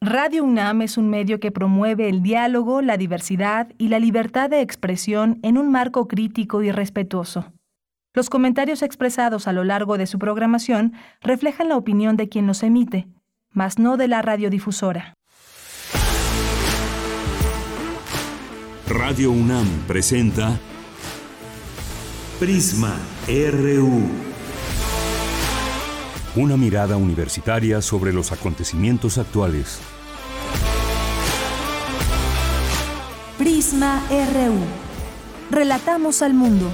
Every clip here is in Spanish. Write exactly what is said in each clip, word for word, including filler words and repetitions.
Radio UNAM es un medio que promueve el diálogo, la diversidad y la libertad de expresión en un marco crítico y respetuoso. Los comentarios expresados a lo largo de su programación reflejan la opinión de quien los emite, mas no de la radiodifusora. Radio UNAM presenta Prisma R U. Una mirada universitaria sobre los acontecimientos actuales. Prisma R U. Relatamos al mundo.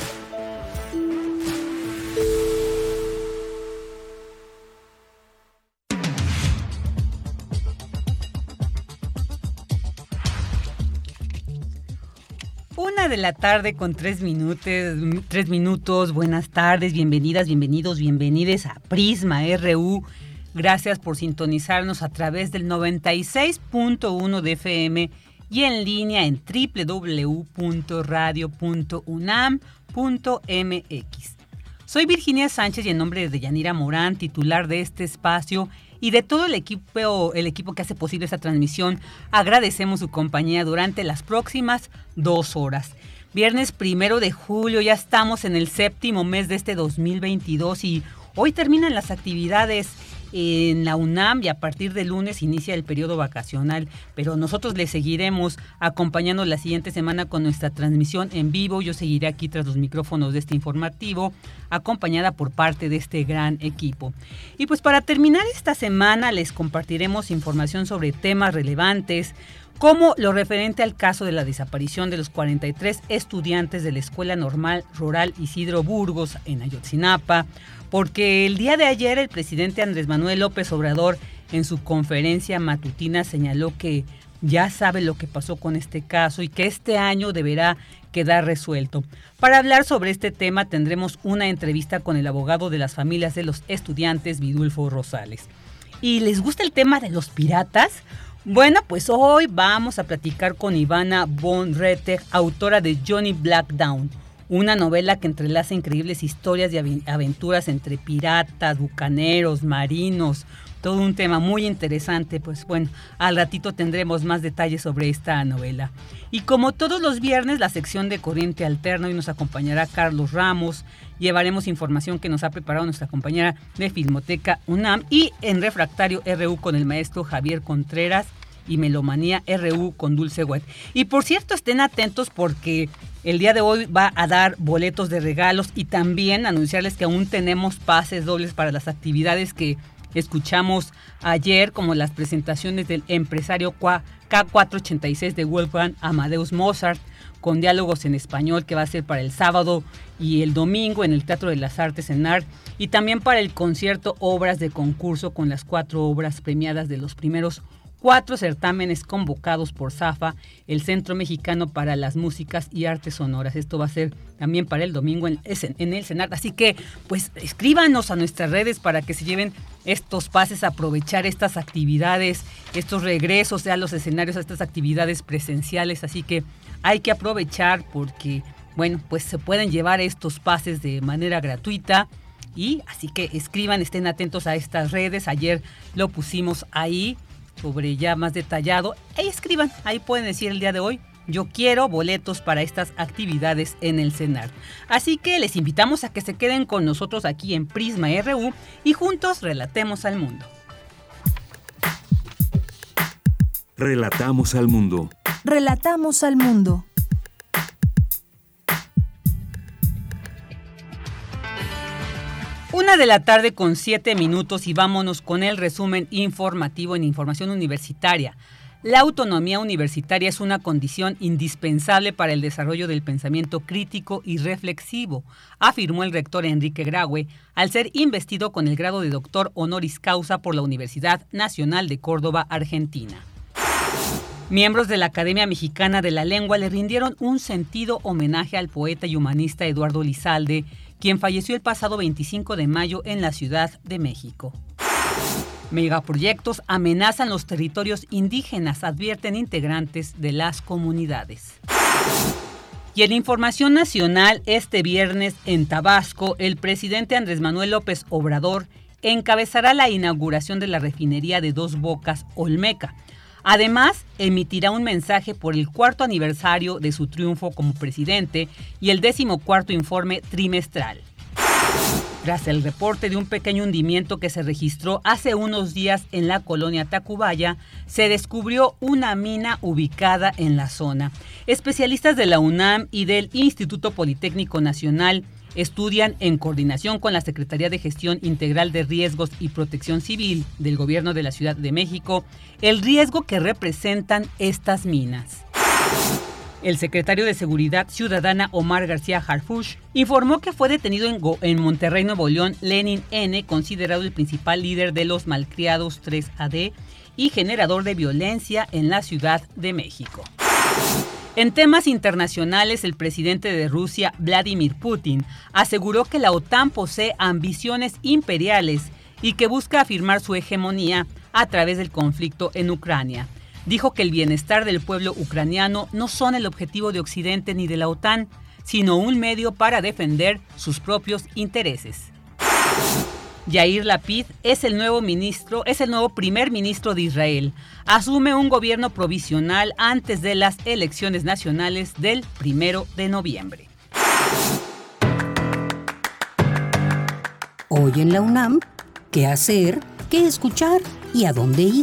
Una de la tarde con tres minutos, tres minutos. Buenas tardes, bienvenidas, bienvenidos, bienvenides a Prisma R U. Gracias por sintonizarnos a través del noventa y seis punto uno de F M y en línea en doble u doble u doble u punto radio punto unam punto m x. Soy Virginia Sánchez y en nombre de Deyanira Morán, titular de este espacio, y de todo el equipo, el equipo que hace posible esta transmisión, agradecemos su compañía durante las próximas dos horas. Viernes primero de julio, ya estamos en el séptimo mes de este dos mil veintidós y hoy terminan las actividades en la UNAM y a partir de lunes inicia el periodo vacacional, pero nosotros les seguiremos acompañando la siguiente semana con nuestra transmisión en vivo. Yo seguiré aquí tras los micrófonos de este informativo, acompañada por parte de este gran equipo. Y pues para terminar esta semana les compartiremos información sobre temas relevantes, como lo referente al caso de la desaparición de los cuarenta y tres estudiantes de la Escuela Normal Rural Isidro Burgos en Ayotzinapa, porque el día de ayer el presidente Andrés Manuel López Obrador en su conferencia matutina señaló que ya sabe lo que pasó con este caso y que este año deberá quedar resuelto. Para hablar sobre este tema tendremos una entrevista con el abogado de las familias de los estudiantes, Vidulfo Rosales. ¿Y les gusta el tema de los piratas? Bueno, pues hoy vamos a platicar con Ivana von Retter, autora de Johnny Blackdown, una novela que entrelaza increíbles historias y aventuras entre piratas, bucaneros, marinos, todo un tema muy interesante. Pues bueno, al ratito tendremos más detalles sobre esta novela. Y como todos los viernes, la sección de Corriente Alterna, y nos acompañará Carlos Ramos. Llevaremos información que nos ha preparado nuestra compañera de Filmoteca UNAM, y en Refractario R U con el maestro Javier Contreras y Melomanía R U con Dulce Wet. Y por cierto, estén atentos porque el día de hoy va a dar boletos de regalos y también anunciarles que aún tenemos pases dobles para las actividades que escuchamos ayer, como las presentaciones del empresario K cuatrocientos ochenta y seis de Wolfgang Amadeus Mozart, con diálogos en español, que va a ser para el sábado y el domingo en el Teatro de las Artes en Art, y también para el concierto Obras de Concurso, con las cuatro obras premiadas de los primeros cuatro certámenes convocados por ZAFA, el Centro Mexicano para las Músicas y Artes Sonoras. Esto va a ser también para el domingo en, en el CENART. Así que, pues, escríbanos a nuestras redes para que se lleven estos pases, a aprovechar estas actividades, estos regresos a los escenarios, a estas actividades presenciales. Así que hay que aprovechar porque, bueno, pues se pueden llevar estos pases de manera gratuita. Y así que escriban, estén atentos a estas redes. Ayer lo pusimos ahí, sobre ya más detallado, e escriban, ahí pueden decir el día de hoy, yo quiero boletos para estas actividades en el CENART. Así que les invitamos a que se queden con nosotros aquí en Prisma R U y juntos relatemos al mundo. Relatamos al mundo. Relatamos al mundo. Una de la tarde con siete minutos y vámonos con el resumen informativo en Información Universitaria. La autonomía universitaria es una condición indispensable para el desarrollo del pensamiento crítico y reflexivo, afirmó el rector Enrique Graue al ser investido con el grado de doctor honoris causa por la Universidad Nacional de Córdoba, Argentina. Miembros de la Academia Mexicana de la Lengua le rindieron un sentido homenaje al poeta y humanista Eduardo Lizalde, quien falleció el pasado veinticinco de mayo en la Ciudad de México. Megaproyectos amenazan los territorios indígenas, advierten integrantes de las comunidades. Y en Información Nacional, este viernes en Tabasco, el presidente Andrés Manuel López Obrador encabezará la inauguración de la refinería de Dos Bocas Olmeca. Además, emitirá un mensaje por el cuarto aniversario de su triunfo como presidente y el decimocuarto informe trimestral. Tras el reporte de un pequeño hundimiento que se registró hace unos días en la colonia Tacubaya, se descubrió una mina ubicada en la zona. Especialistas de la UNAM y del Instituto Politécnico Nacional estudian, en coordinación con la Secretaría de Gestión Integral de Riesgos y Protección Civil del Gobierno de la Ciudad de México, el riesgo que representan estas minas. El secretario de Seguridad Ciudadana Omar García Harfuch informó que fue detenido en, Go- en Monterrey, Nuevo León, Lenin N., considerado el principal líder de los malcriados tres A D y generador de violencia en la Ciudad de México. En temas internacionales, el presidente de Rusia, Vladimir Putin, aseguró que la OTAN posee ambiciones imperiales y que busca afirmar su hegemonía a través del conflicto en Ucrania. Dijo que el bienestar del pueblo ucraniano no son el objetivo de Occidente ni de la OTAN, sino un medio para defender sus propios intereses. Yair Lapid es el nuevo ministro, es el nuevo primer ministro de Israel. Asume un gobierno provisional antes de las elecciones nacionales del primero de noviembre. Hoy en la UNAM, ¿qué hacer, qué escuchar y a dónde ir?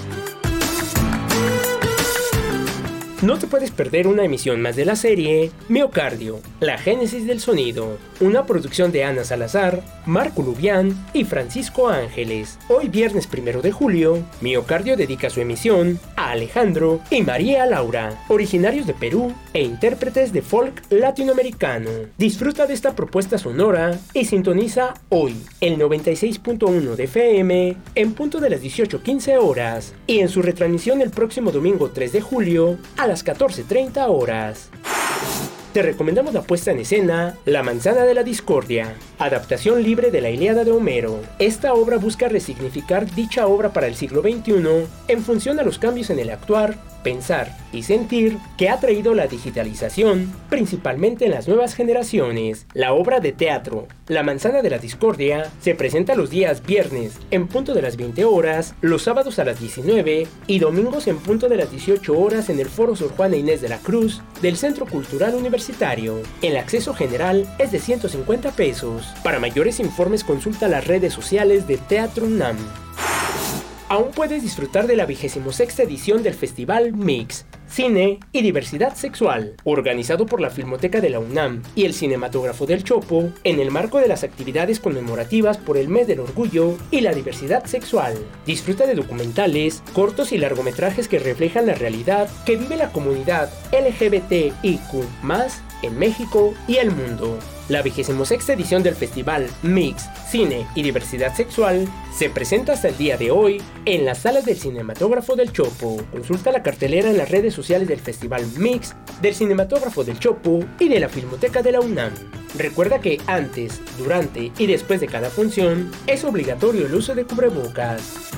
No te puedes perder una emisión más de la serie Miocardio, la génesis del sonido, una producción de Ana Salazar, Marco Lubián y Francisco Ángeles. Hoy viernes primero de julio, Miocardio dedica su emisión a Alejandro y María Laura, originarios de Perú e intérpretes de folk latinoamericano. Disfruta de esta propuesta sonora y sintoniza hoy el noventa y seis punto uno de F M en punto de las dieciocho quince horas y en su retransmisión el próximo domingo tres de julio a las catorce treinta horas. Te recomendamos la puesta en escena La Manzana de la Discordia, adaptación libre de la Ilíada de Homero. Esta obra busca resignificar dicha obra para el siglo veintiuno en función a los cambios en el actuar, pensar y sentir que ha traído la digitalización, principalmente en las nuevas generaciones. La obra de teatro La Manzana de la Discordia se presenta los días viernes en punto de las veinte horas, los sábados a las diecinueve y domingos en punto de las dieciocho horas en el Foro Sor Juana Inés de la Cruz del Centro Cultural Universitario. El acceso general es de ciento cincuenta pesos. Para mayores informes consulta las redes sociales de Teatro UNAM. Aún puedes disfrutar de la vigésima sexta edición del Festival Mix, Cine y Diversidad Sexual, organizado por la Filmoteca de la UNAM y el Cinematógrafo del Chopo, en el marco de las actividades conmemorativas por el Mes del Orgullo y la Diversidad Sexual. Disfruta de documentales, cortos y largometrajes que reflejan la realidad que vive la comunidad L G B T I Q más, en México y el mundo. La vigésima sexta edición del Festival Mix, Cine y Diversidad Sexual se presenta hasta el día de hoy en las salas del Cinematógrafo del Chopo. Consulta la cartelera en las redes sociales del Festival Mix, del Cinematógrafo del Chopo y de la Filmoteca de la UNAM. Recuerda que antes, durante y después de cada función es obligatorio el uso de cubrebocas.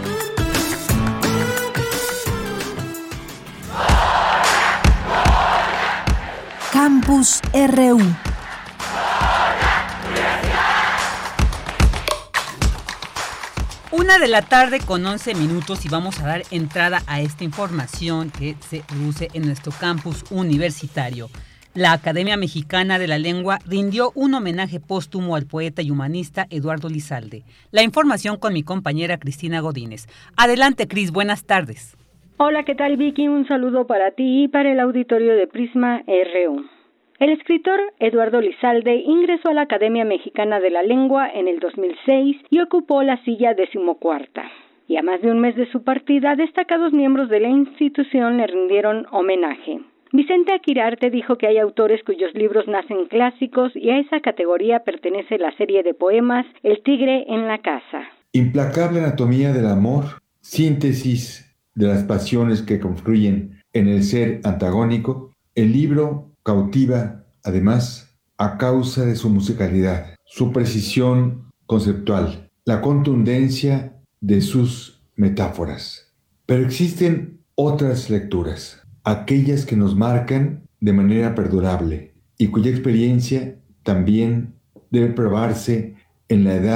Campus R U. Una de la tarde con once minutos y vamos a dar entrada a esta información que se produce en nuestro campus universitario. La Academia Mexicana de la Lengua rindió un homenaje póstumo al poeta y humanista Eduardo Lizalde. La información con mi compañera Cristina Godínez. Adelante, Cris, buenas tardes. Hola, ¿qué tal, Vicky? Un saludo para ti y para el auditorio de Prisma R U. El escritor Eduardo Lizalde ingresó a la Academia Mexicana de la Lengua en el dos mil seis y ocupó la silla decimocuarta. Y a más de un mes de su partida, destacados miembros de la institución le rindieron homenaje. Vicente Aquirarte dijo que hay autores cuyos libros nacen clásicos y a esa categoría pertenece la serie de poemas El Tigre en la Casa. Implacable anatomía del amor, síntesis de las pasiones que confluyen en el ser antagónico, el libro cautiva, además, a causa de su musicalidad, su precisión conceptual, la contundencia de sus metáforas. Pero existen otras lecturas, aquellas que nos marcan de manera perdurable y cuya experiencia también debe probarse en la edad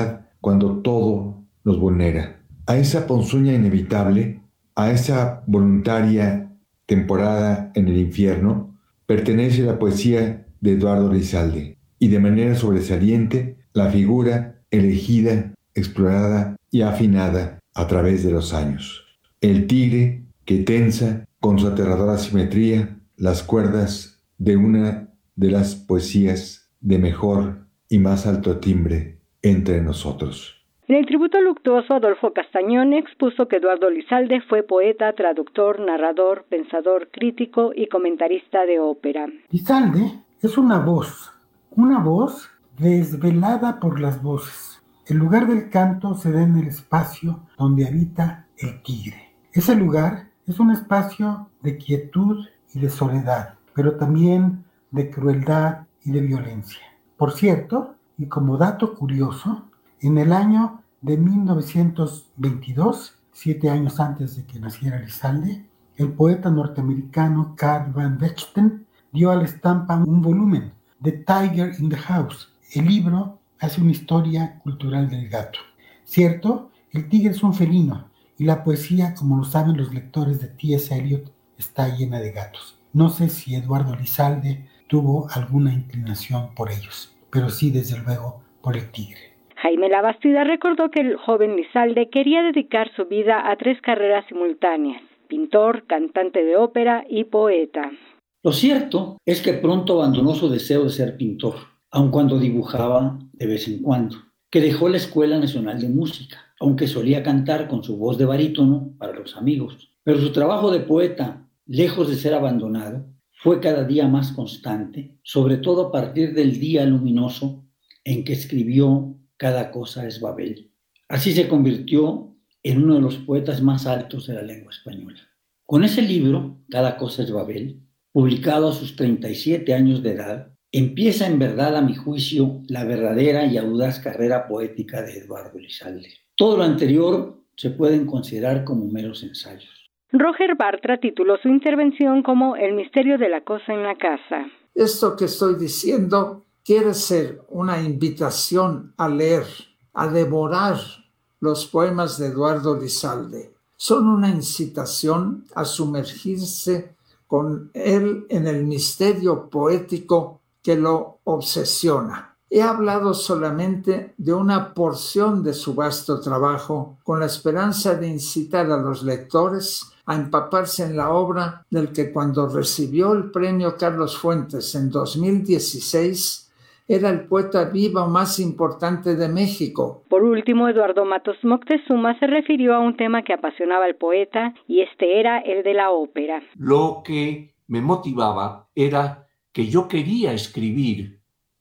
cuando todo nos vulnera. A esa ponzoña inevitable, a esa voluntaria temporada en el infierno, pertenece la poesía de Eduardo Lizalde y de manera sobresaliente la figura elegida, explorada y afinada a través de los años. El tigre que tensa con su aterradora simetría las cuerdas de una de las poesías de mejor y más alto timbre entre nosotros. En el tributo luctuoso, Adolfo Castañón expuso que Eduardo Lizalde fue poeta, traductor, narrador, pensador, crítico y comentarista de ópera. Lizalde es una voz, una voz desvelada por las voces. El lugar del canto se da en el espacio donde habita el tigre. Ese lugar es un espacio de quietud y de soledad, pero también de crueldad y de violencia. Por cierto, y como dato curioso, en el año de mil novecientos veintidós, siete años antes de que naciera Lizalde, el poeta norteamericano Carl Van Vechten dio a la estampa un volumen, The Tiger in the House. El libro hace una historia cultural del gato. Cierto, el tigre es un felino y la poesía, como lo saben los lectores de T S Eliot, está llena de gatos. No sé si Eduardo Lizalde tuvo alguna inclinación por ellos, pero sí, desde luego, por el tigre. Jaime Labastida recordó que el joven Lizalde quería dedicar su vida a tres carreras simultáneas: pintor, cantante de ópera y poeta. Lo cierto es que pronto abandonó su deseo de ser pintor, aun cuando dibujaba de vez en cuando, que dejó la Escuela Nacional de Música, aunque solía cantar con su voz de barítono para los amigos. Pero su trabajo de poeta, lejos de ser abandonado, fue cada día más constante, sobre todo a partir del día luminoso en que escribió Cada cosa es Babel. Así se convirtió en uno de los poetas más altos de la lengua española. Con ese libro, Cada cosa es Babel, publicado a sus treinta y siete años de edad, empieza en verdad, a mi juicio, la verdadera y audaz carrera poética de Eduardo Lizalde. Todo lo anterior se pueden considerar como meros ensayos. Roger Bartra tituló su intervención como El misterio de la cosa en la casa. Esto que estoy diciendo quiere ser una invitación a leer, a devorar los poemas de Eduardo Lizalde. Son una incitación a sumergirse con él en el misterio poético que lo obsesiona. He hablado solamente de una porción de su vasto trabajo con la esperanza de incitar a los lectores a empaparse en la obra del que, cuando recibió el premio Carlos Fuentes en dos mil dieciséis, era el poeta vivo más importante de México. Por último, Eduardo Matos Moctezuma se refirió a un tema que apasionaba al poeta, y este era el de la ópera. Lo que me motivaba era que yo quería escribir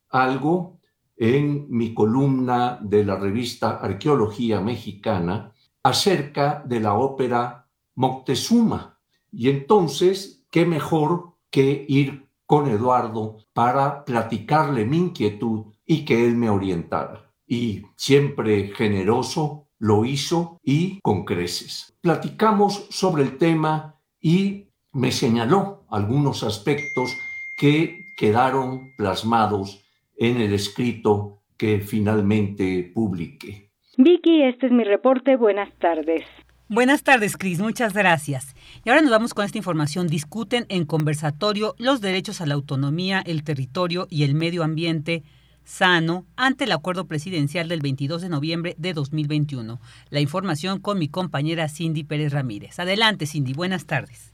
algo en mi columna de la revista Arqueología Mexicana acerca de la ópera Moctezuma. Y entonces, ¿qué mejor que ir con Eduardo para platicarle mi inquietud y que él me orientara? Y siempre generoso lo hizo, y con creces. Platicamos sobre el tema y me señaló algunos aspectos que quedaron plasmados en el escrito que finalmente publiqué. Vicky, este es mi reporte. Buenas tardes. Buenas tardes, Cris. Muchas gracias. Y ahora nos vamos con esta información. Discuten en conversatorio los derechos a la autonomía, el territorio y el medio ambiente sano ante el acuerdo presidencial del veintidós de noviembre de dos mil veintiuno. La información con mi compañera Cindy Pérez Ramírez. Adelante, Cindy. Buenas tardes.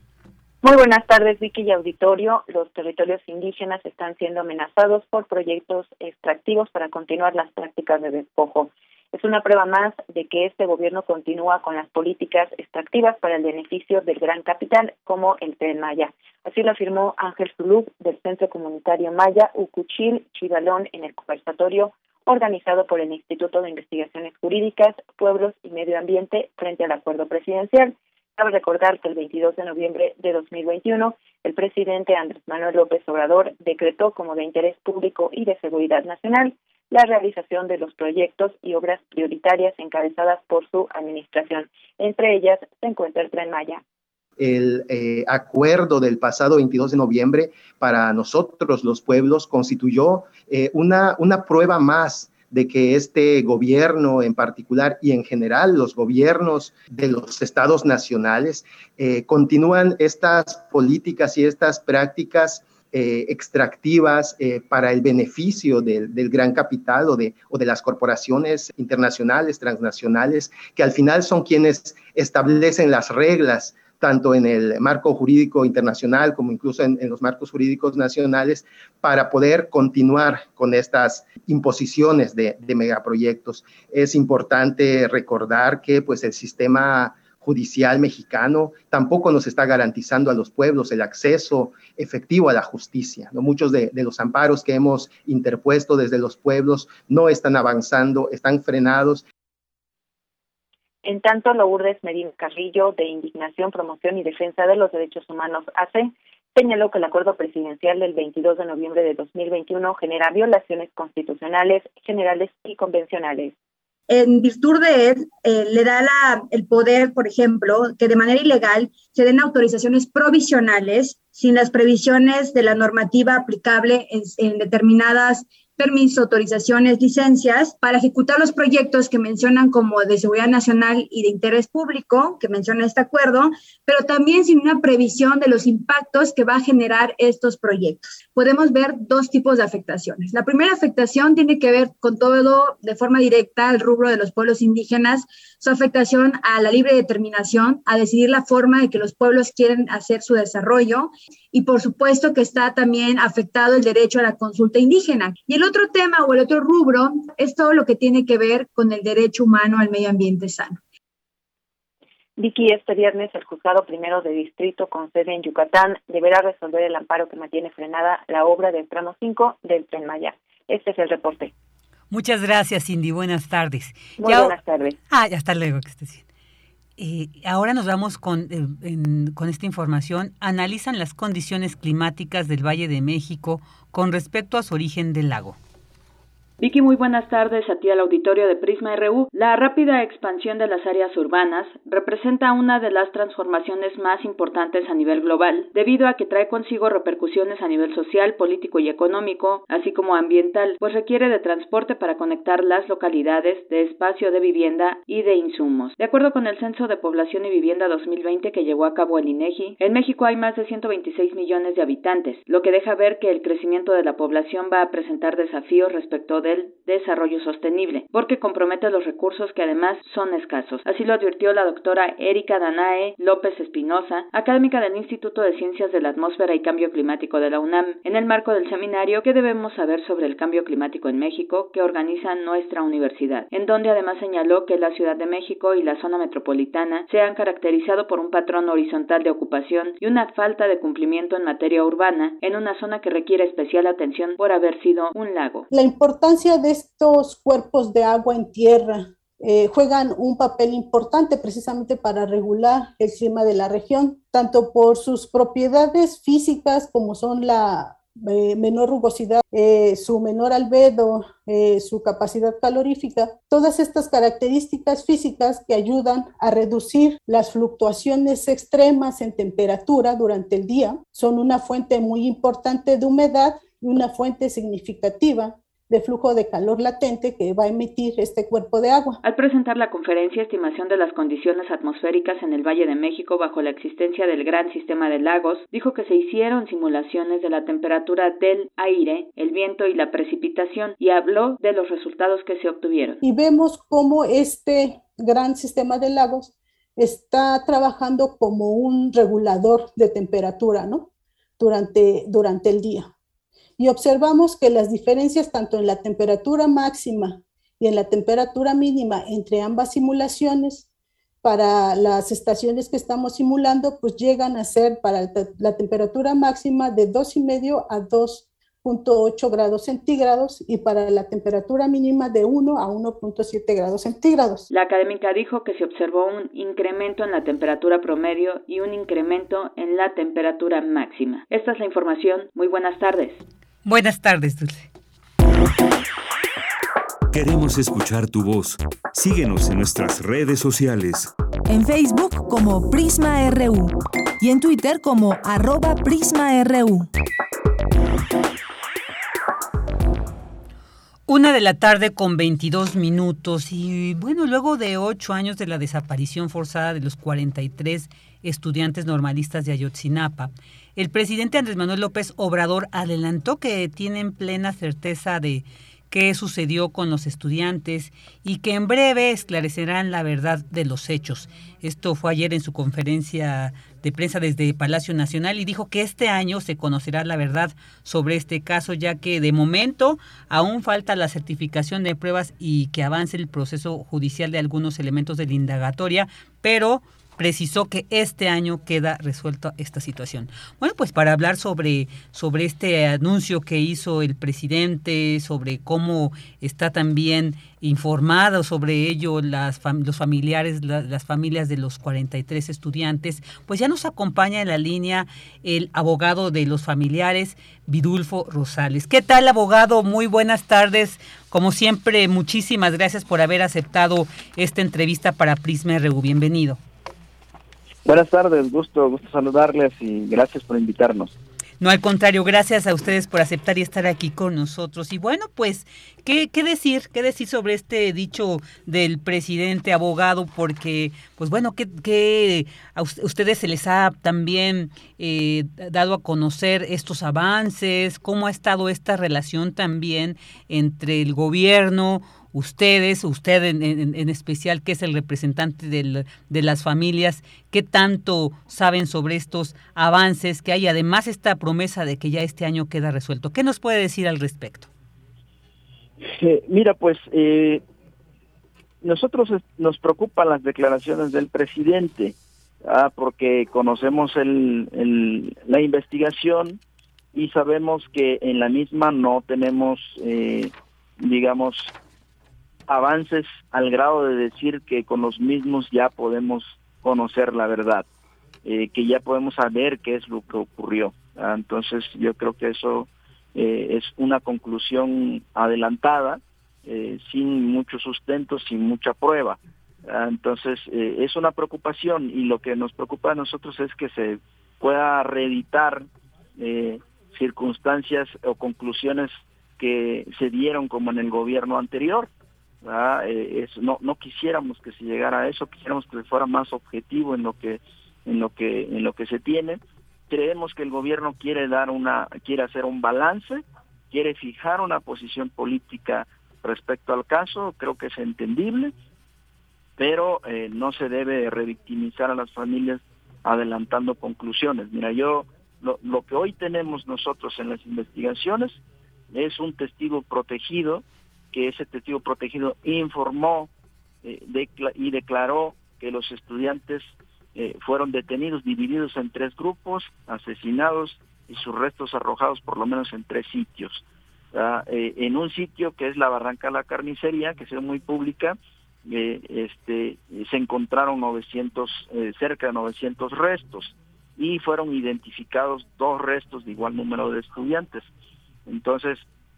Muy buenas tardes, Vicky y auditorio. Los territorios indígenas están siendo amenazados por proyectos extractivos para continuar las prácticas de despojo. Es una prueba más de que este gobierno continúa con las políticas extractivas para el beneficio del gran capital, como el Tren Maya. Así lo afirmó Ángel Zulub, del Centro Comunitario Maya Ucuchil Chivalón, en el conversatorio organizado por el Instituto de Investigaciones Jurídicas, Pueblos y Medio Ambiente frente al acuerdo presidencial. Cabe recordar que el veintidós de noviembre de dos mil veintiuno, el presidente Andrés Manuel López Obrador decretó como de interés público y de seguridad nacional la realización de los proyectos y obras prioritarias encabezadas por su administración. Entre ellas se encuentra el Tren Maya. El eh, acuerdo del pasado veintidós de noviembre para nosotros los pueblos constituyó eh, una, una prueba más de que este gobierno en particular y en general los gobiernos de los estados nacionales eh, continúan estas políticas y estas prácticas Eh, extractivas eh, para el beneficio del, del gran capital o de, o de las corporaciones internacionales, transnacionales, que al final son quienes establecen las reglas, tanto en el marco jurídico internacional como incluso en, en los marcos jurídicos nacionales, para poder continuar con estas imposiciones de, de megaproyectos. Es importante recordar que pues, el sistema judicial mexicano tampoco nos está garantizando a los pueblos el acceso efectivo a la justicia, ¿no? Muchos de, de los amparos que hemos interpuesto desde los pueblos no están avanzando, están frenados. En tanto, Lourdes Medina Carrillo, de Indignación, Promoción y Defensa de los Derechos Humanos, A C E, señaló que el acuerdo presidencial del veintidós de noviembre de dos mil veintiuno genera violaciones constitucionales, generales y convencionales. En virtud de él, eh, le da la, el poder, por ejemplo, que de manera ilegal se den autorizaciones provisionales sin las previsiones de la normativa aplicable en, en determinadas permisos, autorizaciones, licencias, para ejecutar los proyectos que mencionan como de seguridad nacional y de interés público, que menciona este acuerdo, pero también sin una previsión de los impactos que va a generar estos proyectos. Podemos ver dos tipos de afectaciones. La primera afectación tiene que ver con todo de forma directa el rubro de los pueblos indígenas, su afectación a la libre determinación, a decidir la forma de que los pueblos quieren hacer su desarrollo, y por supuesto que está también afectado el derecho a la consulta indígena. Y el otro tema o el otro rubro es todo lo que tiene que ver con el derecho humano al medio ambiente sano. Vicky, este viernes el juzgado primero de distrito con sede en Yucatán deberá resolver el amparo que mantiene frenada la obra del tramo cinco del Tren Maya. Este es el reporte. Muchas gracias, Cindy. Buenas tardes. Muy ya, buenas tardes. Ah, ya hasta luego, que estés bien. Eh, ahora nos vamos con, eh, en, con esta información. Analizan las condiciones climáticas del Valle de México con respecto a su origen del lago. Vicky, muy buenas tardes a ti al auditorio de Prisma R U. La rápida expansión de las áreas urbanas representa una de las transformaciones más importantes a nivel global, debido a que trae consigo repercusiones a nivel social, político y económico, así como ambiental, pues requiere de transporte para conectar las localidades, de espacio de vivienda y de insumos. De acuerdo con el Censo de Población y Vivienda dos mil veinte que llevó a cabo el INEGI, en México hay más de ciento veintiséis millones de habitantes, lo que deja ver que el crecimiento de la población va a presentar desafíos respecto de del desarrollo sostenible, porque compromete los recursos que además son escasos. Así lo advirtió la doctora Erika Danae López Espinosa, académica del Instituto de Ciencias de la Atmósfera y Cambio Climático de la UNAM, en el marco del seminario ¿Qué debemos saber sobre el cambio climático en México?, que organiza nuestra universidad, en donde además señaló que la Ciudad de México y la zona metropolitana se han caracterizado por un patrón horizontal de ocupación y una falta de cumplimiento en materia urbana en una zona que requiere especial atención por haber sido un lago. La importancia de estos cuerpos de agua en tierra eh, juegan un papel importante precisamente para regular el clima de la región, tanto por sus propiedades físicas como son la eh, menor rugosidad, eh, su menor albedo, eh, su capacidad calorífica, todas estas características físicas que ayudan a reducir las fluctuaciones extremas en temperatura durante el día, son una fuente muy importante de humedad y una fuente significativa de flujo de calor latente que va a emitir este cuerpo de agua. Al presentar la conferencia Estimación de las condiciones atmosféricas en el Valle de México bajo la existencia del gran sistema de lagos, dijo que se hicieron simulaciones de la temperatura del aire, el viento y la precipitación, y habló de los resultados que se obtuvieron. Y vemos cómo este gran sistema de lagos está trabajando como un regulador de temperatura, ¿no? Durante, durante el día. Y observamos que las diferencias tanto en la temperatura máxima y en la temperatura mínima entre ambas simulaciones, para las estaciones que estamos simulando, pues llegan a ser para la temperatura máxima de dos y medio a dos punto ocho grados centígrados y para la temperatura mínima de uno a uno punto siete grados centígrados. La académica dijo que se observó un incremento en la temperatura promedio y un incremento en la temperatura máxima. Esta es la información. Muy buenas tardes. Buenas tardes, Dulce. Queremos escuchar tu voz. Síguenos en nuestras redes sociales. En Facebook como Prisma R U y en Twitter como arroba Prisma R U. Una de la tarde con veintidós minutos y bueno, luego de ocho años de la desaparición forzada de los cuarenta y tres estudiantes normalistas de Ayotzinapa, el presidente Andrés Manuel López Obrador adelantó que tienen plena certeza de qué sucedió con los estudiantes y que en breve esclarecerán la verdad de los hechos. Esto fue ayer en su conferencia de prensa desde Palacio Nacional y dijo que este año se conocerá la verdad sobre este caso, ya que de momento aún falta la certificación de pruebas y que avance el proceso judicial de algunos elementos de la indagatoria, pero precisó que este año queda resuelta esta situación. Bueno, pues para hablar sobre, sobre este anuncio que hizo el presidente, sobre cómo está también informado sobre ello las fam- los familiares, la, las familias de los cuarenta y tres estudiantes, pues ya nos acompaña en la línea el abogado de los familiares, Vidulfo Rosales. ¿Qué tal, abogado? Muy buenas tardes. Como siempre, muchísimas gracias por haber aceptado esta entrevista para Prisma R U. Bienvenido. Buenas tardes, gusto, gusto saludarles y gracias por invitarnos. No, al contrario, gracias a ustedes por aceptar y estar aquí con nosotros. Y bueno, pues, ¿qué, qué decir? ¿Qué decir sobre este dicho del presidente abogado? Porque, pues bueno, que, que a ustedes se les ha también eh, dado a conocer estos avances, cómo ha estado esta relación también entre el gobierno, ustedes, usted en, en, en especial, que es el representante del, de las familias, ¿qué tanto saben sobre estos avances que hay? Además, esta promesa de que ya este año queda resuelto. ¿Qué nos puede decir al respecto? Eh, mira, pues, eh, nosotros nos preocupan las declaraciones del presidente, ah, porque conocemos el, el, la investigación y sabemos que en la misma no tenemos, eh, digamos, avances al grado de decir que con los mismos ya podemos conocer la verdad, eh, que ya podemos saber qué es lo que ocurrió. ¿Ah? Entonces yo creo que eso eh, es una conclusión adelantada, eh, sin mucho sustento, sin mucha prueba. ¿Ah? Entonces eh, es una preocupación y lo que nos preocupa a nosotros es que se pueda reeditar eh, circunstancias o conclusiones que se dieron como en el gobierno anterior. Ah, eh, es, no no quisiéramos que se llegara a eso, quisiéramos que fuera más objetivo en lo que en lo que en lo que se tiene. Creemos que el gobierno quiere dar una quiere hacer un balance, quiere fijar una posición política respecto al caso. Creo que es entendible, pero eh, no se debe revictimizar a las familias adelantando conclusiones. Mira, yo lo, lo que hoy tenemos nosotros en las investigaciones es un testigo protegido, que ese testigo protegido informó eh, decla- y declaró que los estudiantes eh, fueron detenidos, divididos en tres grupos, asesinados y sus restos arrojados por lo menos en tres sitios. Uh, eh, en un sitio que es la Barranca La Carnicería, que es muy pública, eh, este, se encontraron novecientos, eh, cerca de novecientos restos y fueron identificados dos restos de igual número de estudiantes. Entonces,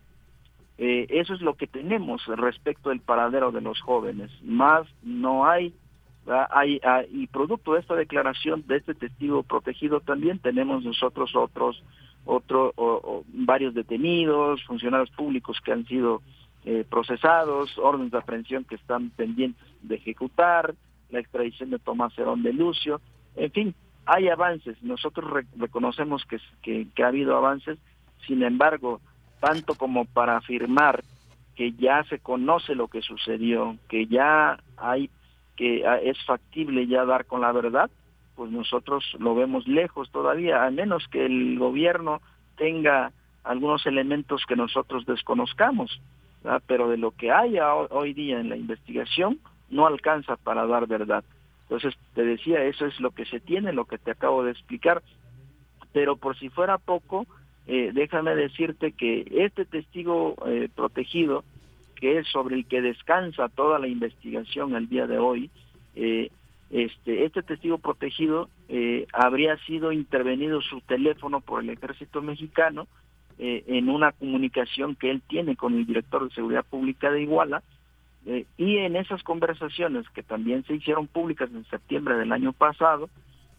Eh, eso es lo que tenemos respecto del paradero de los jóvenes. Más no hay, hay, hay, y producto de esta declaración de este testigo protegido también tenemos nosotros otros, otro, o, o, varios detenidos, funcionarios públicos que han sido eh, procesados, órdenes de aprehensión que están pendientes de ejecutar, la extradición de Tomás Herón de Lucio, en fin, hay avances. Nosotros re- reconocemos que, que, que ha habido avances, sin embargo, tanto como para afirmar que ya se conoce lo que sucedió, que ya hay, que es factible ya dar con la verdad, pues nosotros lo vemos lejos todavía, a menos que el gobierno tenga algunos elementos que nosotros desconozcamos, ¿verdad? Pero de lo que hay hoy día en la investigación no alcanza para dar verdad. Entonces, te decía, eso es lo que se tiene, lo que te acabo de explicar, pero por si fuera poco, Eh, déjame decirte que este testigo eh, protegido, que es sobre el que descansa toda la investigación el día de hoy, eh, este, este testigo protegido eh, habría sido intervenido su teléfono por el Ejército Mexicano eh, en una comunicación que él tiene con el director de Seguridad Pública de Iguala, eh, y en esas conversaciones que también se hicieron públicas en septiembre del año pasado,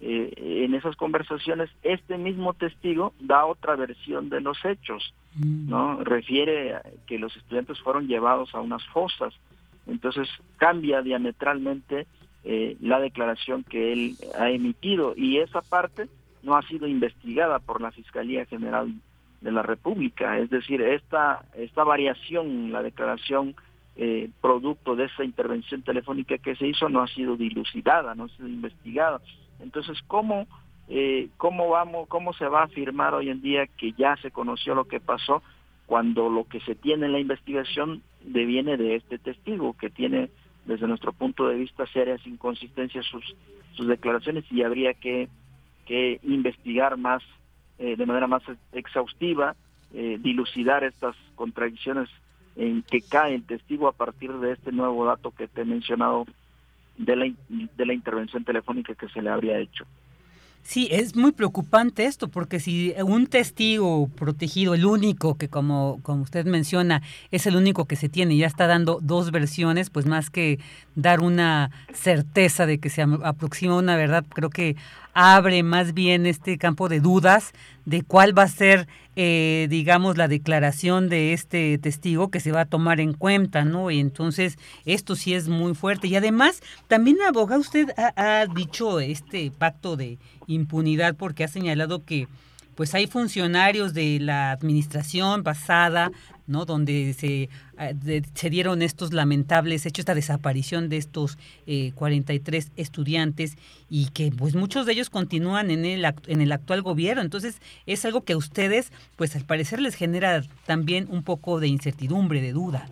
eh, en esas conversaciones este mismo testigo da otra versión de los hechos, ¿no? Refiere a que los estudiantes fueron llevados a unas fosas, entonces cambia diametralmente eh, la declaración que él ha emitido, y esa parte no ha sido investigada por la Fiscalía General de la República, es decir, esta, esta variación en la declaración eh, producto de esa intervención telefónica que se hizo no ha sido dilucidada, no ha sido investigada. Entonces, ¿cómo, eh, cómo, vamos, ¿cómo se va a afirmar hoy en día que ya se conoció lo que pasó cuando lo que se tiene en la investigación deviene de este testigo, que tiene, desde nuestro punto de vista, serias inconsistencias sus, sus declaraciones, y habría que, que investigar más, eh, de manera más exhaustiva, eh, dilucidar estas contradicciones en que cae el testigo a partir de este nuevo dato que te he mencionado de la, de la intervención telefónica que se le habría hecho. Sí, es muy preocupante esto, porque si un testigo protegido, el único que como, como usted menciona, es el único que se tiene, ya está dando dos versiones, pues más que dar una certeza de que se aproxima una verdad, creo que abre más bien este campo de dudas de cuál va a ser, eh, digamos, la declaración de este testigo que se va a tomar en cuenta, ¿no? Y entonces esto sí es muy fuerte. Y además, también, abogado, usted ha, ha dicho este pacto de impunidad, porque ha señalado que pues hay funcionarios de la administración pasada, ¿no? Donde se, de, se dieron estos lamentables hechos, esta desaparición de estos eh, cuarenta y tres estudiantes, y que pues muchos de ellos continúan en el en el actual gobierno. Entonces es algo que a ustedes pues al parecer les genera también un poco de incertidumbre, de duda.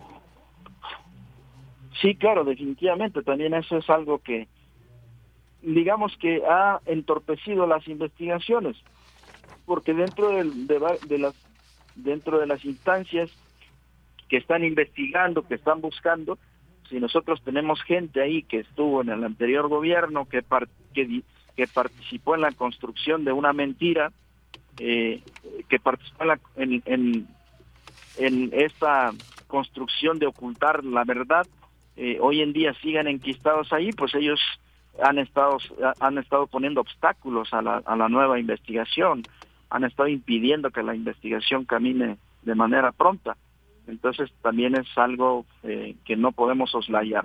Sí, claro, definitivamente también eso es algo que, digamos, que ha entorpecido las investigaciones, porque dentro del, de, de las dentro de las instancias que están investigando, que están buscando, si nosotros tenemos gente ahí que estuvo en el anterior gobierno, que par, que, que participó en la construcción de una mentira, eh, que participó en, la, en, en, en esta construcción de ocultar la verdad, eh, hoy en día sigan enquistados ahí, pues ellos han estado han estado poniendo obstáculos a la, a la nueva investigación, han estado impidiendo que la investigación camine de manera pronta. Entonces también es algo eh, que no podemos soslayar.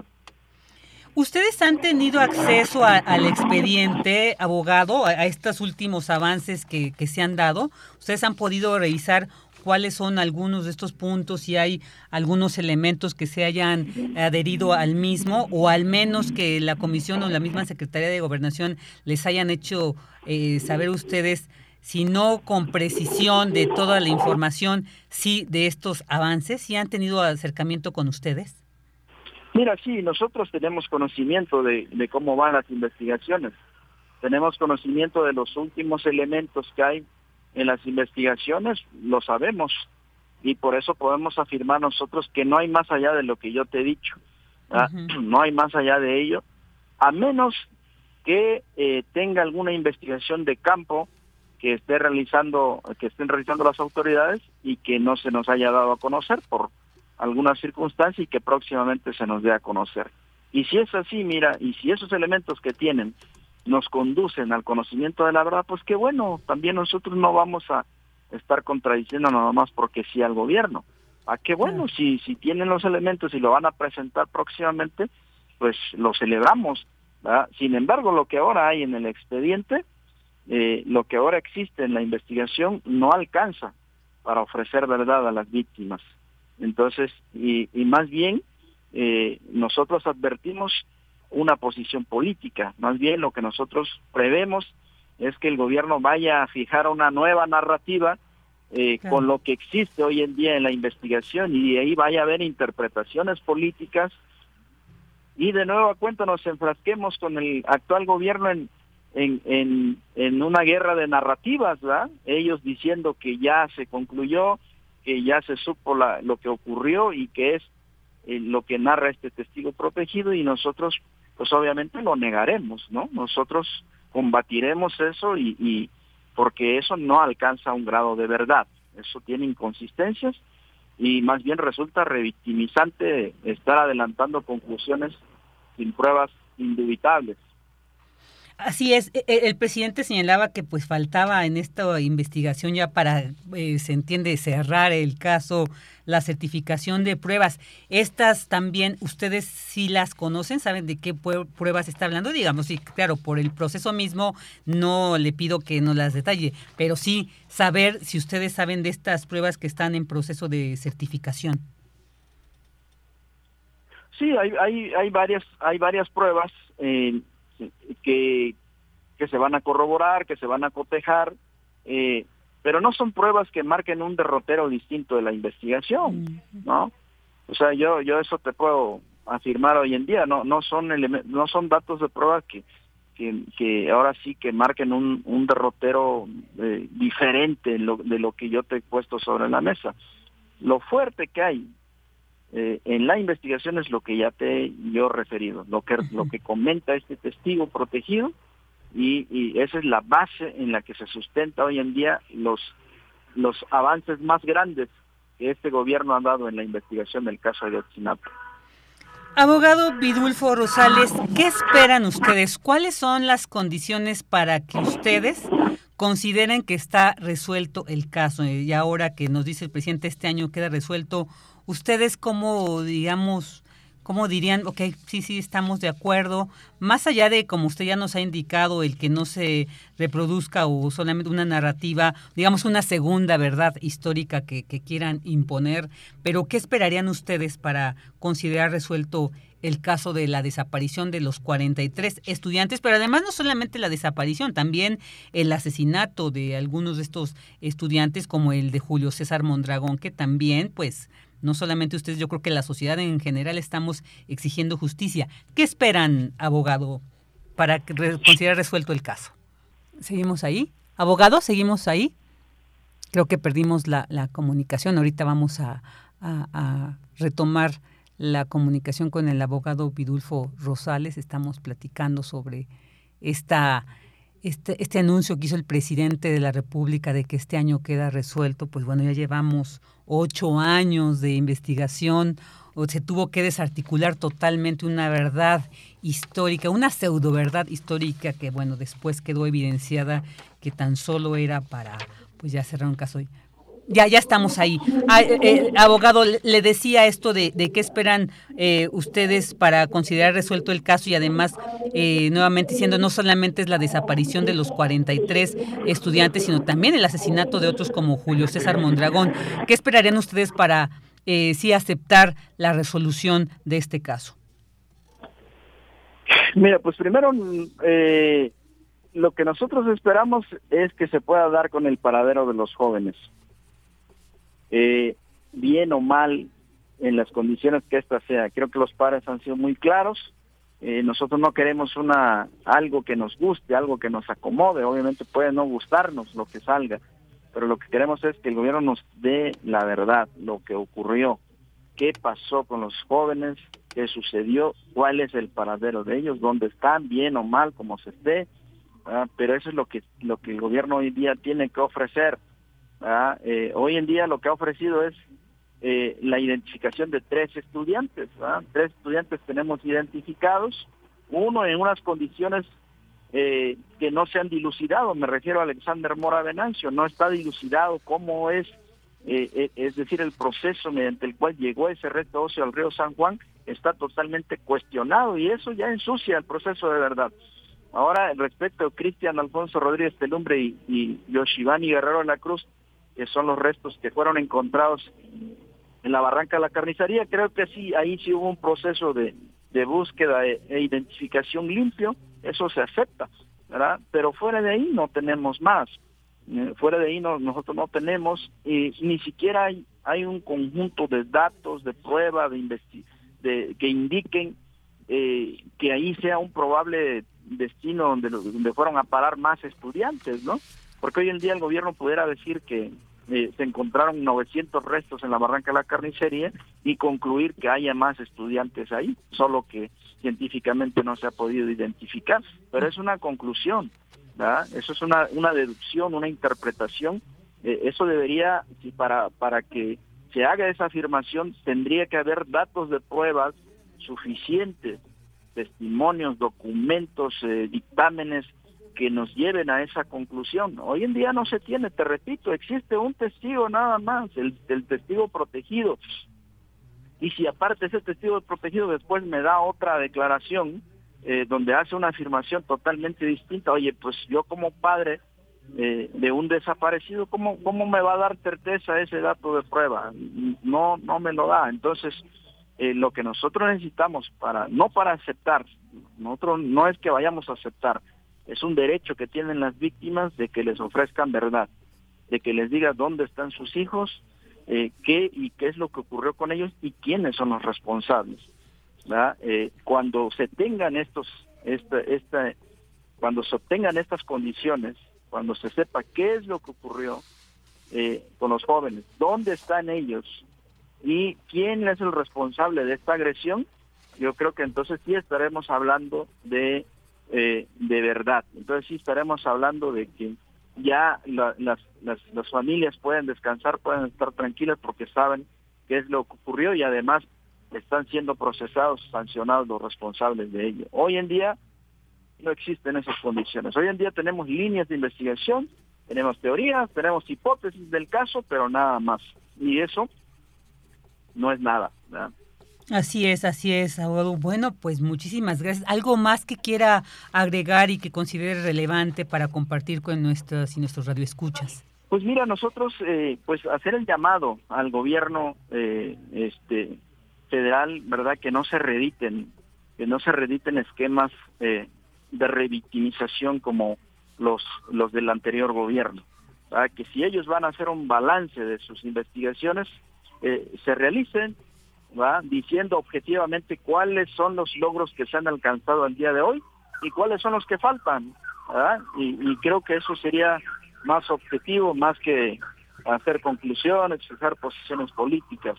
¿Ustedes han tenido acceso a, al expediente, abogado, a, a estos últimos avances que, que se han dado? ¿Ustedes han podido revisar cuáles son algunos de estos puntos, si hay algunos elementos que se hayan adherido al mismo, o al menos que la comisión o la misma Secretaría de Gobernación les hayan hecho eh, saber ustedes, si no con precisión de toda la información, sí de estos avances? ¿Sí han tenido acercamiento con ustedes? Mira, sí, nosotros tenemos conocimiento de, de cómo van las investigaciones. Tenemos conocimiento de los últimos elementos que hay en las investigaciones, lo sabemos. Y por eso podemos afirmar nosotros que no hay más allá de lo que yo te he dicho. Uh-huh. No hay más allá de ello, a menos que eh, tenga alguna investigación de campo que esté realizando, que estén realizando las autoridades y que no se nos haya dado a conocer por alguna circunstancia y que próximamente se nos dé a conocer. Y si es así, mira, y si esos elementos que tienen nos conducen al conocimiento de la verdad, pues qué bueno, también nosotros no vamos a estar contradiciendo nada más porque sí al gobierno. ¿A qué bueno? Si, si tienen los elementos y lo van a presentar próximamente, pues lo celebramos, ¿verdad? Sin embargo, lo que ahora hay en el expediente, Eh, lo que ahora existe en la investigación no alcanza para ofrecer verdad a las víctimas. Entonces, y, y más bien, eh, nosotros advertimos una posición política. Más bien lo que nosotros prevemos es que el gobierno vaya a fijar una nueva narrativa eh, claro. con lo que existe hoy en día en la investigación, y de ahí vaya a haber interpretaciones políticas, y de nueva cuenta nos enfrasquemos con el actual gobierno en En, en, en una guerra de narrativas, ¿verdad? Ellos diciendo que ya se concluyó, que ya se supo la, lo que ocurrió y que es eh, lo que narra este testigo protegido, y nosotros pues obviamente lo negaremos, ¿no? Nosotros combatiremos eso y, y porque eso no alcanza un grado de verdad, eso tiene inconsistencias y más bien resulta revictimizante estar adelantando conclusiones sin pruebas indubitables. Así es, el presidente señalaba que pues faltaba en esta investigación ya para, eh, se entiende, cerrar el caso, la certificación de pruebas. Estas también, ¿ustedes sí las conocen? ¿Saben de qué pruebas está hablando? Digamos, sí, claro, por el proceso mismo no le pido que nos las detalle, pero sí saber si ustedes saben de estas pruebas que están en proceso de certificación. Sí, hay, hay, hay varias, hay varias pruebas eh, que, que se van a corroborar, que se van a cotejar, eh, pero no son pruebas que marquen un derrotero distinto de la investigación, ¿no? O sea, yo, yo eso te puedo afirmar hoy en día, no, no son eleme- no son datos de prueba que, que, que ahora sí que marquen un, un derrotero eh, diferente de lo, de lo que yo te he puesto sobre la mesa. Lo fuerte que hay Eh, en la investigación es lo que ya te he yo referido, lo que uh-huh. lo que comenta este testigo protegido y, y esa es la base en la que se sustenta hoy en día los los avances más grandes que este gobierno ha dado en la investigación del caso Ayotzinapa. Abogado Vidulfo Rosales, ¿qué esperan ustedes? ¿Cuáles son las condiciones para que ustedes consideren que está resuelto el caso? Y ahora que nos dice el presidente este año queda resuelto, ¿ustedes cómo, digamos, cómo dirían, ok, sí, sí, estamos de acuerdo? Más allá de, como usted ya nos ha indicado, el que no se reproduzca o solamente una narrativa, digamos, una segunda verdad histórica que, que quieran imponer, pero ¿qué esperarían ustedes para considerar resuelto el caso de la desaparición de los cuarenta y tres estudiantes, pero además no solamente la desaparición, también el asesinato de algunos de estos estudiantes, como el de Julio César Mondragón, que también, pues, no solamente ustedes, yo creo que la sociedad en general estamos exigiendo justicia. ¿Qué esperan, abogado, para re- considerar resuelto el caso? ¿Seguimos ahí? Abogado, ¿seguimos ahí? Creo que perdimos la, la comunicación. Ahorita vamos a, a, a retomar la comunicación con el abogado Vidulfo Rosales. Estamos platicando sobre esta, este, este anuncio que hizo el presidente de la República de que este año queda resuelto. Pues bueno, ya llevamos ocho años de investigación, o se tuvo que desarticular totalmente una verdad histórica, una pseudo verdad histórica que bueno, después quedó evidenciada que tan solo era para pues ya cerrar un caso. Ya, ya estamos ahí. Ah, eh, abogado, le decía esto de, de qué esperan eh, ustedes para considerar resuelto el caso y además, eh, nuevamente diciendo, no solamente es la desaparición de los cuarenta y tres estudiantes, sino también el asesinato de otros como Julio César Mondragón. ¿Qué esperarían ustedes para eh, sí aceptar la resolución de este caso? Mira, pues primero, eh, lo que nosotros esperamos es que se pueda dar con el paradero de los jóvenes. Eh, bien o mal, en las condiciones que ésta sea. Creo que los padres han sido muy claros. Eh, nosotros no queremos una algo que nos guste, algo que nos acomode. Obviamente puede no gustarnos lo que salga, pero lo que queremos es que el gobierno nos dé la verdad, lo que ocurrió, qué pasó con los jóvenes, qué sucedió, cuál es el paradero de ellos, dónde están, bien o mal, como se esté. ¿verdad? Pero eso es lo que lo que el gobierno hoy día tiene que ofrecer. ¿verdad? Eh, hoy en día lo que ha ofrecido es eh, la identificación de tres estudiantes. ¿verdad? Tres estudiantes tenemos identificados, uno en unas condiciones eh, que no se han dilucidado. Me refiero a Alexander Mora Venancio, no está dilucidado cómo es, eh, eh, es decir, el proceso mediante el cual llegó ese resto óseo al río San Juan está totalmente cuestionado y eso ya ensucia el proceso de verdad. Ahora, respecto a Cristian Alfonso Rodríguez Telumbre y, y Yoshivani Guerrero de la Cruz, que son los restos que fueron encontrados en la barranca de la Carnicería, creo que sí, ahí sí hubo un proceso de, de búsqueda e, e identificación limpio, eso se acepta, ¿verdad? Pero fuera de ahí no tenemos más, eh, fuera de ahí no, nosotros no tenemos, y ni siquiera hay, hay un conjunto de datos, de pruebas, de, investi- de que indiquen eh, que ahí sea un probable destino donde, donde fueron a parar más estudiantes, ¿no? Porque hoy en día el gobierno pudiera decir que eh, se encontraron novecientos restos en la barranca de la Carnicería y concluir que haya más estudiantes ahí, solo que científicamente no se ha podido identificar, pero es una conclusión, ¿verdad? Eso es una, una deducción, una interpretación, eh, eso debería, si para, para que se haga esa afirmación, tendría que haber datos de pruebas suficientes testimonios, documentos, eh, dictámenes que nos lleven a esa conclusión. Hoy en día no se tiene, te repito, existe un testigo nada más, el, el testigo protegido. Y si aparte ese testigo protegido después me da otra declaración, eh, donde hace una afirmación totalmente distinta, oye, pues yo como padre eh, de un desaparecido, ¿cómo, ¿cómo me va a dar certeza ese dato de prueba? No, no me lo da. Entonces, eh, lo que nosotros necesitamos para, no para aceptar, nosotros no es que vayamos a aceptar, es un derecho que tienen las víctimas de que les ofrezcan verdad, de que les diga dónde están sus hijos, eh, qué y qué es lo que ocurrió con ellos y quiénes son los responsables. ¿Verdad? Eh, cuando se tengan estos, esta, esta, cuando se obtengan estas condiciones, cuando se sepa qué es lo que ocurrió eh, con los jóvenes, dónde están ellos y quién es el responsable de esta agresión, yo creo que entonces sí estaremos hablando de Eh, de verdad. Entonces sí estaremos hablando de que ya la, las, las, las familias pueden descansar, pueden estar tranquilas porque saben qué es lo que ocurrió y además están siendo procesados, sancionados los responsables de ello. Hoy en día no existen esas condiciones. Hoy en día tenemos líneas de investigación, tenemos teorías, tenemos hipótesis del caso, pero nada más. Y eso no es nada, ¿verdad? Así es, así es, abogado. Bueno, pues muchísimas gracias. ¿Algo más que quiera agregar y que considere relevante para compartir con nuestras y nuestros radioescuchas? Pues mira, nosotros eh, pues hacer el llamado al gobierno eh, este federal, ¿verdad? Que no se reediten, que no se reediten esquemas eh, de revictimización como los, los del anterior gobierno, ¿verdad? Que si ellos van a hacer un balance de sus investigaciones, eh, se realicen, ¿va? Diciendo objetivamente cuáles son los logros que se han alcanzado al día de hoy y cuáles son los que faltan, ¿verdad? Y, y creo que eso sería más objetivo, más que hacer conclusiones, fijar posiciones políticas.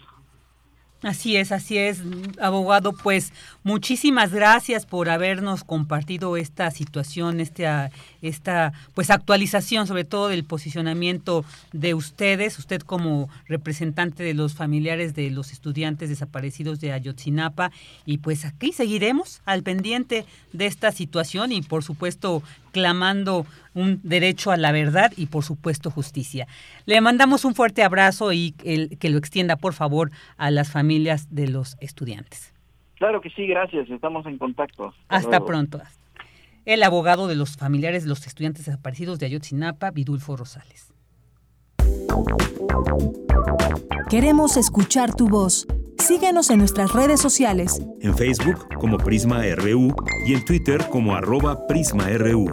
Así es, así es, abogado. Pues muchísimas gracias por habernos compartido esta situación, esta, esta pues actualización sobre todo del posicionamiento de ustedes, usted como representante de los familiares de los estudiantes desaparecidos de Ayotzinapa, y pues aquí seguiremos al pendiente de esta situación y por supuesto clamando un derecho a la verdad y por supuesto justicia. Le mandamos un fuerte abrazo y el, que lo extienda por favor a las familias de los estudiantes. Claro que sí, gracias, estamos en contacto. Hasta, Hasta luego. pronto. El abogado de los familiares de los estudiantes desaparecidos de Ayotzinapa, Vidulfo Rosales. Queremos escuchar tu voz. Síguenos en nuestras redes sociales. En Facebook como Prisma R U y en Twitter como arroba Prisma R U.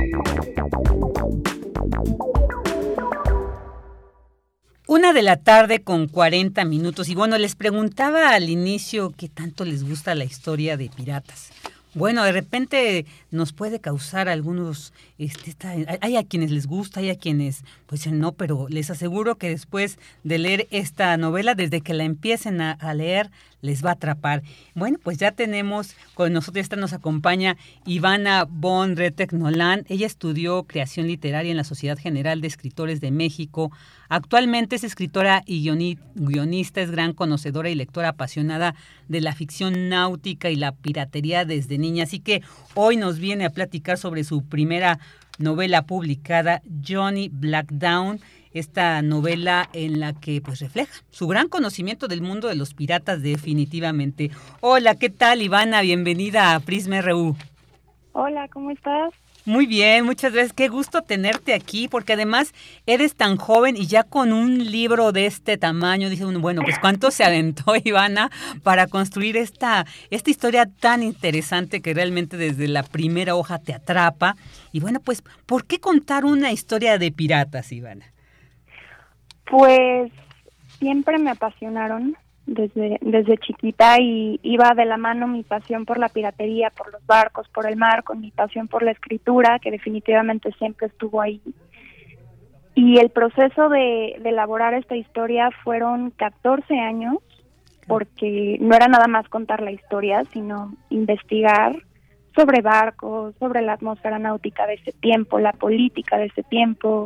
Una de la tarde con cuarenta minutos. Y bueno, les preguntaba al inicio qué tanto les gusta la historia de piratas. Bueno, de repente nos puede causar algunos, este, esta, hay a quienes les gusta, hay a quienes pues no, pero les aseguro que después de leer esta novela, desde que la empiecen a, a leer, les va a atrapar. Bueno, pues ya tenemos con nosotros, esta nos acompaña Ivana von Rettek-Nolan. Ella estudió creación literaria en la Sociedad General de Escritores de México. Actualmente es escritora y guionista, es gran conocedora y lectora apasionada de la ficción náutica y la piratería desde niña. Así que hoy nos viene a platicar sobre su primera novela publicada, Johnny Blackdown, esta novela en la que pues refleja su gran conocimiento del mundo de los piratas definitivamente. Hola, ¿qué tal, Ivana? Bienvenida a Prisma R U. Hola, ¿cómo estás? Muy bien, muchas gracias. Qué gusto tenerte aquí, porque además eres tan joven y ya con un libro de este tamaño, dice uno, bueno, pues cuánto se aventó Ivana para construir esta, esta historia tan interesante que realmente desde la primera hoja te atrapa. Y bueno, pues, ¿por qué contar una historia de piratas, Ivana? Pues siempre me apasionaron desde, desde chiquita y iba de la mano mi pasión por la piratería, por los barcos, por el mar, con mi pasión por la escritura, que definitivamente siempre estuvo ahí. Y el proceso de, de elaborar esta historia fueron catorce años, porque no era nada más contar la historia, sino investigar sobre barcos, sobre la atmósfera náutica de ese tiempo, la política de ese tiempo,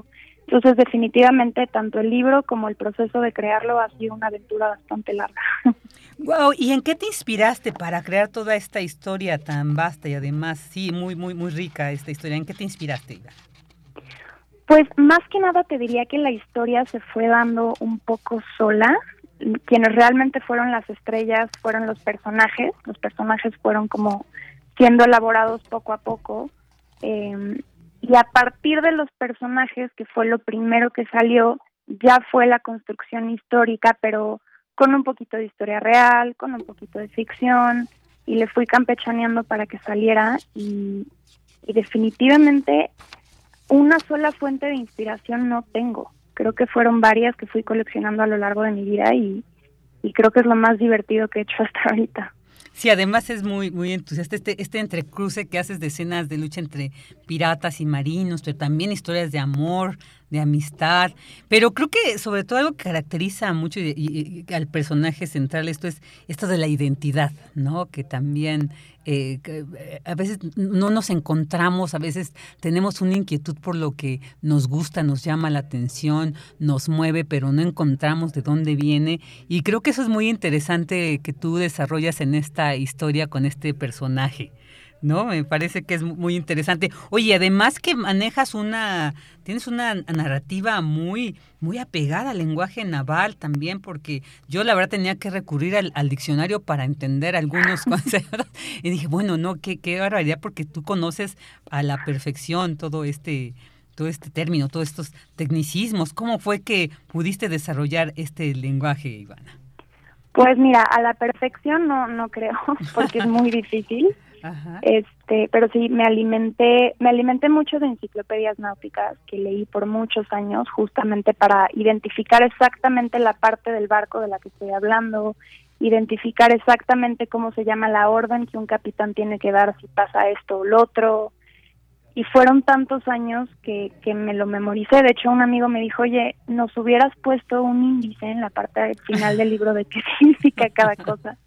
Entonces, definitivamente, tanto el libro como el proceso de crearlo ha sido una aventura bastante larga. Wow, ¿y en qué te inspiraste para crear toda esta historia tan vasta y además, sí, muy, muy, muy rica esta historia? ¿En qué te inspiraste, Ida? Pues, más que nada te diría que la historia se fue dando un poco sola. Quienes realmente fueron las estrellas fueron los personajes. Los personajes fueron como siendo elaborados poco a poco. Eh, y a partir de los personajes, que fue lo primero que salió, ya fue la construcción histórica, pero con un poquito de historia real, con un poquito de ficción, y le fui campechaneando para que saliera, y, y definitivamente una sola fuente de inspiración no tengo. Creo que fueron varias que fui coleccionando a lo largo de mi vida, y, y creo que es lo más divertido que he hecho hasta ahorita. Sí, además es muy muy entusiasta este, este entrecruce que haces de escenas de lucha entre piratas y marinos, pero también historias de amor, de amistad. Pero creo que sobre todo algo que caracteriza mucho y, y, y al personaje central esto es esto de la identidad, ¿no? Que también eh, que, eh, a veces no nos encontramos, a veces tenemos una inquietud por lo que nos gusta, nos llama la atención, nos mueve, pero no encontramos de dónde viene. Y creo que eso es muy interesante que tú desarrollas en esta historia con este personaje, ¿no? Me parece que es muy interesante. Oye, además que manejas una, tienes una narrativa muy, muy apegada al lenguaje naval también, porque yo la verdad tenía que recurrir al, al diccionario para entender algunos conceptos y dije, bueno, no, qué, qué barbaridad, porque tú conoces a la perfección todo este, todo este término, todos estos tecnicismos. ¿Cómo fue que pudiste desarrollar este lenguaje, Ivana? Pues mira, a la perfección no, no creo, porque es muy difícil. Ajá. Este, pero sí me alimenté, me alimenté mucho de enciclopedias náuticas que leí por muchos años, justamente para identificar exactamente la parte del barco de la que estoy hablando, identificar exactamente cómo se llama la orden que un capitán tiene que dar si pasa esto o lo otro. Y fueron tantos años que, que me lo memoricé. De hecho, un amigo me dijo, oye, nos hubieras puesto un índice en la parte final del libro de qué significa cada cosa.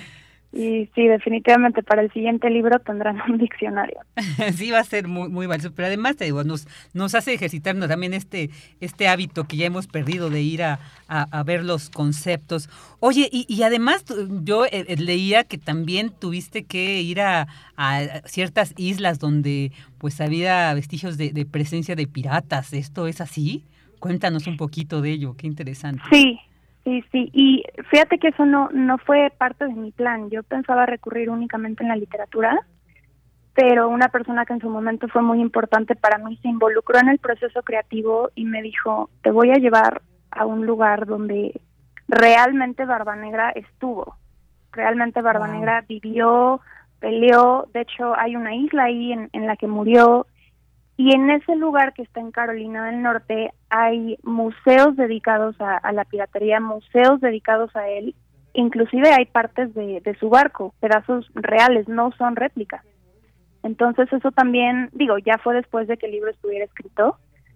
Y sí, definitivamente para el siguiente libro tendrán un diccionario. Sí, va a ser muy muy valioso, pero además te digo, nos nos hace ejercitarnos también este este hábito que ya hemos perdido de ir a, a, a ver los conceptos. Oye, y, y además yo eh, leía que también tuviste que ir a, a ciertas islas donde pues había vestigios de, de presencia de piratas. ¿Esto es así? Cuéntanos un poquito de ello, qué interesante. Sí. Sí, sí, y fíjate que eso no no fue parte de mi plan. Yo pensaba recurrir únicamente en la literatura, pero una persona que en su momento fue muy importante para mí se involucró en el proceso creativo y me dijo, te voy a llevar a un lugar donde realmente Barba Negra estuvo. Realmente Barba wow. Negra vivió, peleó, de hecho hay una isla ahí en, en la que murió. Y en ese lugar que está en Carolina del Norte hay museos dedicados a, a la piratería, museos dedicados a él, inclusive hay partes de, de su barco, pedazos reales, no son réplicas. Entonces eso también, digo, ya fue después de que el libro estuviera escrito,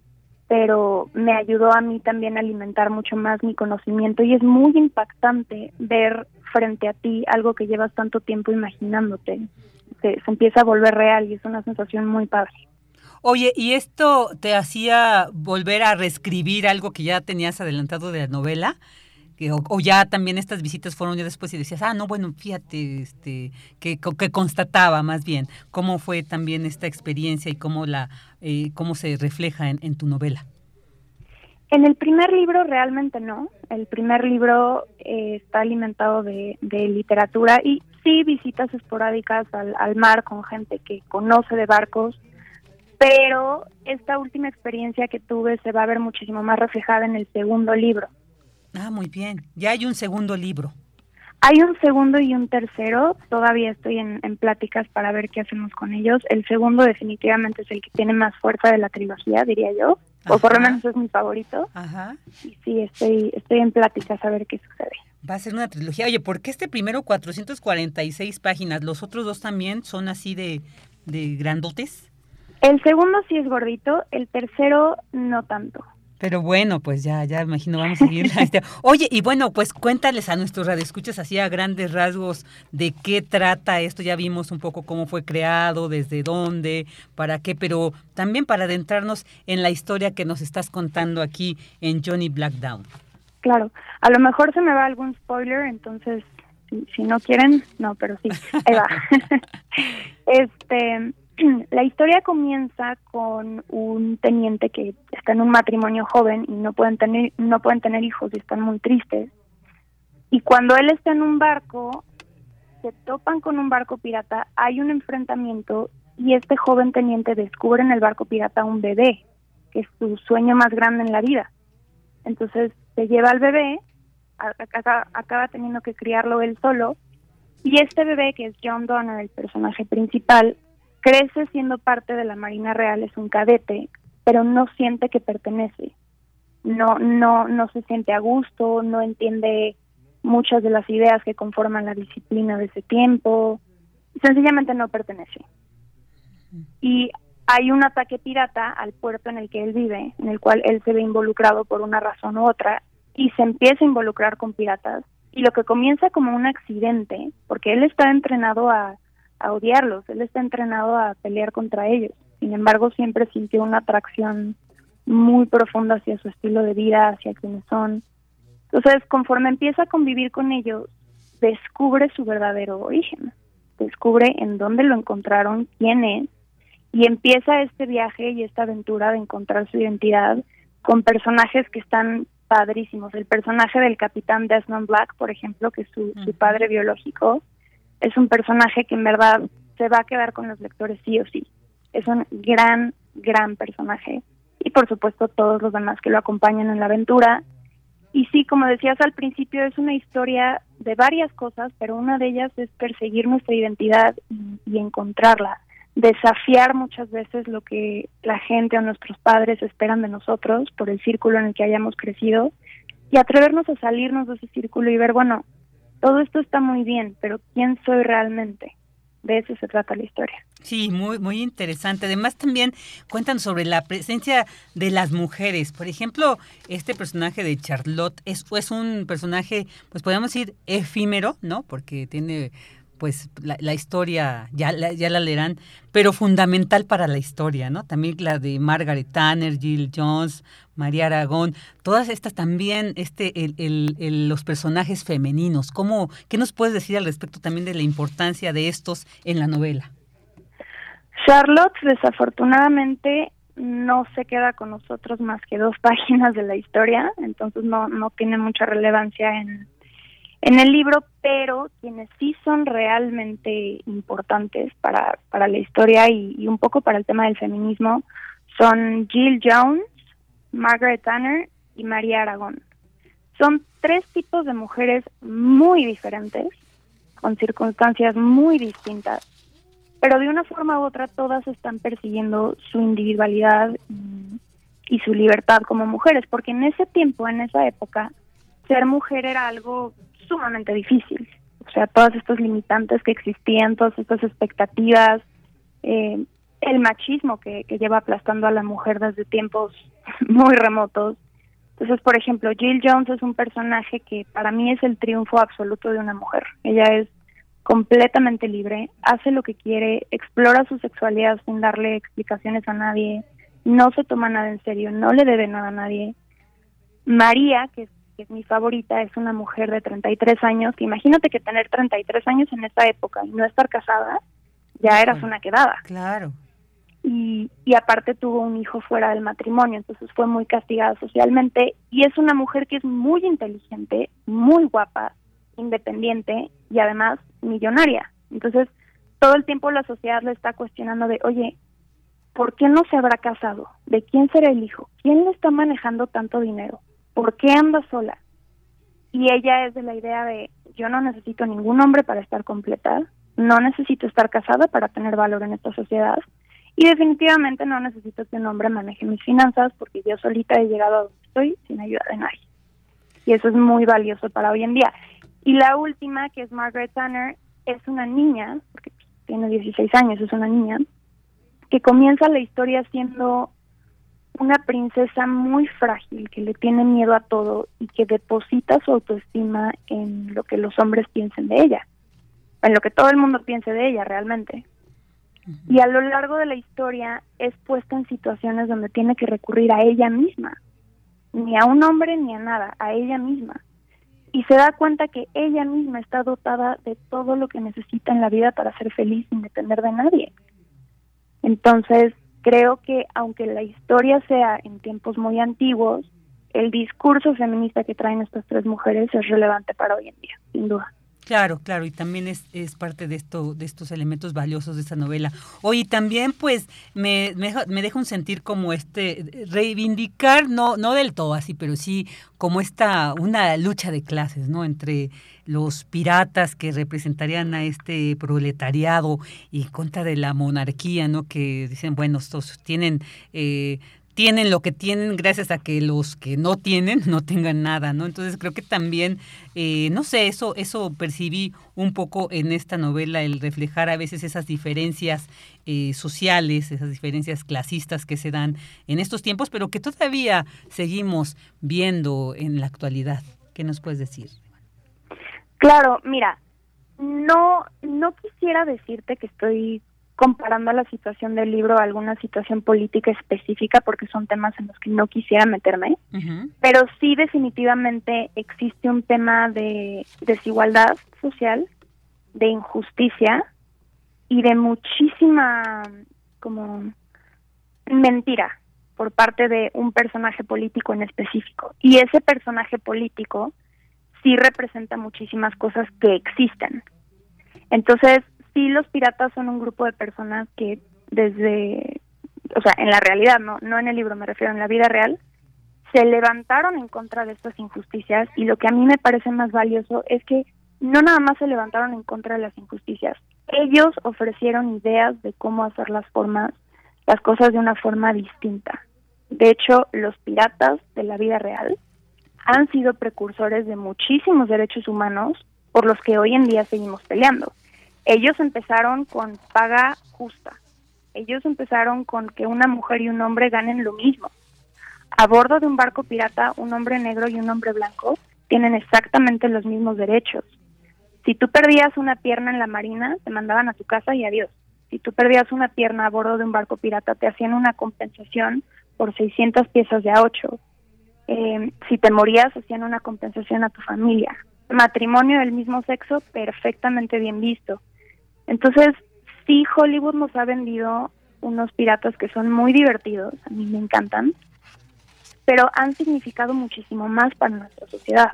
pero me ayudó a mí también a alimentar mucho más mi conocimiento y es muy impactante ver frente a ti algo que llevas tanto tiempo imaginándote. Se, se empieza a volver real y es una sensación muy padre. Oye, ¿y esto te hacía volver a reescribir algo que ya tenías adelantado de la novela? Que, o, o ya también estas visitas fueron ya después y decías, ah, no, bueno, fíjate, este, que, que constataba más bien cómo fue también esta experiencia y cómo la, eh, cómo se refleja en, en tu novela. En el primer libro realmente no. El primer libro eh, está alimentado de, de literatura y sí visitas esporádicas al, al mar con gente que conoce de barcos, pero esta última experiencia que tuve se va a ver muchísimo más reflejada en el segundo libro. Ah, muy bien. Ya hay un segundo libro. Hay un segundo y un tercero. Todavía estoy en, en pláticas para ver qué hacemos con ellos. El segundo definitivamente es el que tiene más fuerza de la trilogía, diría yo. Ajá. O por lo menos es mi favorito. Ajá. Y sí, estoy, estoy en pláticas a ver qué sucede. Va a ser una trilogía. Oye, ¿por qué este primero cuatrocientas cuarenta y seis páginas? ¿Los otros dos también son así de, de grandotes? El segundo sí es gordito, el tercero no tanto. Pero bueno, pues ya, ya imagino, vamos a seguir. Este, oye, y bueno, pues cuéntales a nuestros radioescuchas así a grandes rasgos de qué trata esto. Ya vimos un poco cómo fue creado, desde dónde, para qué, pero también para adentrarnos en la historia que nos estás contando aquí en Johnny Black Dawn. Claro, a lo mejor se me va algún spoiler, entonces si, si no quieren, no, pero sí, ahí va. este... La historia comienza con un teniente que está en un matrimonio joven y no pueden tener no pueden tener hijos y están muy tristes. Y cuando él está en un barco, se topan con un barco pirata, hay un enfrentamiento y este joven teniente descubre en el barco pirata un bebé, que es su sueño más grande en la vida. Entonces se lleva al bebé, acaba, acaba teniendo que criarlo él solo, y este bebé, que es John Donner, el personaje principal, crece siendo parte de la Marina Real, es un cadete, pero no siente que pertenece. No, no, no se siente a gusto, no entiende muchas de las ideas que conforman la disciplina de ese tiempo, sencillamente no pertenece. Y hay un ataque pirata al puerto en el que él vive, en el cual él se ve involucrado por una razón u otra, y se empieza a involucrar con piratas, y lo que comienza como un accidente, porque él está entrenado a a odiarlos, él está entrenado a pelear contra ellos, sin embargo siempre sintió una atracción muy profunda hacia su estilo de vida, hacia quienes son. Entonces, conforme empieza a convivir con ellos, descubre su verdadero origen, descubre en dónde lo encontraron, quién es, y empieza este viaje y esta aventura de encontrar su identidad con personajes que están padrísimos. El personaje del capitán Desmond Black, por ejemplo, que es su, uh-huh. su padre biológico, es un personaje que en verdad se va a quedar con los lectores sí o sí. Es un gran, gran personaje. Y por supuesto todos los demás que lo acompañan en la aventura. Y sí, como decías al principio, es una historia de varias cosas, pero una de ellas es perseguir nuestra identidad y, y encontrarla. Desafiar muchas veces lo que la gente o nuestros padres esperan de nosotros por el círculo en el que hayamos crecido. Y atrevernos a salirnos de ese círculo y ver, bueno, todo esto está muy bien, pero ¿quién soy realmente? De eso se trata la historia. Sí, muy muy interesante. Además también cuentan sobre la presencia de las mujeres. Por ejemplo, este personaje de Charlotte es, es un personaje, pues podemos decir efímero, ¿no? Porque tiene pues la, la historia, ya la, ya la leerán, pero fundamental para la historia, ¿no? También la de Margaret Tanner, Jill Jones, María Aragón, todas estas también, este, el, el, el, los personajes femeninos. ¿Cómo, qué nos puedes decir al respecto también de la importancia de estos en la novela? Charlotte, desafortunadamente, no se queda con nosotros más que dos páginas de la historia, entonces no, no tiene mucha relevancia en, en el libro, pero quienes sí son realmente importantes para, para la historia y, y un poco para el tema del feminismo son Jill Jones, Margaret Tanner y María Aragón. Son tres tipos de mujeres muy diferentes, con circunstancias muy distintas, pero de una forma u otra todas están persiguiendo su individualidad y, y su libertad como mujeres, porque en ese tiempo, en esa época, ser mujer era algo sumamente difícil. O sea, todas estas limitantes que existían, todas estas expectativas, eh, el machismo que, que lleva aplastando a la mujer desde tiempos muy remotos. Entonces, por ejemplo, Jill Jones es un personaje que para mí es el triunfo absoluto de una mujer. Ella es completamente libre, hace lo que quiere, explora su sexualidad sin darle explicaciones a nadie, no se toma nada en serio, no le debe nada a nadie. María, que es, que es mi favorita, es una mujer de treinta y tres años, que imagínate que tener treinta y tres años en esa época y no estar casada, ya eras una quedada. Claro. Y, y aparte tuvo un hijo fuera del matrimonio, entonces fue muy castigada socialmente, y es una mujer que es muy inteligente, muy guapa, independiente y además millonaria. Entonces, todo el tiempo la sociedad le está cuestionando de, oye, ¿por qué no se habrá casado? ¿De quién será el hijo? ¿Quién le está manejando tanto dinero? ¿Por qué anda sola? Y ella es de la idea de, yo no necesito ningún hombre para estar completa, no necesito estar casada para tener valor en esta sociedad, y definitivamente no necesito que un hombre maneje mis finanzas porque yo solita he llegado a donde estoy sin ayuda de nadie. Y eso es muy valioso para hoy en día. Y la última, que es Margaret Tanner, es una niña, porque tiene dieciséis años, es una niña, que comienza la historia siendo una princesa muy frágil que le tiene miedo a todo y que deposita su autoestima en lo que los hombres piensen de ella, en lo que todo el mundo piense de ella realmente. Uh-huh. Y a lo largo de la historia es puesta en situaciones donde tiene que recurrir a ella misma, ni a un hombre ni a nada, a ella misma. Y se da cuenta que ella misma está dotada de todo lo que necesita en la vida para ser feliz sin depender de nadie. Entonces, creo que aunque la historia sea en tiempos muy antiguos, el discurso feminista que traen estas tres mujeres es relevante para hoy en día, sin duda. Claro, claro, y también es, es parte de esto, de estos elementos valiosos de esta novela. Oye, también pues me, me, me deja un sentir como este, reivindicar, no, no del todo así, pero sí como esta, una lucha de clases, ¿no? Entre los piratas que representarían a este proletariado y contra de la monarquía, ¿no? Que dicen, bueno, estos tienen... Eh, tienen lo que tienen gracias a que los que no tienen no tengan nada, ¿no? Entonces creo que también, eh, no sé, eso eso percibí un poco en esta novela, el reflejar a veces esas diferencias eh, sociales, esas diferencias clasistas que se dan en estos tiempos, pero que todavía seguimos viendo en la actualidad. ¿Qué nos puedes decir? Claro, mira, no, no quisiera decirte que estoy comparando la situación del libro a alguna situación política específica, porque son temas en los que no quisiera meterme, uh-huh. pero sí definitivamente existe un tema de desigualdad social, de injusticia y de muchísima como mentira por parte de un personaje político en específico. Y ese personaje político sí representa muchísimas cosas que existen. Entonces, sí, los piratas son un grupo de personas que desde, o sea, en la realidad, no, no en el libro, me refiero en la vida real, se levantaron en contra de estas injusticias, y lo que a mí me parece más valioso es que no nada más se levantaron en contra de las injusticias, ellos ofrecieron ideas de cómo hacer las formas, las cosas de una forma distinta. De hecho, los piratas de la vida real han sido precursores de muchísimos derechos humanos por los que hoy en día seguimos peleando. Ellos empezaron con paga justa. Ellos empezaron con que una mujer y un hombre ganen lo mismo. A bordo de un barco pirata, un hombre negro y un hombre blanco tienen exactamente los mismos derechos. Si tú perdías una pierna en la marina, te mandaban a tu casa y adiós. Si tú perdías una pierna a bordo de un barco pirata, te hacían una compensación por seiscientas piezas de A ocho. Eh, si te morías, hacían una compensación a tu familia. Matrimonio del mismo sexo, perfectamente bien visto. Entonces, sí, Hollywood nos ha vendido unos piratas que son muy divertidos, a mí me encantan, pero han significado muchísimo más para nuestra sociedad.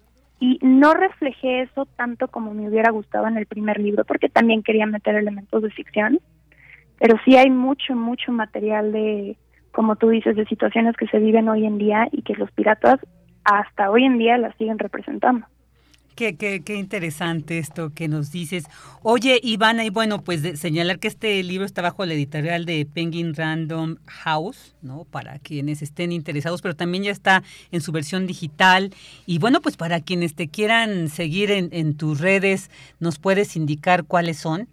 Y no reflejé eso tanto como me hubiera gustado en el primer libro, porque también quería meter elementos de ficción, pero sí hay mucho, mucho material de, como tú dices, de situaciones que se viven hoy en día y que los piratas hasta hoy en día las siguen representando. Qué, qué, qué interesante esto que nos dices. Oye, Ivana, y bueno, pues de señalar que este libro está bajo la editorial de Penguin Random House, ¿no? Para quienes estén interesados, pero también ya está en su versión digital. Y bueno, pues para quienes te quieran seguir en, en tus redes, ¿nos puedes indicar cuáles son?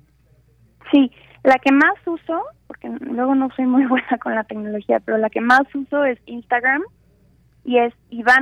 Sí, la que más uso, porque luego no soy muy buena con la tecnología, pero la que más uso es Instagram, y es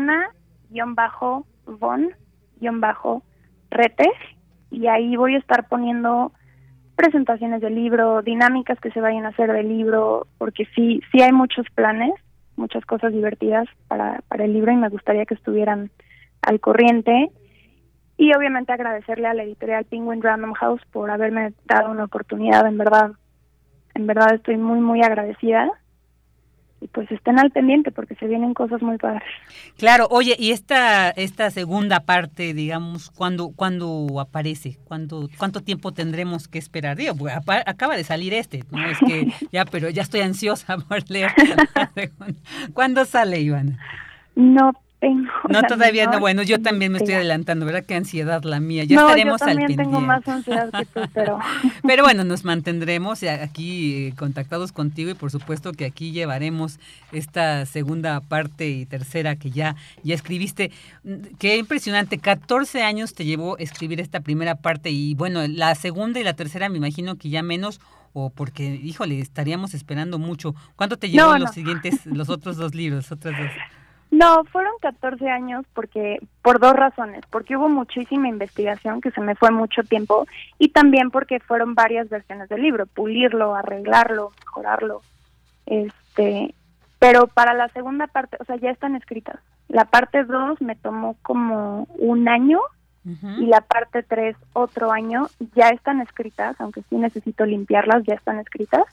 Ivana-Von bajo rete, y ahí voy a estar poniendo presentaciones del libro, dinámicas que se vayan a hacer del libro, porque sí sí hay muchos planes, muchas cosas divertidas para, para el libro, y me gustaría que estuvieran al corriente. Y obviamente agradecerle a la editorial Penguin Random House por haberme dado una oportunidad. En verdad, en verdad estoy muy, muy agradecida. Y pues estén al pendiente porque se vienen cosas muy padres. Claro, oye, y esta esta segunda parte, digamos, ¿cuándo, cuándo aparece? ¿Cuándo, ¿Cuánto tiempo tendremos que esperar? Digo, pues, acaba de salir este, ¿no? Es que ya, pero ya estoy ansiosa por leer. ¿Cuándo sale, Ivana? No tengo. No, todavía no. Bueno, yo también me estoy adelantando, ¿verdad? Qué ansiedad la mía. Ya no, estaremos al pendiente. Yo también tengo más ansiedad que tú, pero... Pero bueno, nos mantendremos aquí eh, contactados contigo, y por supuesto que aquí llevaremos esta segunda parte y tercera que ya, ya escribiste. Qué impresionante, catorce años te llevó escribir esta primera parte, y bueno, la segunda y la tercera me imagino que ya menos, o porque, híjole, estaríamos esperando mucho. ¿Cuánto te llevó No, los no. siguientes, los otros dos libros, otras dos? No, fueron catorce años porque por dos razones, porque hubo muchísima investigación, que se me fue mucho tiempo, y también porque fueron varias versiones del libro, pulirlo, arreglarlo, mejorarlo. Este, pero para la segunda parte, o sea, ya están escritas. La parte dos me tomó como un año uh-huh. y la parte tres otro año. Ya están escritas, aunque sí necesito limpiarlas, ya están escritas.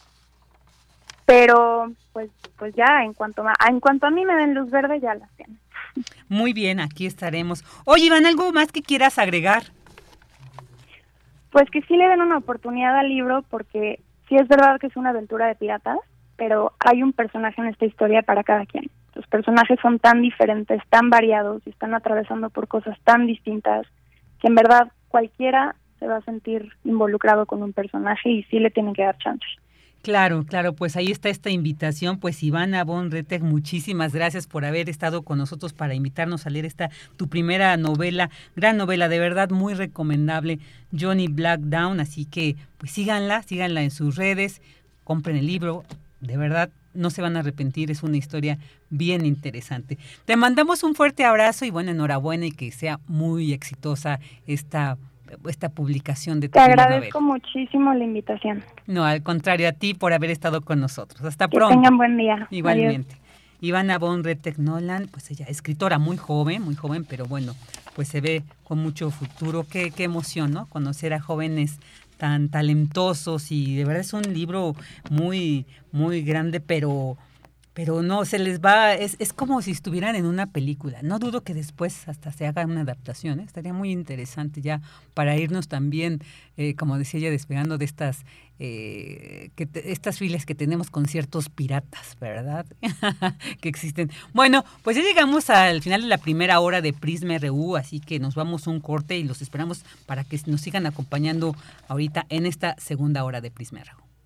Pero pues pues ya en cuanto a, en cuanto a mí me den luz verde ya las tienen. Muy bien, aquí estaremos. Oye, Iván, ¿algo más que quieras agregar? Pues que sí le den una oportunidad al libro, porque sí es verdad que es una aventura de piratas, pero hay un personaje en esta historia para cada quien. Los personajes son tan diferentes, tan variados y están atravesando por cosas tan distintas que en verdad cualquiera se va a sentir involucrado con un personaje y sí le tienen que dar chance. Claro, claro, pues ahí está esta invitación. Pues Ivana von Rettig, muchísimas gracias por haber estado con nosotros para invitarnos a leer esta, tu primera novela, gran novela, de verdad muy recomendable, Johnny Blackdown, así que pues síganla, síganla en sus redes, compren el libro, de verdad no se van a arrepentir, es una historia bien interesante. Te mandamos un fuerte abrazo y bueno, enhorabuena y que sea muy exitosa esta esta publicación de tu Te primera agradezco novela. muchísimo la invitación. No, al contrario, a ti por haber estado con nosotros. Hasta Que pronto. tengan buen día. Igualmente. Adiós. Ivana von Rettig Nolan, pues ella, escritora muy joven, muy joven, pero bueno, pues se ve con mucho futuro. Qué, qué emoción, ¿no? Conocer a jóvenes tan talentosos y de verdad es un libro muy, muy grande, pero... Pero no, se les va, es, es como si estuvieran en una película. No dudo que después hasta se haga una adaptación, ¿eh? Estaría muy interesante ya para irnos también, eh, como decía ella, despegando de estas eh, que te, estas filas que tenemos con ciertos piratas, ¿verdad? que existen. Bueno, pues ya llegamos al final de la primera hora de Prisma R U, así que nos vamos un corte y los esperamos para que nos sigan acompañando ahorita en esta segunda hora de Prisma R U.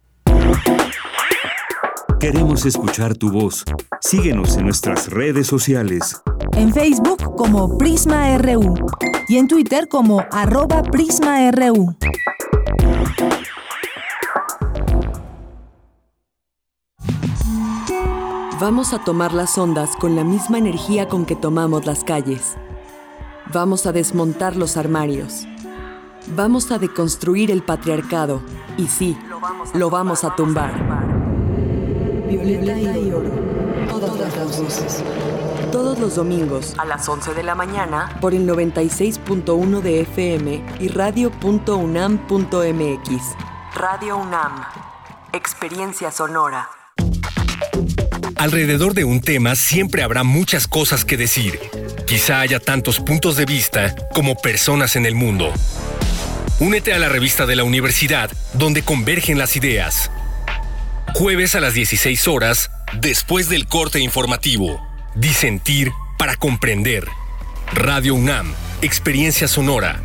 Queremos escuchar tu voz. Síguenos en nuestras redes sociales. En Facebook como Prisma R U y en Twitter como arroba Prisma R U. Vamos a tomar las ondas con la misma energía con que tomamos las calles. Vamos a desmontar los armarios. Vamos a deconstruir el patriarcado. Y sí, lo vamos a tumbar. Violeta y oro. Todas las voces. Todos los domingos a las once de la mañana por el noventa y seis punto uno de F M y radio punto unam punto m x. Radio UNAM. Experiencia sonora. Alrededor de un tema siempre habrá muchas cosas que decir. Quizá haya tantos puntos de vista como personas en el mundo. Únete a la revista de la universidad donde convergen las ideas. Jueves a las dieciséis horas, después del corte informativo. Disentir para comprender. Radio UNAM, Experiencia sonora.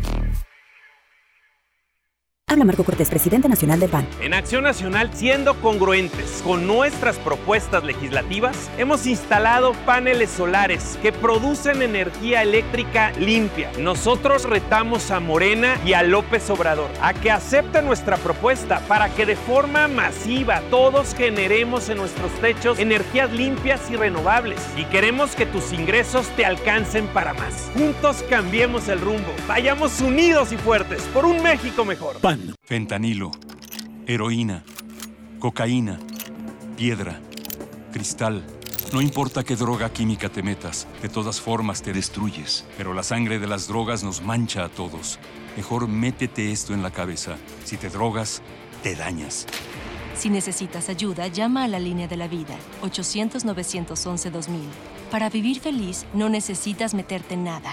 Habla Marco Cortés, presidente nacional del P A N. En Acción Nacional, siendo congruentes con nuestras propuestas legislativas, hemos instalado paneles solares que producen energía eléctrica limpia. Nosotros retamos a Morena y a López Obrador a que acepten nuestra propuesta para que de forma masiva todos generemos en nuestros techos energías limpias y renovables. Y queremos que tus ingresos te alcancen para más. Juntos cambiemos el rumbo. Vayamos unidos y fuertes por un México mejor. P A N. Fentanilo, heroína, cocaína, piedra, cristal. No importa qué droga química te metas, de todas formas te destruyes. Pero la sangre de las drogas nos mancha a todos. Mejor métete esto en la cabeza. Si te drogas, te dañas. Si necesitas ayuda, llama a la línea de la vida, ochocientos, novecientos once, dos mil. Para vivir feliz, no necesitas meterte en nada.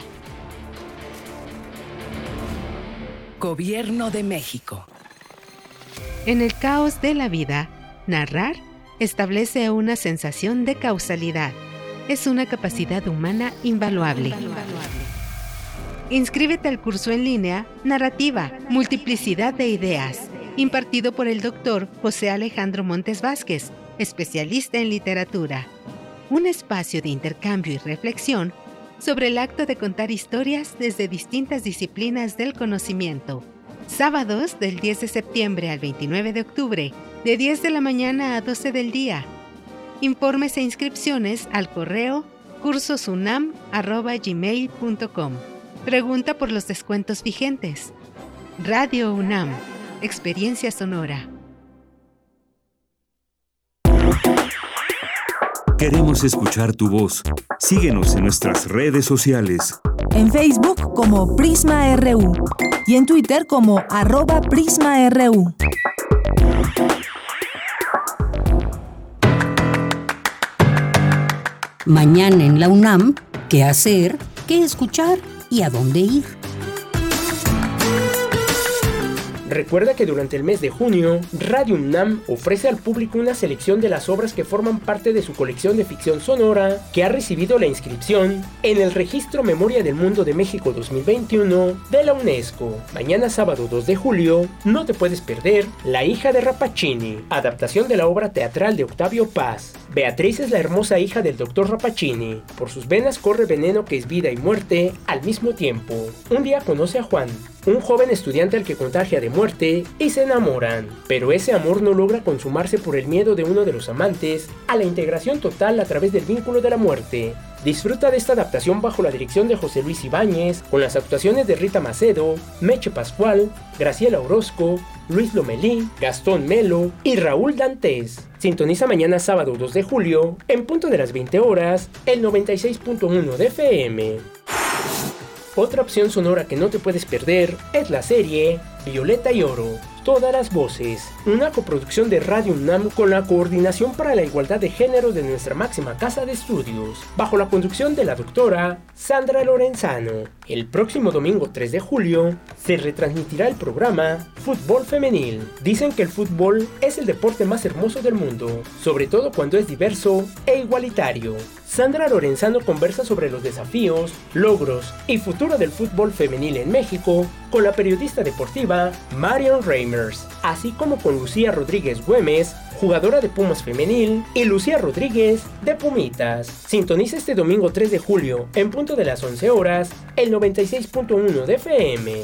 Gobierno de México. En el caos de la vida, narrar establece una sensación de causalidad. Es una capacidad humana invaluable. Inscríbete al curso en línea Narrativa, Multiplicidad de Ideas, impartido por el doctor José Alejandro Montes Vázquez, especialista en literatura. Un espacio de intercambio y reflexión sobre el acto de contar historias desde distintas disciplinas del conocimiento. Sábados del diez de septiembre al veintinueve de octubre, de diez de la mañana a doce del día. Informes e inscripciones al correo cursosunam arroba gmail punto com. Pregunta por los descuentos vigentes. Radio UNAM, experiencia sonora. Queremos escuchar tu voz. Síguenos en nuestras redes sociales. En Facebook como Prisma R U y en Twitter como arroba Prisma R U. Mañana en la UNAM, ¿qué hacer? ¿Qué escuchar? ¿Y a dónde ir? Recuerda que durante el mes de junio, Radio UNAM ofrece al público una selección de las obras que forman parte de su colección de ficción sonora, que ha recibido la inscripción en el Registro Memoria del Mundo de México dos mil veintiuno de la UNESCO. Mañana sábado dos de julio, no te puedes perder La hija de Rappaccini, adaptación de la obra teatral de Octavio Paz. Beatriz es la hermosa hija del doctor Rappaccini. Por sus venas corre veneno que es vida y muerte al mismo tiempo. Un día conoce a Juan, un joven estudiante al que contagia de muerte, y se enamoran. Pero ese amor no logra consumarse por el miedo de uno de los amantes a la integración total a través del vínculo de la muerte. Disfruta de esta adaptación bajo la dirección de José Luis Ibáñez, con las actuaciones de Rita Macedo, Meche Pascual, Graciela Orozco, Luis Lomelí, Gastón Melo y Raúl Dantes. Sintoniza mañana sábado dos de julio, en punto de las veinte horas, el noventa y seis punto uno de F M. Otra opción sonora que no te puedes perder es la serie Violeta y Oro, todas las voces, una coproducción de Radio UNAM con la Coordinación para la Igualdad de Género de nuestra máxima casa de estudios, bajo la conducción de la doctora Sandra Lorenzano. El próximo domingo tres de julio se retransmitirá el programa Fútbol Femenil. Dicen que el fútbol es el deporte más hermoso del mundo, sobre todo cuando es diverso e igualitario. Sandra Lorenzano conversa sobre los desafíos, logros y futuro del fútbol femenil en México con la periodista deportiva Marion Reimers, así como con Lucía Rodríguez Güemes, jugadora de Pumas femenil, y Lucía Rodríguez de Pumitas. Sintoniza este domingo tres de julio, en punto de las once horas, el noventa y seis punto uno de F M.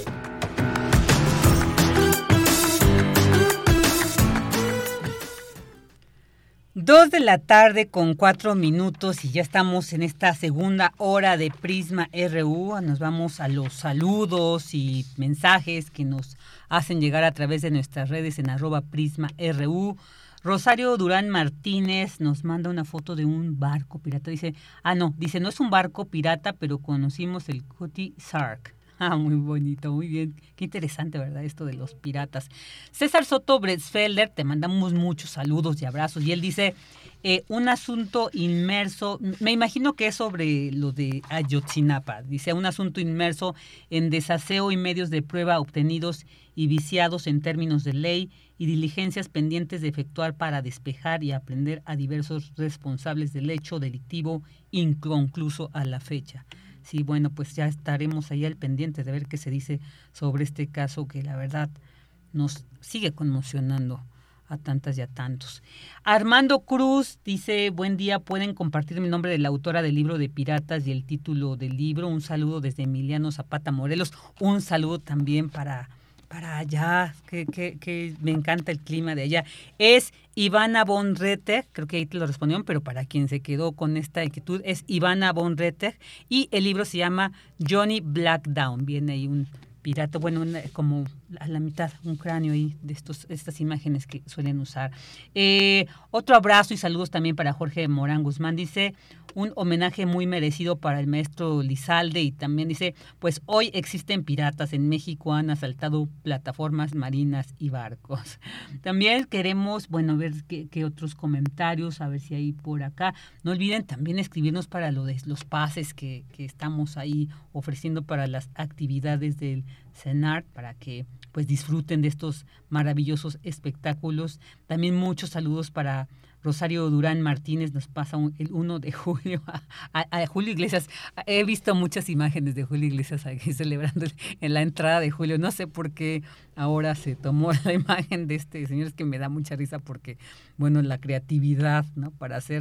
Dos de la tarde con cuatro minutos y ya estamos en esta segunda hora de Prisma R U. Nos vamos a los saludos y mensajes que nos hacen llegar a través de nuestras redes en arroba Prisma R U. Rosario Durán Martínez nos manda una foto de un barco pirata. Dice, ah no, dice, no es un barco pirata, pero conocimos el Cutty Sark. Ah, muy bonito, muy bien. Qué interesante, ¿verdad? Esto de los piratas. César Soto Bretzfelder, te mandamos muchos saludos y abrazos. Y él dice, eh, un asunto inmerso, me imagino que es sobre lo de Ayotzinapa. Dice, un asunto inmerso en desaseo y medios de prueba obtenidos y viciados en términos de ley y diligencias pendientes de efectuar para despejar y aprender a diversos responsables del hecho delictivo inconcluso a la fecha. Sí, bueno, pues ya estaremos ahí al pendiente de ver qué se dice sobre este caso que la verdad nos sigue conmocionando a tantas y a tantos. Armando Cruz dice, buen día, pueden compartir mi nombre de la autora del libro de Piratas y el título del libro. Un saludo desde Emiliano Zapata, Morelos. Un saludo también para... para allá, que, que, que me encanta el clima de allá. Es Ivana von Rettig, creo que ahí te lo respondieron, pero para quien se quedó con esta inquietud, es Ivana von Rettig, y el libro se llama Johnny Blackdown. Viene ahí un pirata, bueno, una, como a la mitad, un cráneo ahí de estos, estas imágenes que suelen usar. Eh, otro abrazo y saludos también para Jorge Morán Guzmán. Dice, un homenaje muy merecido para el maestro Lizalde, y también dice, pues hoy existen piratas en México, han asaltado plataformas marinas y barcos. También queremos, bueno, ver qué, qué otros comentarios, a ver si hay por acá. No olviden también escribirnos para lo de los pases que, que estamos ahí ofreciendo para las actividades del CENART, para que pues disfruten de estos maravillosos espectáculos. También muchos saludos para Rosario Durán Martínez, nos pasa un, el uno de julio a, a, a Julio Iglesias. He visto muchas imágenes de Julio Iglesias aquí celebrando en la entrada de julio. No sé por qué ahora se tomó la imagen de este señor, es que me da mucha risa porque, bueno, la creatividad, ¿no?, para hacer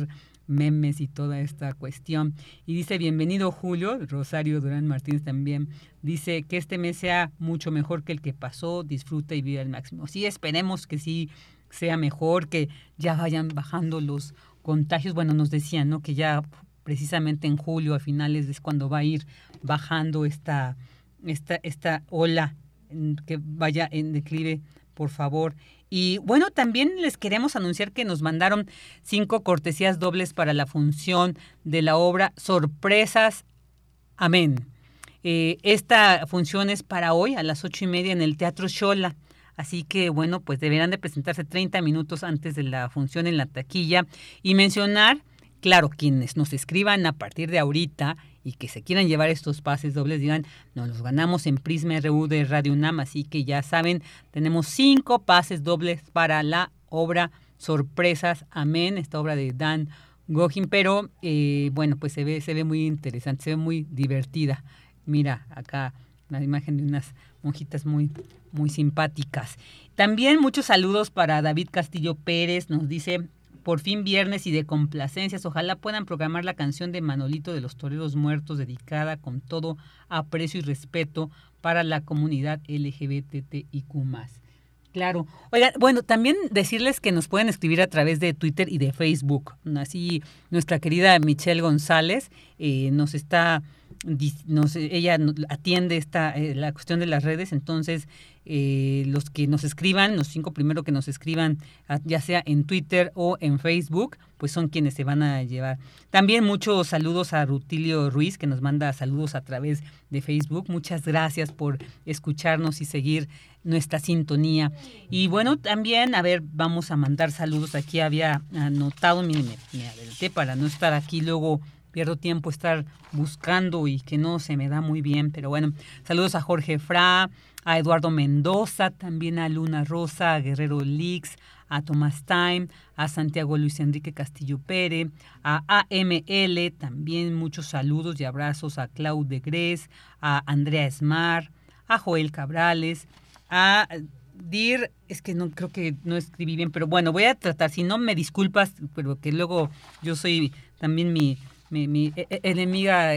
memes y toda esta cuestión. Y dice, bienvenido Julio, Rosario Durán Martínez también, dice que este mes sea mucho mejor que el que pasó, disfruta y vive al máximo. Sí, esperemos que sí sea mejor, que ya vayan bajando los contagios. Bueno, nos decían, ¿no?, que ya precisamente en julio, a finales, es cuando va a ir bajando esta, esta, esta ola, que vaya en declive, por favor. Y bueno, también les queremos anunciar que nos mandaron cinco cortesías dobles para la función de la obra Sorpresas, Amén. Eh, esta función es para hoy a las ocho y media en el Teatro Xola. Así que, bueno, pues deberán de presentarse treinta minutos antes de la función en la taquilla y mencionar, claro, quienes nos escriban a partir de ahorita y que se quieran llevar estos pases dobles, digan, nos los ganamos en Prisma R U de Radio UNAM, así que ya saben, tenemos cinco pases dobles para la obra Sorpresas, Amén, esta obra de Dan Goggin, pero eh, bueno, pues se ve, se ve muy interesante, se ve muy divertida. Mira, acá la imagen de unas monjitas muy, muy simpáticas. También muchos saludos para David Castillo Pérez, nos dice, por fin viernes y de complacencias, ojalá puedan programar la canción de Manolito de los Toreros Muertos, dedicada con todo aprecio y respeto para la comunidad L G B T I Q más. Claro. Oigan, bueno, también decirles que nos pueden escribir a través de Twitter y de Facebook. Así nuestra querida Michelle González eh, nos está... Nos, ella atiende esta eh, la cuestión de las redes, entonces eh, los que nos escriban, los cinco primero que nos escriban, ya sea en Twitter o en Facebook, pues son quienes se van a llevar. También muchos saludos a Rutilio Ruiz, que nos manda saludos a través de Facebook. Muchas gracias por escucharnos y seguir nuestra sintonía. Y bueno, también, a ver, vamos a mandar saludos. Aquí había anotado, mire, me, me adelanté para no estar aquí luego. Pierdo tiempo estar buscando y que no se me da muy bien, pero bueno, saludos a Jorge Fra, a Eduardo Mendoza, también a Luna Rosa, a Guerrero Lix, a Tomás Time, a Santiago Luis Enrique Castillo Pérez, a A M L, también muchos saludos y abrazos a Claude Gres, a Andrea Esmar, a Joel Cabrales, a Dir, es que no creo que no escribí bien, pero bueno, voy a tratar, si no me disculpas, pero que luego yo soy también mi... Mi, mi enemiga,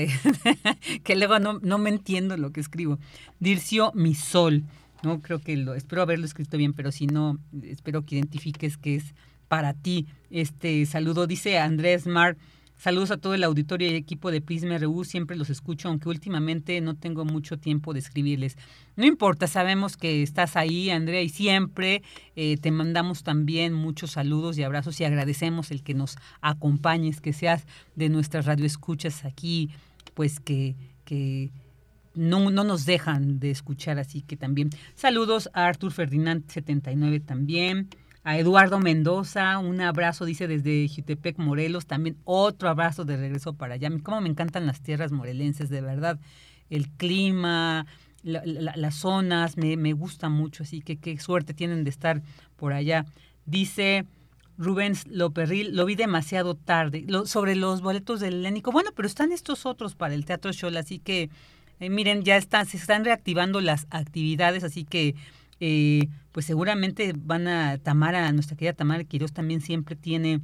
que luego no, no me entiendo lo que escribo. Dircio Mi Sol, no creo que lo, espero haberlo escrito bien, pero si no, espero que identifiques que es para ti este saludo. Dice Andrés Mar, saludos a todo el auditorio y equipo de Prisma R U, siempre los escucho, aunque últimamente no tengo mucho tiempo de escribirles. No importa, sabemos que estás ahí, Andrea, y siempre eh, te mandamos también muchos saludos y abrazos y agradecemos el que nos acompañes, que seas de nuestras radioescuchas aquí, pues que, que no, no nos dejan de escuchar, así que también saludos a Artur Ferdinand setenta y nueve también. A Eduardo Mendoza, un abrazo, dice, desde Jutepec, Morelos, también otro abrazo de regreso para allá. Cómo me encantan las tierras morelenses, de verdad. El clima, la, la, las zonas, me, me gusta mucho, así que qué suerte tienen de estar por allá. Dice Rubens Loperril, lo vi demasiado tarde, lo, sobre los boletos del Helénico. Bueno, pero están estos otros para el Teatro Xola, así que, eh, miren, ya están, se están reactivando las actividades, así que... Eh, pues seguramente van a Tamara, nuestra querida Tamara Quiroz también siempre tiene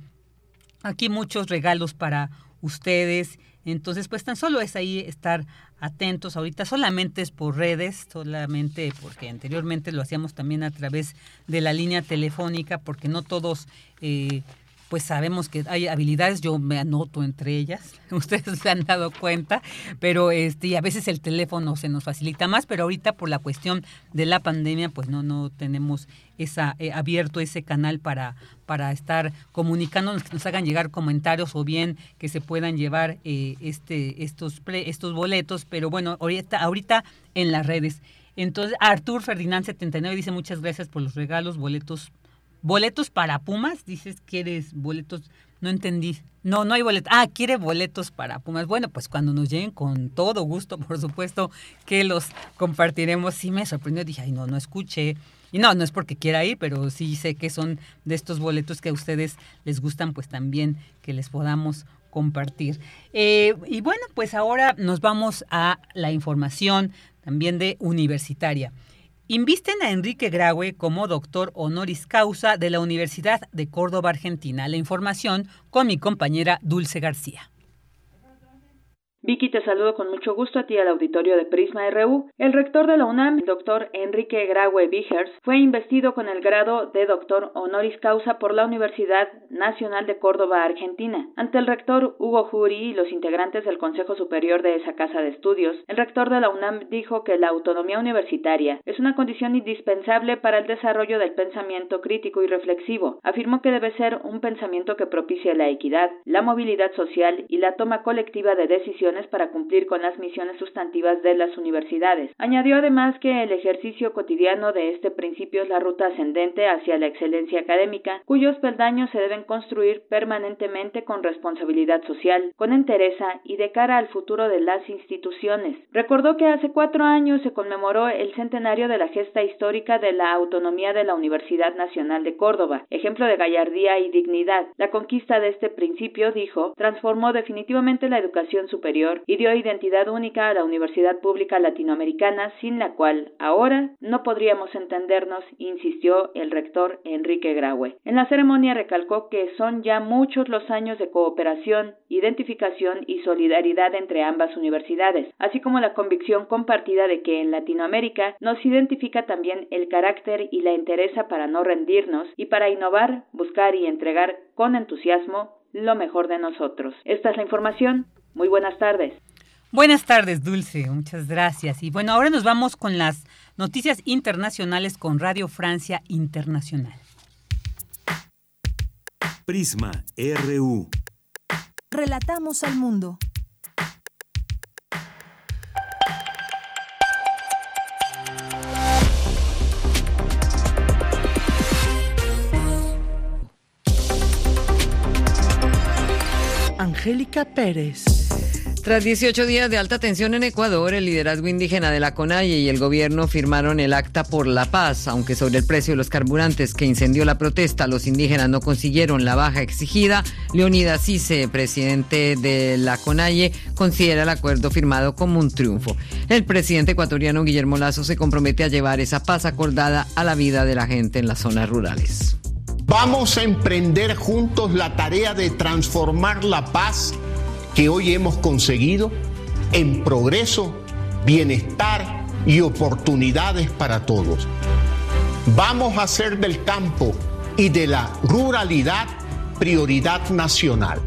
aquí muchos regalos para ustedes, entonces pues tan solo es ahí estar atentos. Ahorita solamente es por redes, solamente porque anteriormente lo hacíamos también a través de la línea telefónica, porque no todos eh, pues sabemos que hay habilidades, yo me anoto entre ellas, ustedes se han dado cuenta, pero este y a veces el teléfono se nos facilita más, pero ahorita por la cuestión de la pandemia, pues no no tenemos esa eh, abierto ese canal para para estar comunicándonos, que nos hagan llegar comentarios o bien que se puedan llevar eh, este estos pre, estos boletos, pero bueno, ahorita ahorita en las redes. Entonces, Artur Ferdinand setenta y nueve dice, muchas gracias por los regalos, boletos ¿boletos para Pumas? Dices, ¿quieres boletos? No entendí. No, no hay boletos. Ah, quiere boletos para Pumas. Bueno, pues cuando nos lleguen, con todo gusto, por supuesto, que los compartiremos. Sí me sorprendió. Dije, ay, no, no escuché. Y no, no es porque quiera ir, pero sí sé que son de estos boletos que a ustedes les gustan, pues también que les podamos compartir. Eh, y bueno, pues ahora nos vamos a la información también de universitaria. Invisten a Enrique Graue como doctor honoris causa de la Universidad de Córdoba, Argentina. La información con mi compañera Dulce García. Vicky, te saludo con mucho gusto a ti al auditorio de Prisma R U. El rector de la UNAM, el doctor Enrique Graue Vigers, fue investido con el grado de doctor honoris causa por la Universidad Nacional de Córdoba, Argentina. Ante el rector Hugo Juri y los integrantes del Consejo Superior de esa casa de estudios, el rector de la UNAM dijo que la autonomía universitaria es una condición indispensable para el desarrollo del pensamiento crítico y reflexivo. Afirmó que debe ser un pensamiento que propicie la equidad, la movilidad social y la toma colectiva de decisiones para cumplir con las misiones sustantivas de las universidades. Añadió además que el ejercicio cotidiano de este principio es la ruta ascendente hacia la excelencia académica, cuyos peldaños se deben construir permanentemente con responsabilidad social, con entereza y de cara al futuro de las instituciones. Recordó que hace cuatro años se conmemoró el centenario de la gesta histórica de la autonomía de la Universidad Nacional de Córdoba, ejemplo de gallardía y dignidad. La conquista de este principio, dijo, transformó definitivamente la educación superior y dio identidad única a la Universidad Pública Latinoamericana, sin la cual ahora no podríamos entendernos, insistió el rector Enrique Graue. En la ceremonia recalcó que son ya muchos los años de cooperación, identificación y solidaridad entre ambas universidades, así como la convicción compartida de que en Latinoamérica nos identifica también el carácter y la entereza para no rendirnos y para innovar, buscar y entregar con entusiasmo lo mejor de nosotros. Esta es la información. Muy buenas tardes. Buenas tardes, Dulce. Muchas gracias. Y bueno, ahora nos vamos con las noticias internacionales con Radio Francia Internacional. Prisma R U. Relatamos al mundo. Angélica Pérez. Tras dieciocho días de alta tensión en Ecuador, el liderazgo indígena de la CONAIE y el gobierno firmaron el Acta por la Paz, aunque sobre el precio de los carburantes que incendió la protesta, los indígenas no consiguieron la baja exigida. Leonidas Cisse, presidente de la CONAIE, considera el acuerdo firmado como un triunfo. El presidente ecuatoriano Guillermo Lasso se compromete a llevar esa paz acordada a la vida de la gente en las zonas rurales. Vamos a emprender juntos la tarea de transformar la paz que hoy hemos conseguido en progreso, bienestar y oportunidades para todos. Vamos a hacer del campo y de la ruralidad prioridad nacional.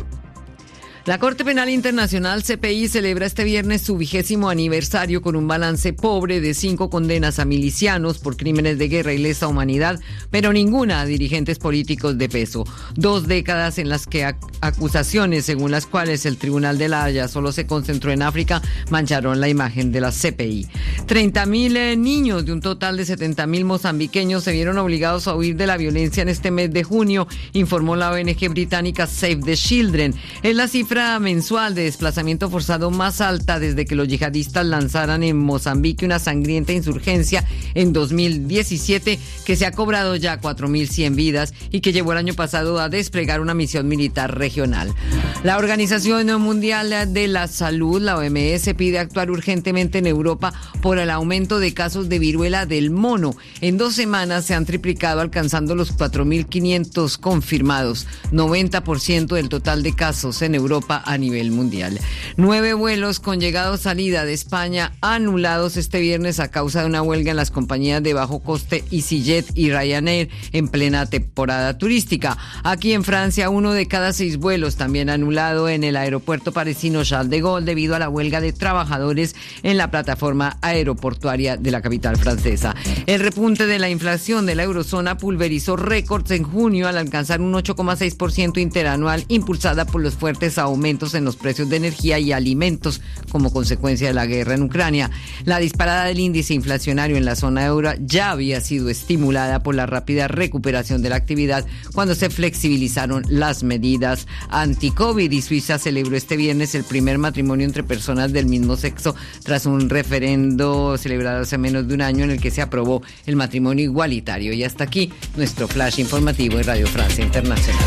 La Corte Penal Internacional, C P I, celebra este viernes su vigésimo aniversario con un balance pobre de cinco condenas a milicianos por crímenes de guerra y lesa humanidad, pero ninguna a dirigentes políticos de peso. Dos décadas en las que ac- acusaciones según las cuales el Tribunal de la Haya solo se concentró en África mancharon la imagen de la C P I. treinta mil eh, niños de un total de setenta mil mozambiqueños se vieron obligados a huir de la violencia en este mes de junio, informó la O N G británica Save the Children. Es la cifra mensual de desplazamiento forzado más alta desde que los yihadistas lanzaran en Mozambique una sangrienta insurgencia en dos mil diecisiete que se ha cobrado ya cuatro mil cien vidas y que llevó el año pasado a desplegar una misión militar regional. La Organización Mundial de la Salud, la O M S, pide actuar urgentemente en Europa por el aumento de casos de viruela del mono. En dos semanas se han triplicado, alcanzando los cuatro mil quinientos confirmados, noventa por ciento del total de casos en Europa a nivel mundial. Nueve vuelos con llegada o salida de España anulados este viernes a causa de una huelga en las compañías de bajo coste EasyJet y Ryanair en plena temporada turística. Aquí en Francia, uno de cada seis vuelos también anulado en el aeropuerto parisino Charles de Gaulle debido a la huelga de trabajadores en la plataforma aeroportuaria de la capital francesa. El repunte de la inflación de la eurozona pulverizó récords en junio al alcanzar un ocho coma seis por ciento interanual, impulsada por los fuertes aumentos en los precios de energía y alimentos como consecuencia de la guerra en Ucrania. La disparada del índice inflacionario en la zona euro ya había sido estimulada por la rápida recuperación de la actividad cuando se flexibilizaron las medidas anti-COVID, y Suiza celebró este viernes el primer matrimonio entre personas del mismo sexo tras un referendo celebrado hace menos de un año en el que se aprobó el matrimonio igualitario. Y hasta aquí nuestro flash informativo en Radio Francia Internacional.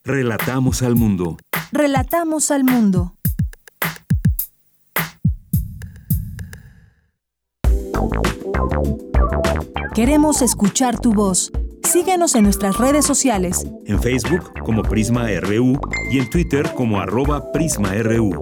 Relatamos al mundo. Relatamos al mundo. Queremos escuchar tu voz. Síguenos en nuestras redes sociales. En Facebook como Prisma R U y en Twitter como arroba Prisma R U.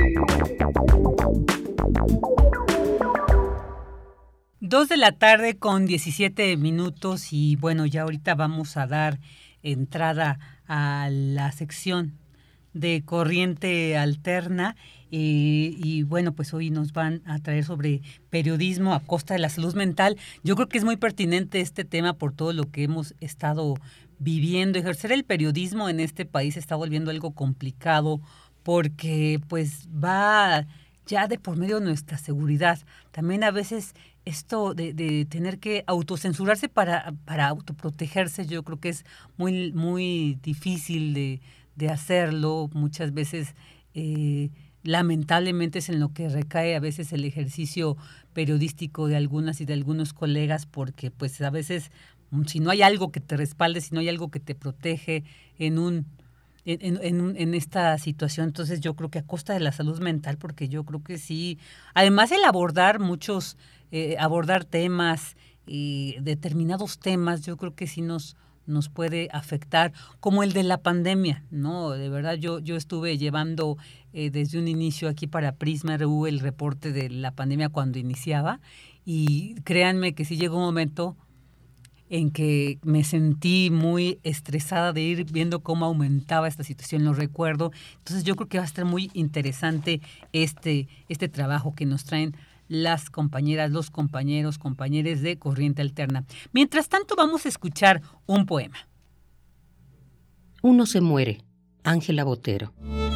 Dos de la tarde con diecisiete minutos y bueno, ya ahorita vamos a dar entrada a la sección de Corriente Alterna eh, y bueno, pues hoy nos van a traer sobre periodismo a costa de la salud mental. Yo creo que es muy pertinente este tema por todo lo que hemos estado viviendo. Ejercer el periodismo en este país está volviendo algo complicado porque pues va ya de por medio de nuestra seguridad. También a veces esto de, de tener que autocensurarse para, para autoprotegerse, yo creo que es muy, muy difícil de de hacerlo. Muchas veces eh, lamentablemente es en lo que recae a veces el ejercicio periodístico de algunas y de algunos colegas, porque pues a veces si no hay algo que te respalde, si no hay algo que te protege en un en, en, en esta situación, entonces yo creo que a costa de la salud mental, porque yo creo que sí, además el abordar muchos, eh, abordar temas, eh, determinados temas, yo creo que sí nos nos puede afectar, como el de la pandemia, ¿no? De verdad, yo, yo estuve llevando eh, desde un inicio aquí para Prisma R U el reporte de la pandemia cuando iniciaba, y créanme que sí llegó un momento en que me sentí muy estresada de ir viendo cómo aumentaba esta situación, lo recuerdo. Entonces yo creo que va a estar muy interesante este, este trabajo que nos traen las compañeras, los compañeros, compañeros de Corriente Alterna. Mientras tanto, vamos a escuchar un poema. Uno se muere, Ángela Botero.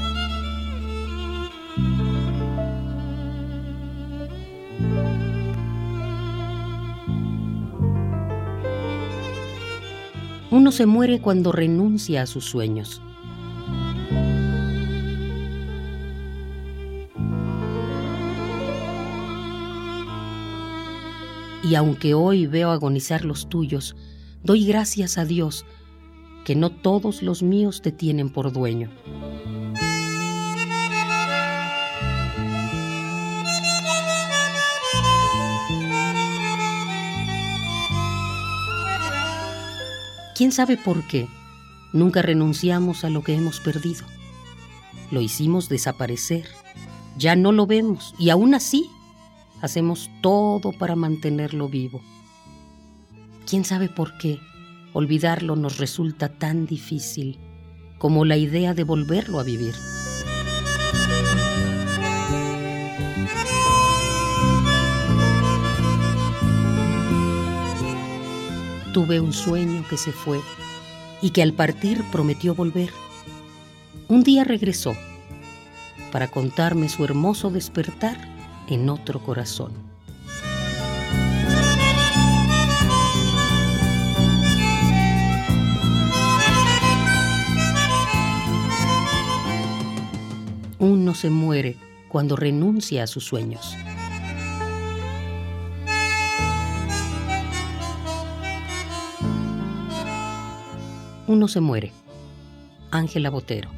Uno se muere cuando renuncia a sus sueños. Y aunque hoy veo agonizar los tuyos, doy gracias a Dios que no todos los míos te tienen por dueño. ¿Quién sabe por qué nunca renunciamos a lo que hemos perdido? Lo hicimos desaparecer, ya no lo vemos y aún así hacemos todo para mantenerlo vivo. ¿Quién sabe por qué olvidarlo nos resulta tan difícil como la idea de volverlo a vivir? Tuve un sueño que se fue y que al partir prometió volver. Un día regresó para contarme su hermoso despertar en otro corazón. Uno se muere cuando renuncia a sus sueños. Uno se muere. Ángela Botero.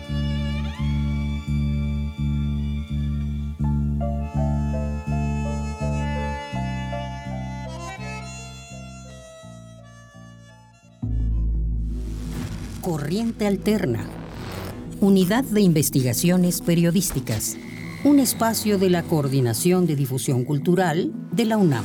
Corriente Alterna, Unidad de Investigaciones Periodísticas, un espacio de la Coordinación de Difusión Cultural de la UNAM.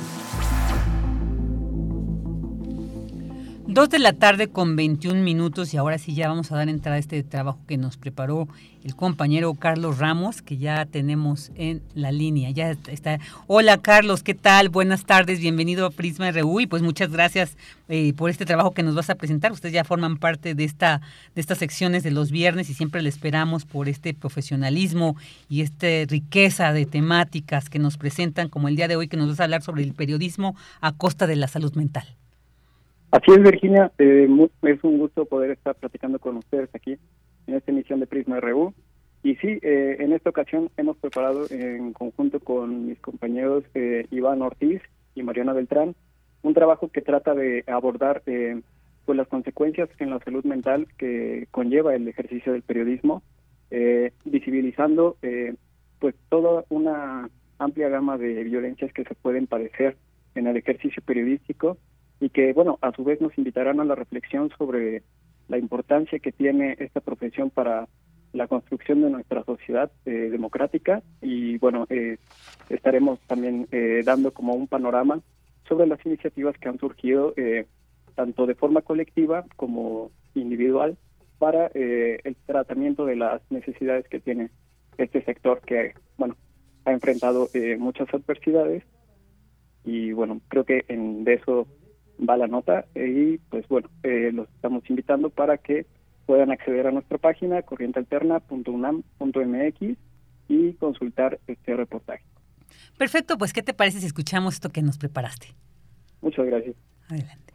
Dos de la tarde con veintiún minutos y ahora sí ya vamos a dar entrada a este trabajo que nos preparó el compañero Carlos Ramos, que ya tenemos en la línea. Ya está. Hola Carlos, ¿qué tal? Buenas tardes, bienvenido a Prisma R U y pues muchas gracias eh, por este trabajo que nos vas a presentar. Ustedes ya forman parte de esta de estas secciones de los viernes y siempre le esperamos por este profesionalismo y esta riqueza de temáticas que nos presentan, como el día de hoy que nos vas a hablar sobre el periodismo a costa de la salud mental. Así es, Virginia, eh, muy, es un gusto poder estar platicando con ustedes aquí en esta emisión de Prisma R U. Y sí, eh, en esta ocasión hemos preparado en conjunto con mis compañeros eh, Iván Ortiz y Mariana Beltrán un trabajo que trata de abordar eh, pues las consecuencias en la salud mental que conlleva el ejercicio del periodismo, eh, visibilizando eh, pues toda una amplia gama de violencias que se pueden padecer en el ejercicio periodístico y que, bueno, a su vez nos invitarán a la reflexión sobre la importancia que tiene esta profesión para la construcción de nuestra sociedad eh, democrática y, bueno, eh, estaremos también eh, dando como un panorama sobre las iniciativas que han surgido eh, tanto de forma colectiva como individual para eh, el tratamiento de las necesidades que tiene este sector que, bueno, ha enfrentado eh, muchas adversidades y, bueno, creo que en, de eso va la nota y, pues, bueno, eh, los estamos invitando para que puedan acceder a nuestra página corriente alterna punto unam punto m x y consultar este reportaje. Perfecto, pues ¿qué te parece si escuchamos esto que nos preparaste? Muchas gracias. Adelante.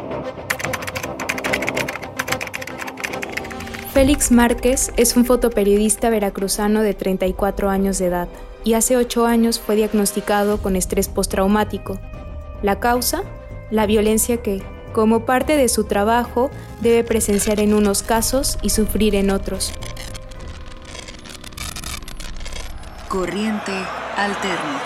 Félix Márquez es un fotoperiodista veracruzano de treinta y cuatro años de edad y hace ocho años fue diagnosticado con estrés postraumático. La causa, la violencia que, como parte de su trabajo, debe presenciar en unos casos y sufrir en otros. Corriente Alterna.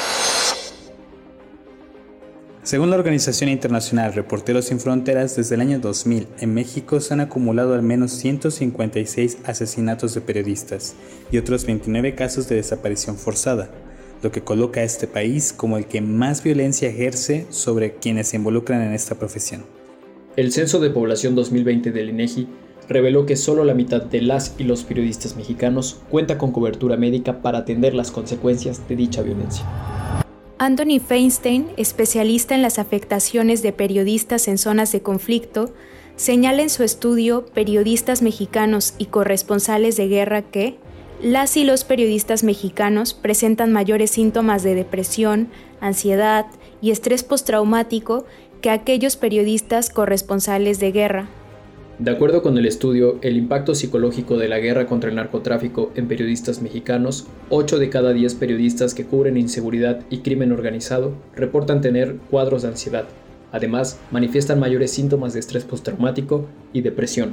Según la organización internacional Reporteros Sin Fronteras, desde el año dos mil, en México se han acumulado al menos ciento cincuenta y seis asesinatos de periodistas y otros veintinueve casos de desaparición forzada, lo que coloca a este país como el que más violencia ejerce sobre quienes se involucran en esta profesión. El Censo de Población dos mil veinte del INEGI reveló que solo la mitad de las y los periodistas mexicanos cuenta con cobertura médica para atender las consecuencias de dicha violencia. Anthony Feinstein, especialista en las afectaciones de periodistas en zonas de conflicto, señala en su estudio Periodistas mexicanos y corresponsales de guerra que las y los periodistas mexicanos presentan mayores síntomas de depresión, ansiedad y estrés postraumático que aquellos periodistas corresponsales de guerra. De acuerdo con el estudio, el impacto psicológico de la guerra contra el narcotráfico en periodistas mexicanos, ocho de cada diez periodistas que cubren inseguridad y crimen organizado reportan tener cuadros de ansiedad. Además, manifiestan mayores síntomas de estrés postraumático y depresión.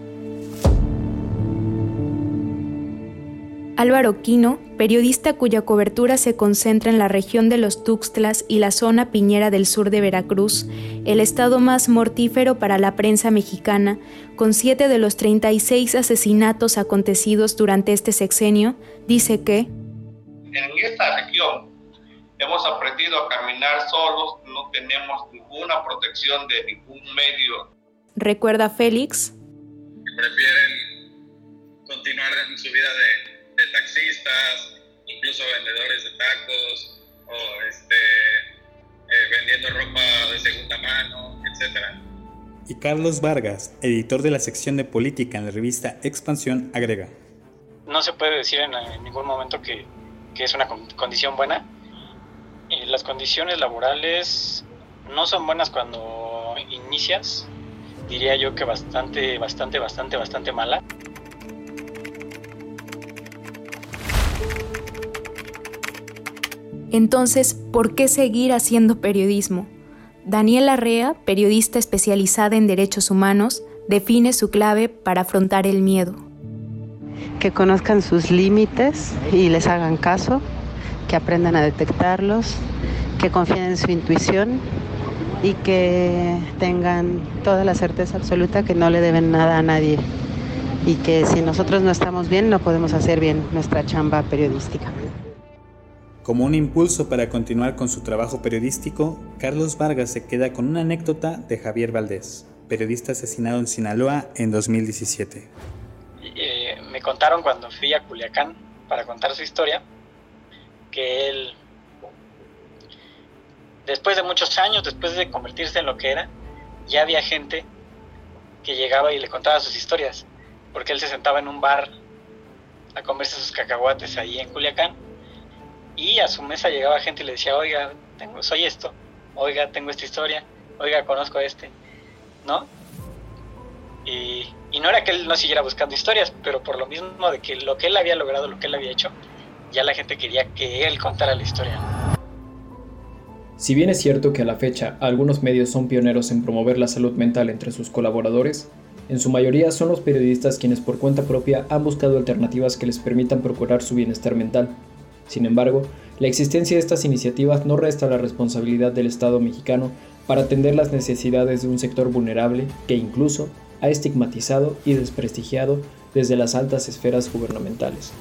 Álvaro Quino, periodista cuya cobertura se concentra en la región de los Tuxtlas y la zona piñera del sur de Veracruz, el estado más mortífero para la prensa mexicana, con siete de los treinta y seis asesinatos acontecidos durante este sexenio, dice que en esta región hemos aprendido a caminar solos, no tenemos ninguna protección de ningún medio. Recuerda Félix. Prefieren continuar en su vida de de taxistas, incluso vendedores de tacos, o este, eh, vendiendo ropa de segunda mano, etcétera. Y Carlos Vargas, editor de la sección de política en la revista Expansión, agrega: no se puede decir en, en ningún momento que, que es una condición buena. Y las condiciones laborales no son buenas cuando inicias, diría yo que bastante, bastante, bastante, bastante mala. Entonces, ¿por qué seguir haciendo periodismo? Daniela Rea, periodista especializada en derechos humanos, define su clave para afrontar el miedo. Que conozcan sus límites y les hagan caso, que aprendan a detectarlos, que confíen en su intuición y que tengan toda la certeza absoluta que no le deben nada a nadie y que si nosotros no estamos bien, no podemos hacer bien nuestra chamba periodística. Como un impulso para continuar con su trabajo periodístico, Carlos Vargas se queda con una anécdota de Javier Valdés, periodista asesinado en Sinaloa en dos mil diecisiete. Eh, me contaron cuando fui a Culiacán para contar su historia, que él, después de muchos años, después de convertirse en lo que era, ya había gente que llegaba y le contaba sus historias, porque él se sentaba en un bar a comerse sus cacahuates ahí en Culiacán, y a su mesa llegaba gente y le decía, oiga, tengo, soy esto, oiga, tengo esta historia, oiga, conozco a este, ¿no? Y, y no era que él no siguiera buscando historias, pero por lo mismo de que lo que él había logrado, lo que él había hecho, ya la gente quería que él contara la historia. Si bien es cierto que a la fecha algunos medios son pioneros en promover la salud mental entre sus colaboradores, en su mayoría son los periodistas quienes por cuenta propia han buscado alternativas que les permitan procurar su bienestar mental. Sin embargo, la existencia de estas iniciativas no resta la responsabilidad del Estado mexicano para atender las necesidades de un sector vulnerable que incluso ha estigmatizado y desprestigiado desde las altas esferas gubernamentales.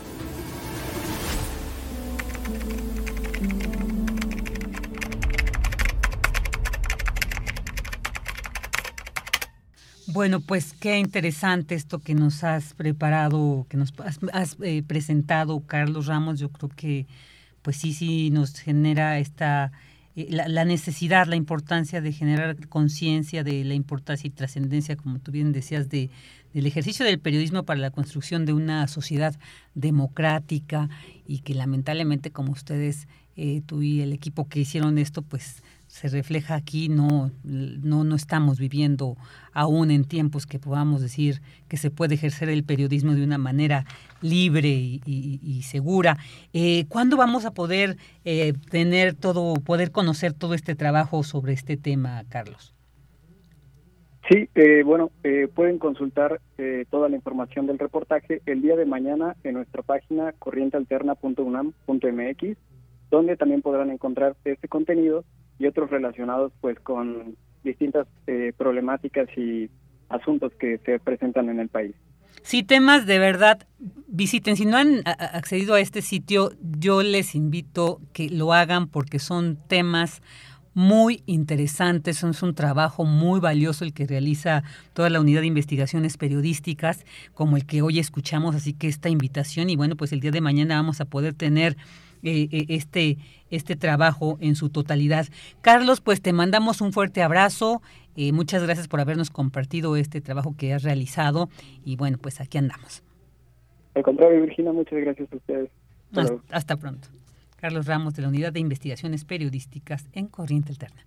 Bueno, pues qué interesante esto que nos has preparado, que nos has, has eh, presentado, Carlos Ramos. Yo creo que pues sí, sí nos genera esta eh, la, la necesidad, la importancia de generar conciencia de la importancia y trascendencia, como tú bien decías, de del ejercicio del periodismo para la construcción de una sociedad democrática, y que lamentablemente, como ustedes, eh, tú y el equipo que hicieron esto, pues se refleja aquí. No, no, no estamos viviendo aún en tiempos que podamos decir que se puede ejercer el periodismo de una manera libre y, y, y segura. Eh, ¿Cuándo vamos a poder eh, tener todo, poder conocer todo este trabajo sobre este tema, Carlos? Sí, eh, bueno, eh, pueden consultar eh, toda la información del reportaje el día de mañana en nuestra página corriente alterna punto unam punto m x, donde también podrán encontrar este contenido y otros relacionados pues con distintas eh, problemáticas y asuntos que se presentan en el país. Sí, temas de verdad, visiten. Si no han a, accedido a este sitio, yo les invito que lo hagan, porque son temas muy interesantes. Es un trabajo muy valioso el que realiza toda la unidad de investigaciones periodísticas, como el que hoy escuchamos. Así que esta invitación, y bueno, pues el día de mañana vamos a poder tener Eh, este, este trabajo en su totalidad. Carlos, pues te mandamos un fuerte abrazo, eh, muchas gracias por habernos compartido este trabajo que has realizado, y bueno, pues aquí andamos. Al contrario, Virginia, muchas gracias a ustedes. Hasta, hasta, hasta pronto. Carlos Ramos, de la Unidad de Investigaciones Periodísticas en Corriente Alterna.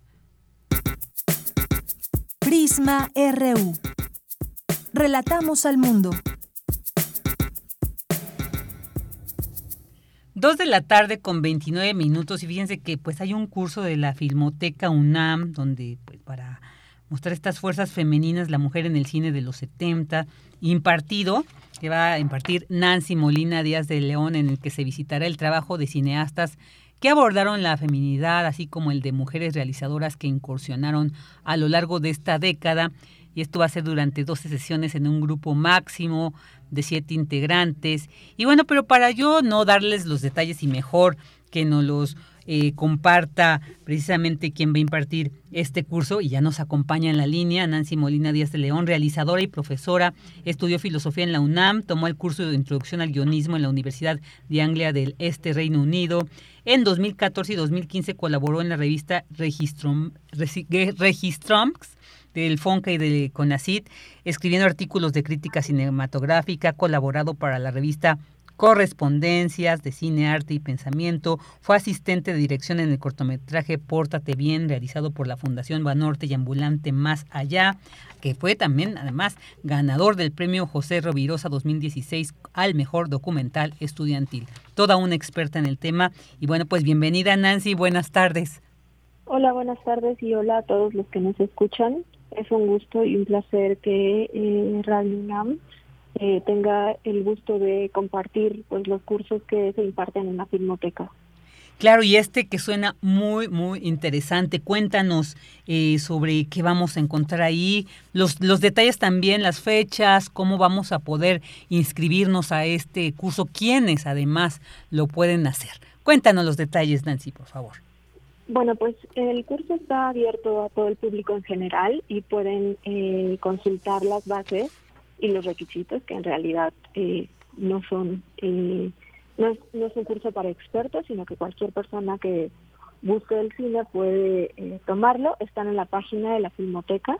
Prisma R U. Relatamos al mundo. Dos de la tarde con veintinueve minutos, y fíjense que pues hay un curso de la Filmoteca UNAM donde pues para mostrar estas fuerzas femeninas, la mujer en el cine de los setenta, impartido, que va a impartir Nancy Molina Díaz de León, en el que se visitará el trabajo de cineastas que abordaron la feminidad, así como el de mujeres realizadoras que incursionaron a lo largo de esta década. Y esto va a ser durante doce sesiones en un grupo máximo de siete integrantes. Y bueno, pero para yo no darles los detalles, y mejor que nos los eh, comparta precisamente quien va a impartir este curso, y ya nos acompaña en la línea Nancy Molina Díaz de León, realizadora y profesora, estudió filosofía en la UNAM, tomó el curso de introducción al guionismo en la Universidad de Anglia del Este, Reino Unido. En dos mil catorce y dos mil quince colaboró en la revista Registrom, Registromx, del FONCA y del CONACYT, escribiendo artículos de crítica cinematográfica, ha colaborado para la revista Correspondencias de Cine, Arte y Pensamiento, fue asistente de dirección en el cortometraje Pórtate Bien, realizado por la Fundación Banorte, y Ambulante Más Allá, que fue también, además, ganador del premio José Rovirosa dos mil dieciséis al mejor documental estudiantil. Toda una experta en el tema. Y bueno, pues bienvenida, Nancy, buenas tardes. Hola, buenas tardes, y hola a todos los que nos escuchan. Es un gusto y un placer que eh, Radio UNAM eh, tenga el gusto de compartir pues los cursos que se imparten en la Filmoteca. Claro, y este que suena muy, muy interesante. Cuéntanos eh, sobre qué vamos a encontrar ahí, los, los detalles también, las fechas, cómo vamos a poder inscribirnos a este curso, quiénes además lo pueden hacer. Cuéntanos los detalles, Nancy, por favor. Bueno, pues el curso está abierto a todo el público en general, y pueden eh, consultar las bases y los requisitos, que en realidad eh, no son eh, no es, no es un curso para expertos, sino que cualquier persona que busque el cine puede eh, tomarlo. Están en la página de la Filmoteca.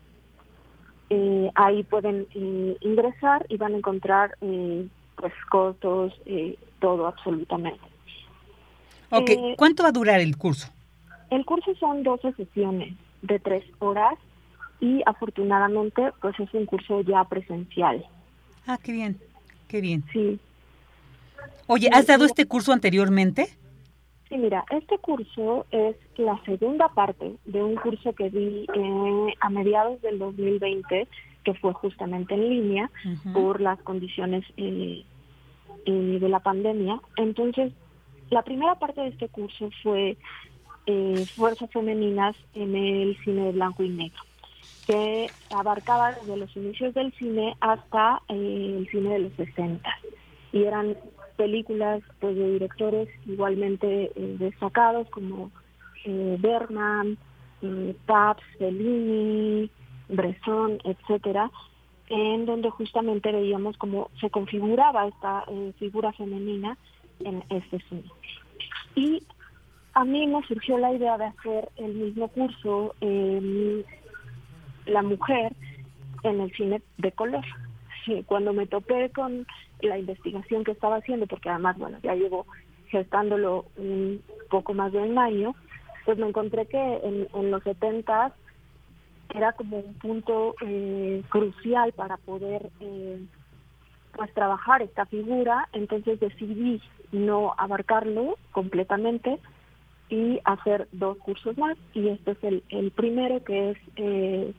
Eh, ahí pueden eh, ingresar y van a encontrar eh, pues costos, eh, todo absolutamente. Ok, eh, ¿cuánto va a durar el curso? El curso son doce sesiones de tres horas, y afortunadamente pues es un curso ya presencial. Ah, qué bien, qué bien. Sí. Oye, ¿has dado este curso anteriormente? Sí, mira, este curso es la segunda parte de un curso que di eh, a mediados del dos mil veinte, que fue justamente en línea, uh-huh. por las condiciones eh, eh, de la pandemia. Entonces, la primera parte de este curso fue eh, fuerzas femeninas en el cine de blanco y negro, que abarcaba desde los inicios del cine hasta eh, el cine de los sesenta. Y eran películas pues de directores igualmente eh, destacados como eh, Bergman, eh, Pabst, Fellini, Bresson, etcétera, en donde justamente veíamos cómo se configuraba esta eh, figura femenina en este cine. Y a mí me surgió la idea de hacer el mismo curso, eh, la mujer en el cine de color. Cuando me topé con la investigación que estaba haciendo, porque además, bueno, ya llevo gestándolo un poco más de un año, pues me encontré que en, en los setentas era como un punto eh, crucial para poder eh, pues trabajar esta figura. Entonces decidí no abarcarlo completamente y hacer dos cursos más, y este es el, el primero, que es eh,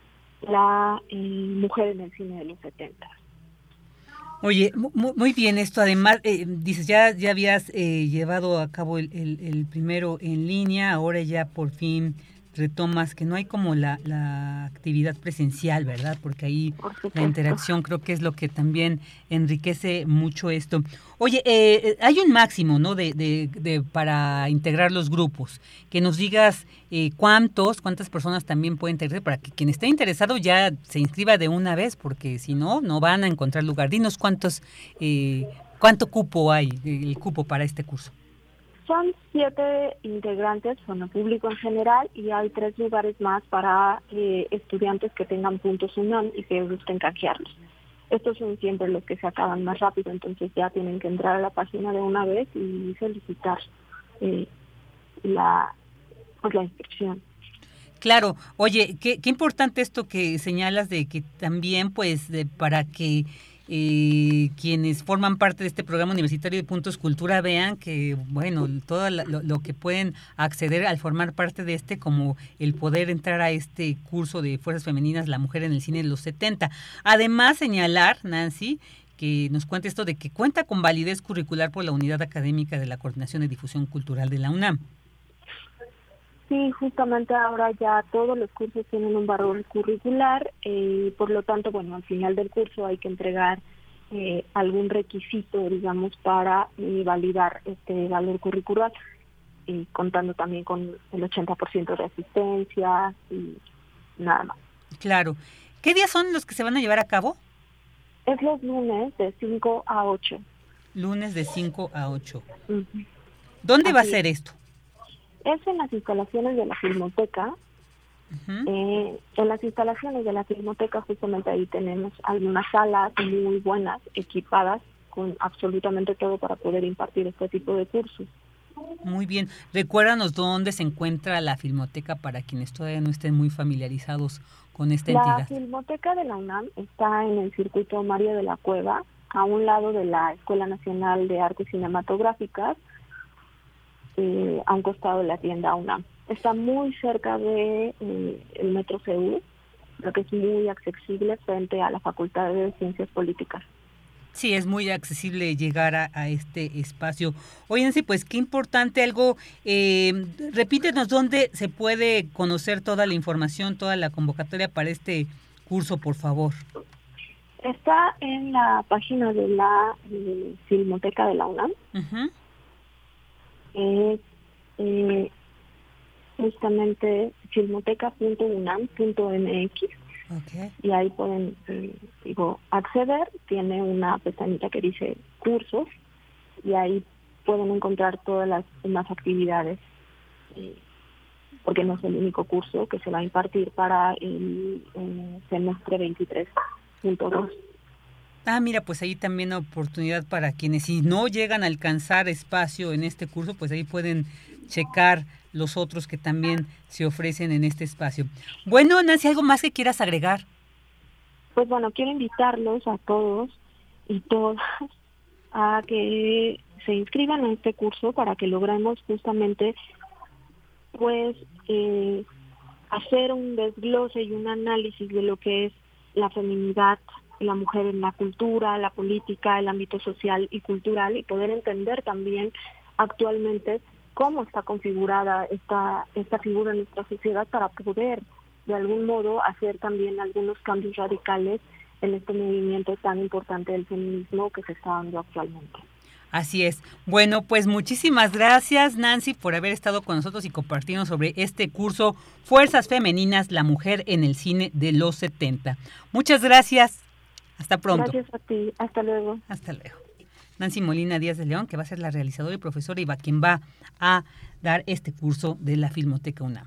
la eh, mujer en el cine de los setenta. Oye, muy, muy bien esto. Además, eh, dices, ya ya habías eh, llevado a cabo el, el, el primero en línea, ahora ya por fin retomas, que no hay como la, la actividad presencial, ¿verdad? Porque ahí la interacción creo que es lo que también enriquece mucho esto. Oye, eh, hay un máximo, ¿no? De, de, de para integrar los grupos. Que nos digas eh, cuántos, cuántas personas también pueden integrar, para que quien esté interesado ya se inscriba de una vez, porque si no, no van a encontrar lugar. Dinos cuántos, eh, cuánto cupo hay, el cupo para este curso. Son siete integrantes, son el público en general, y hay tres lugares más para eh, estudiantes que tengan puntos UNAM y que gusten canjearlos. Estos son siempre los que se acaban más rápido, entonces ya tienen que entrar a la página de una vez y solicitar eh, la, pues la inscripción. Claro. Oye, qué, qué importante esto que señalas de que también, pues, de, para que eh, quienes forman parte de este programa universitario de Puntos Cultura vean que, bueno, todo lo, lo que pueden acceder al formar parte de este, como el poder entrar a este curso de Fuerzas Femeninas, la mujer en el cine de los setenta. Además, señalar, Nancy, que nos cuente esto de que cuenta con validez curricular por la Unidad Académica de la Coordinación de Difusión Cultural de la UNAM. Sí, justamente ahora ya todos los cursos tienen un valor curricular, eh, por lo tanto, bueno, al final del curso hay que entregar eh, algún requisito, digamos, para eh, validar este valor curricular, eh, contando también con el ochenta por ciento de asistencia y nada más. Claro. ¿Qué días son los que se van a llevar a cabo? Es los lunes de cinco a ocho. Lunes de cinco a ocho. Uh-huh. ¿Dónde Así va a ser esto? Es en las instalaciones de la Filmoteca. Uh-huh. Eh, en las instalaciones de la Filmoteca justamente ahí tenemos algunas salas muy buenas, equipadas con absolutamente todo para poder impartir este tipo de cursos. Muy bien. Recuérdanos dónde se encuentra la Filmoteca para quienes todavía no estén muy familiarizados con esta la entidad. La Filmoteca de la UNAM está en el circuito Mario de la Cueva, a un lado de la Escuela Nacional de Artes Cinematográficas, Eh, a un costado de la tienda UNAM. Está muy cerca de eh, el Metro C U, lo que es muy accesible frente a la Facultad de Ciencias Políticas. Sí, es muy accesible llegar a, a este espacio. Oye, sí, pues qué importante algo. Eh, repítenos dónde se puede conocer toda la información, toda la convocatoria para este curso, por favor. Está en la página de la eh, Filmoteca de la UNAM. Uh-huh. Es eh, justamente filmoteca punto unam punto m x. Okay. Y ahí pueden eh, digo acceder. Tiene una pestañita que dice cursos y ahí pueden encontrar todas las demás actividades, eh, porque no es el único curso que se va a impartir para el, el semestre veintitrés punto dos. Ah, mira, pues ahí también oportunidad para quienes si no llegan a alcanzar espacio en este curso, pues ahí pueden checar los otros que también se ofrecen en este espacio. Bueno, Nancy, ¿algo más que quieras agregar? Pues bueno, quiero invitarlos a todos y todas a que se inscriban a este curso para que logremos justamente pues eh, hacer un desglose y un análisis de lo que es la feminidad, la mujer en la cultura, la política, el ámbito social y cultural, y poder entender también actualmente cómo está configurada esta, esta figura en nuestra sociedad para poder de algún modo hacer también algunos cambios radicales en este movimiento tan importante del feminismo que se está dando actualmente. Así es. Bueno, pues muchísimas gracias, Nancy, por haber estado con nosotros y compartirnos sobre este curso Fuerzas Femeninas, la mujer en el cine de los setenta. Muchas gracias. Hasta pronto. Gracias a ti. Hasta luego. Hasta luego. Nancy Molina Díaz de León, que va a ser la realizadora y profesora y va quien va a dar este curso de la Filmoteca UNAM.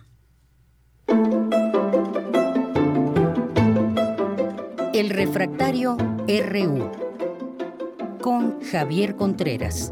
El refractario R U con Javier Contreras.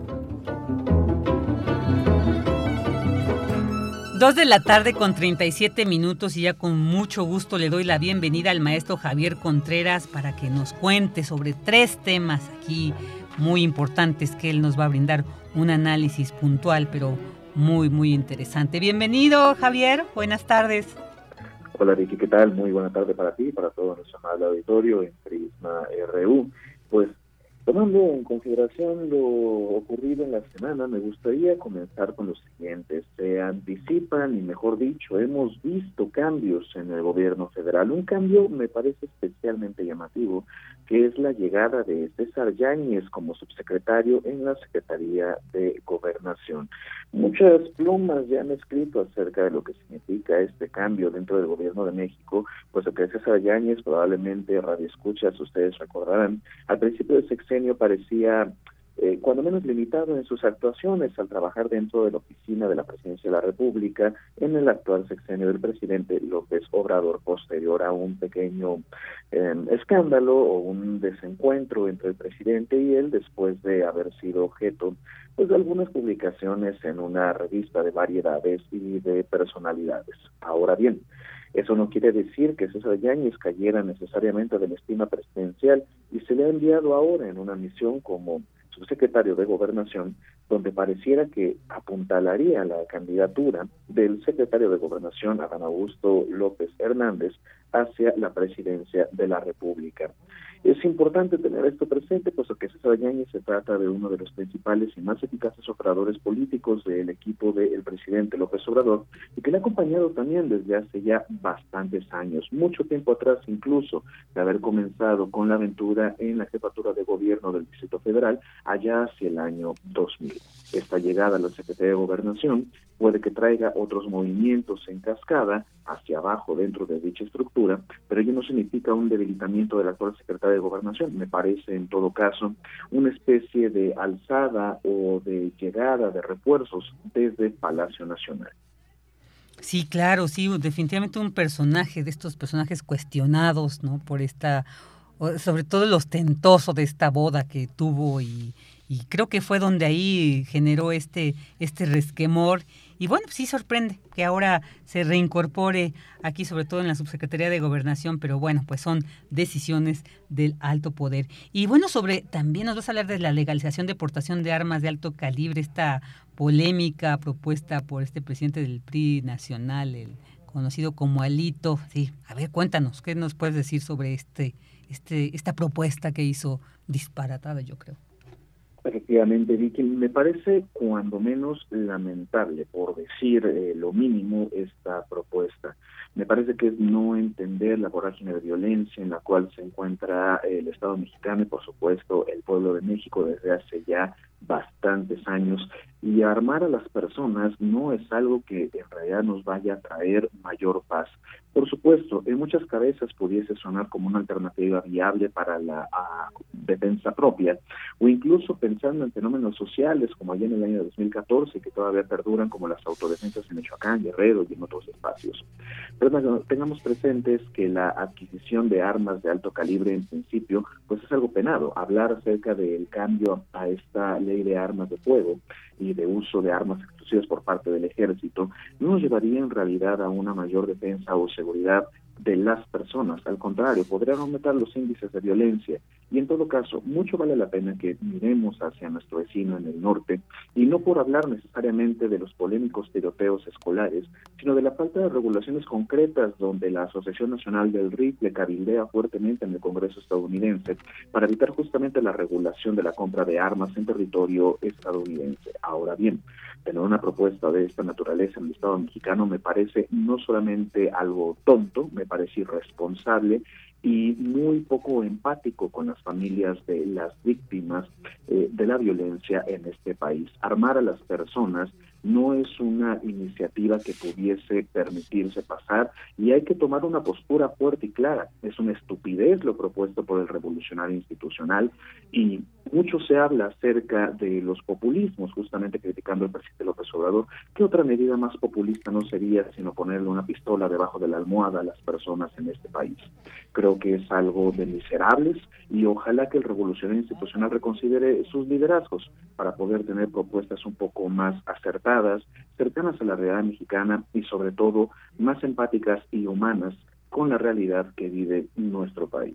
Dos de la tarde con treinta y siete minutos y ya con mucho gusto le doy la bienvenida al maestro Javier Contreras para que nos cuente sobre tres temas aquí muy importantes que él nos va a brindar un análisis puntual pero muy muy interesante. Bienvenido, Javier, buenas tardes. Hola Ricky, ¿qué tal? Muy buena tarde para ti y para todo nuestro amable auditorio en Prisma R U. Pues tomando en consideración lo ocurrido en la semana, me gustaría comenzar con lo siguiente. Se anticipan, y mejor dicho, hemos visto cambios en el gobierno federal. Un cambio me parece especialmente llamativo, que es la llegada de César Yáñez como subsecretario en la Secretaría de Gobernación. Muchas plumas ya han escrito acerca de lo que significa este cambio dentro del gobierno de México, puesto que César Yáñez, probablemente radioescuchas, ustedes recordarán, al principio del sexenio parecía eh, cuando menos limitado en sus actuaciones al trabajar dentro de la oficina de la Presidencia de la República en el actual sexenio del presidente López Obrador, posterior a un pequeño eh, escándalo o un desencuentro entre el presidente y él después de haber sido objeto pues de algunas publicaciones en una revista de variedades y de personalidades. Ahora bien, eso no quiere decir que César Yáñez cayera necesariamente de la estima presidencial y se le ha enviado ahora en una misión como subsecretario de Gobernación, donde pareciera que apuntalaría la candidatura del secretario de Gobernación, Adán Augusto López Hernández, hacia la presidencia de la República. Es importante tener esto presente, puesto que César Yáñez se trata de uno de los principales y más eficaces operadores políticos del equipo del presidente López Obrador, y que le ha acompañado también desde hace ya bastantes años, mucho tiempo atrás incluso de haber comenzado con la aventura en la jefatura de gobierno del Distrito Federal, allá hacia el año dos mil. Esta llegada a la Secretaría de Gobernación puede que traiga otros movimientos en cascada hacia abajo dentro de dicha estructura, pero ello no significa un debilitamiento del actual secretario de Gobernación. Me parece, en todo caso, una especie de alzada o de llegada de refuerzos desde Palacio Nacional. Sí, claro, sí, definitivamente un personaje de estos personajes cuestionados, ¿no? Por esta, sobre todo el ostentoso de esta boda que tuvo y, y creo que fue donde ahí generó este, este resquemor. Y bueno, pues sí sorprende que ahora se reincorpore aquí, sobre todo en la Subsecretaría de Gobernación, pero bueno, pues son decisiones del alto poder. Y bueno, sobre también nos vas a hablar de la legalización de portación de armas de alto calibre, esta polémica propuesta por este presidente del P R I nacional, el conocido como Alito. Sí, a ver, cuéntanos, ¿qué nos puedes decir sobre este, este, esta propuesta que hizo disparatada, yo creo? Efectivamente, Vicky, me parece cuando menos lamentable, por decir eh, lo mínimo, esta propuesta. Me parece que es no entender la vorágine de violencia en la cual se encuentra el Estado mexicano y, por supuesto, el pueblo de México desde hace ya bastantes años, y armar a las personas no es algo que en realidad nos vaya a traer mayor paz. Por supuesto, en muchas cabezas pudiese sonar como una alternativa viable para la uh, defensa propia, o incluso pensando en fenómenos sociales como allá en el año dos mil catorce, que todavía perduran, como las autodefensas en Michoacán, Guerrero y en otros espacios. Pero bueno, tengamos presentes que la adquisición de armas de alto calibre en principio pues es algo penado. Hablar acerca del cambio a esta ley de armas de fuego y de uso de armas exclusivas por parte del ejército no nos llevaría en realidad a una mayor defensa o seguridad de las personas. Al contrario, podrían aumentar los índices de violencia. Y en todo caso, mucho vale la pena que miremos hacia nuestro vecino en el norte, y no por hablar necesariamente de los polémicos tiroteos escolares, sino de la falta de regulaciones concretas donde la Asociación Nacional del Rifle cabildea fuertemente en el Congreso estadounidense para evitar justamente la regulación de la compra de armas en territorio estadounidense. Ahora bien, tener una propuesta de esta naturaleza en el Estado mexicano me parece no solamente algo tonto, me parece irresponsable y muy poco empático con las familias de las víctimas eh, de la violencia en este país. Armar a las personas no es una iniciativa que pudiese permitirse pasar, y hay que tomar una postura fuerte y clara. Es una estupidez lo propuesto por el revolucionario institucional, y mucho se habla acerca de los populismos, justamente criticando al presidente López Obrador. ¿Qué otra medida más populista no sería sino ponerle una pistola debajo de la almohada a las personas en este país? Creo que es algo de miserables, y ojalá que el revolucionario institucional reconsidere sus liderazgos para poder tener propuestas un poco más acertadas, cercanas a la realidad mexicana y sobre todo más empáticas y humanas con la realidad que vive nuestro país.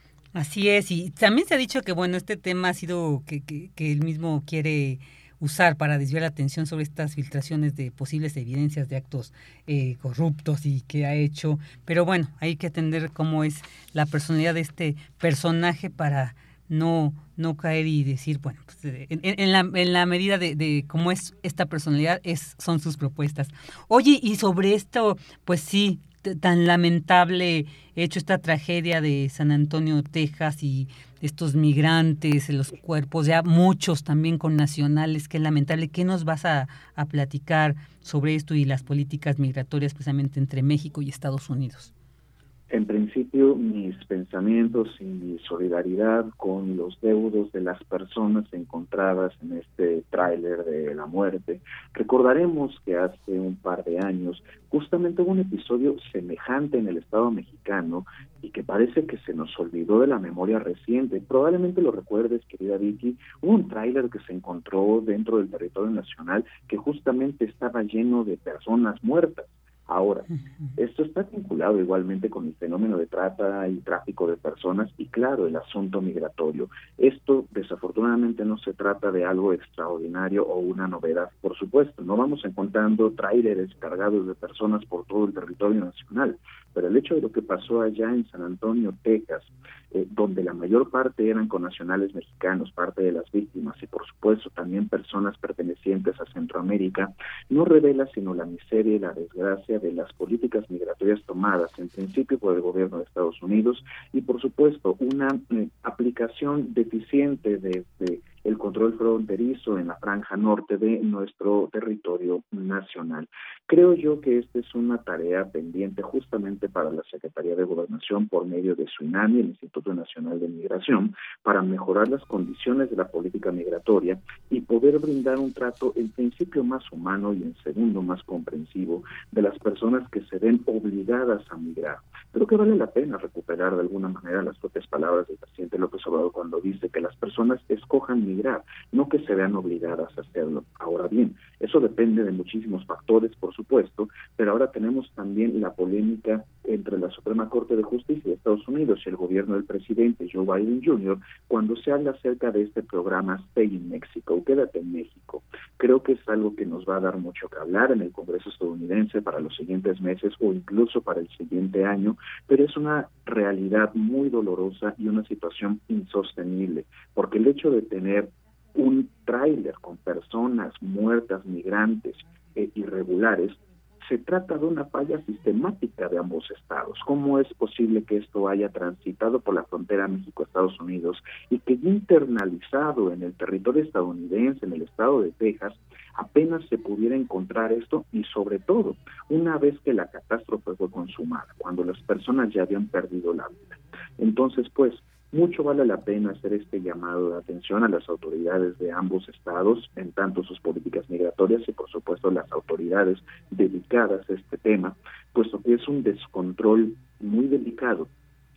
Así es, y también se ha dicho que bueno, este tema ha sido que, que, que él mismo quiere usar para desviar la atención sobre estas filtraciones de posibles evidencias de actos eh, corruptos y que ha hecho, pero bueno, hay que atender cómo es la personalidad de este personaje para no no caer y decir, bueno, pues, en, en, la, en la medida de, de cómo es esta personalidad, es son sus propuestas. Oye, y sobre esto, pues sí, t- tan lamentable hecho, esta tragedia de San Antonio, Texas, y estos migrantes, los cuerpos, ya muchos también con nacionales, qué lamentable. ¿Qué nos vas a, a platicar sobre esto y las políticas migratorias precisamente entre México y Estados Unidos? En principio, mis pensamientos y mi solidaridad con los deudos de las personas encontradas en este tráiler de la muerte. Recordaremos que hace un par de años justamente hubo un episodio semejante en el Estado mexicano y que parece que se nos olvidó de la memoria reciente. Probablemente lo recuerdes, querida Vicky, hubo un tráiler que se encontró dentro del territorio nacional que justamente estaba lleno de personas muertas. Ahora, esto está vinculado igualmente con el fenómeno de trata y tráfico de personas y, claro, el asunto migratorio. Esto, desafortunadamente, no se trata de algo extraordinario o una novedad. Por supuesto, no vamos encontrando tráileres cargados de personas por todo el territorio nacional, pero el hecho de lo que pasó allá en San Antonio, Texas, eh, donde la mayor parte eran connacionales mexicanos, parte de las víctimas, y por supuesto también personas pertenecientes a Centroamérica, no revela sino la miseria y la desgracia de las políticas migratorias tomadas en principio por el gobierno de Estados Unidos y por supuesto una eh, aplicación deficiente de, de el control fronterizo en la franja norte de nuestro territorio nacional. Creo yo que esta es una tarea pendiente justamente para la Secretaría de Gobernación por medio de su INAMI, el Instituto Nacional de Migración, para mejorar las condiciones de la política migratoria y poder brindar un trato en principio más humano y en segundo más comprensivo de las personas que se ven obligadas a migrar. Creo que vale la pena recuperar de alguna manera las propias palabras del presidente López Obrador cuando dice que las personas escojan migrar, no que se vean obligadas a hacerlo. Ahora bien, eso depende de muchísimos factores, por supuesto, pero ahora tenemos también la polémica entre la Suprema Corte de Justicia de Estados Unidos y el gobierno del presidente Joe Biden junior cuando se habla acerca de este programa Stay in Mexico, Quédate en México. Creo que es algo que nos va a dar mucho que hablar en el Congreso estadounidense para los siguientes meses o incluso para el siguiente año, pero es una realidad muy dolorosa y una situación insostenible, porque el hecho de tener un tráiler con personas muertas, migrantes e irregulares, se trata de una falla sistemática de ambos estados. ¿Cómo es posible que esto haya transitado por la frontera México-Estados Unidos y que ya internalizado en el territorio estadounidense, en el estado de Texas, apenas se pudiera encontrar esto y sobre todo, una vez que la catástrofe fue consumada, cuando las personas ya habían perdido la vida? Entonces, pues, mucho vale la pena hacer este llamado de atención a las autoridades de ambos estados, en tanto sus políticas migratorias y por supuesto las autoridades dedicadas a este tema, puesto que es un descontrol muy delicado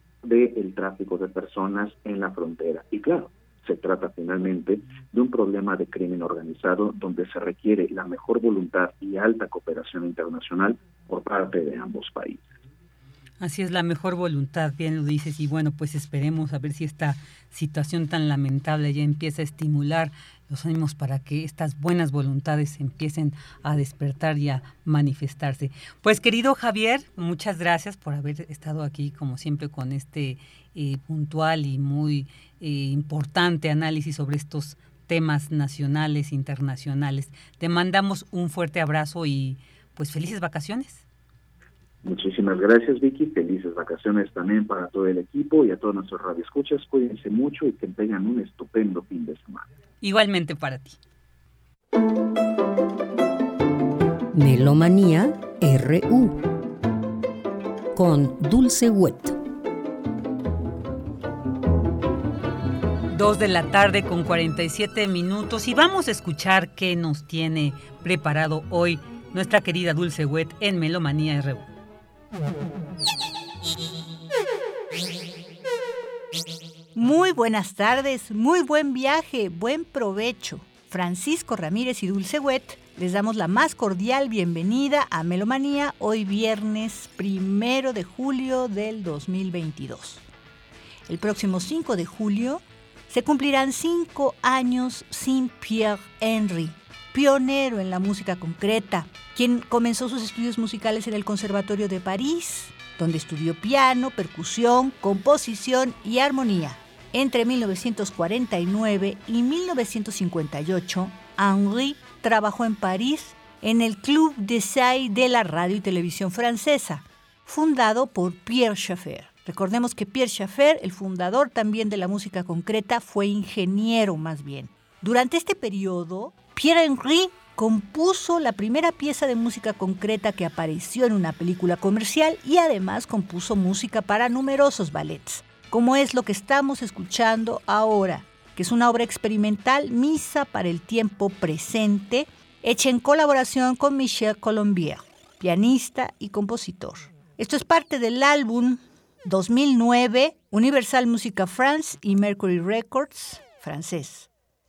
del tráfico de personas en la frontera. Y claro, se trata finalmente de un problema de crimen organizado donde se requiere la mejor voluntad y alta cooperación internacional por parte de ambos países. Así es, la mejor voluntad, bien lo dices, y bueno, pues esperemos a ver si esta situación tan lamentable ya empieza a estimular los ánimos para que estas buenas voluntades empiecen a despertar y a manifestarse. Pues querido Javier, muchas gracias por haber estado aquí, como siempre, con este eh, puntual y muy eh, importante análisis sobre estos temas nacionales, internacionales. Te mandamos un fuerte abrazo y pues felices vacaciones. Muchísimas gracias, Vicky. Felices vacaciones también para todo el equipo y a todos nuestros radioescuchas. Cuídense mucho y que tengan un estupendo fin de semana. Igualmente para ti. Melomanía R U con Dulce Wet. Dos de la tarde con cuarenta y siete minutos y vamos a escuchar qué nos tiene preparado hoy nuestra querida Dulce Wet en Melomanía R U. Muy buenas tardes, muy buen viaje, buen provecho. Francisco Ramírez y Dulce Wet les damos la más cordial bienvenida a Melomanía hoy viernes primero de julio del dos mil veintidós. El próximo cinco de julio se cumplirán cinco años sin Pierre Henry, pionero en la música concreta, quien comenzó sus estudios musicales en el Conservatorio de París, donde estudió piano, percusión, composición y armonía. Entre mil novecientos cuarenta y nueve y mil novecientos cincuenta y ocho, Henry trabajó en París en el Club d'Essai de la radio y televisión francesa, fundado por Pierre Schaeffer. Recordemos que Pierre Schaeffer, el fundador también de la música concreta, fue ingeniero más bien. Durante este periodo, Pierre Henry compuso la primera pieza de música concreta que apareció en una película comercial y además compuso música para numerosos ballets, como es lo que estamos escuchando ahora, que es una obra experimental, Misa para el tiempo presente, hecha en colaboración con Michel Colombier, pianista y compositor. Esto es parte del álbum dos mil nueve, Universal Music France y Mercury Records, francés.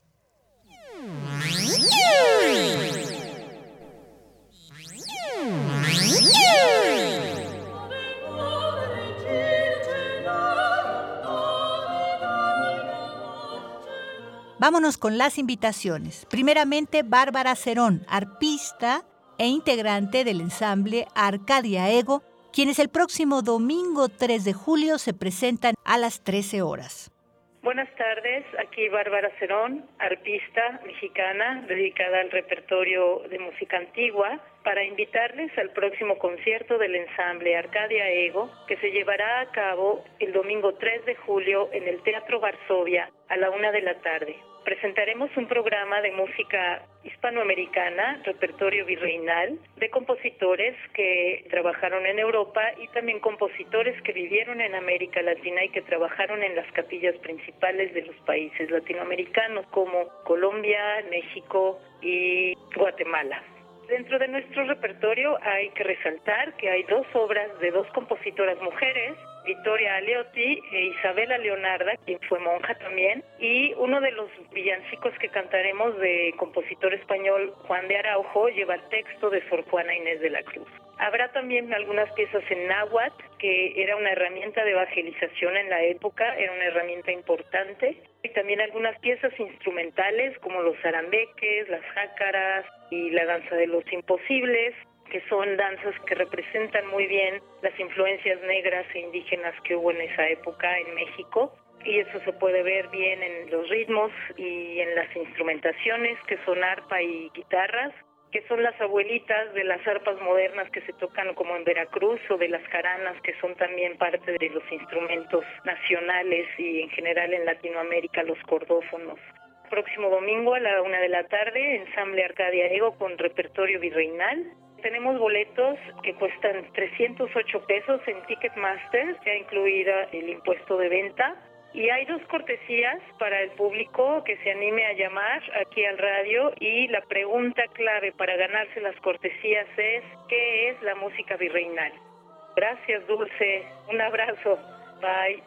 Vámonos con las invitaciones. Primeramente, Bárbara Cerón, arpista e integrante del ensamble Arcadia Ego, quienes el próximo domingo tres de julio se presentan a las trece horas. Buenas tardes, aquí Bárbara Cerón, arpista mexicana dedicada al repertorio de música antigua, para invitarles al próximo concierto del ensamble Arcadia Ego, que se llevará a cabo el domingo tres de julio en el Teatro Varsovia a la una de la tarde. Presentaremos un programa de música hispanoamericana, repertorio virreinal, de compositores que trabajaron en Europa y también compositores que vivieron en América Latina y que trabajaron en las capillas principales de los países latinoamericanos como Colombia, México y Guatemala. Dentro de nuestro repertorio hay que resaltar que hay dos obras de dos compositoras mujeres, Vittoria Aleotti e Isabela Leonarda, quien fue monja también, y uno de los villancicos que cantaremos de compositor español Juan de Araujo lleva el texto de Sor Juana Inés de la Cruz. Habrá también algunas piezas en náhuatl, que era una herramienta de evangelización en la época, era una herramienta importante, y también algunas piezas instrumentales como los arambeques, las jácaras y la danza de los imposibles, que son danzas que representan muy bien las influencias negras e indígenas que hubo en esa época en México. Y eso se puede ver bien en los ritmos y en las instrumentaciones, que son arpa y guitarras, que son las abuelitas de las arpas modernas que se tocan como en Veracruz, o de las jaranas, que son también parte de los instrumentos nacionales y en general en Latinoamérica los cordófonos. Próximo domingo a la una de la tarde, ensamble Arcadia Ego con repertorio virreinal. Tenemos boletos que cuestan trescientos ocho pesos en Ticketmaster, ya incluida el impuesto de venta. Y hay dos cortesías para el público que se anime a llamar aquí al radio, y la pregunta clave para ganarse las cortesías es: ¿qué es la música virreinal? Gracias, Dulce. Un abrazo. Bye.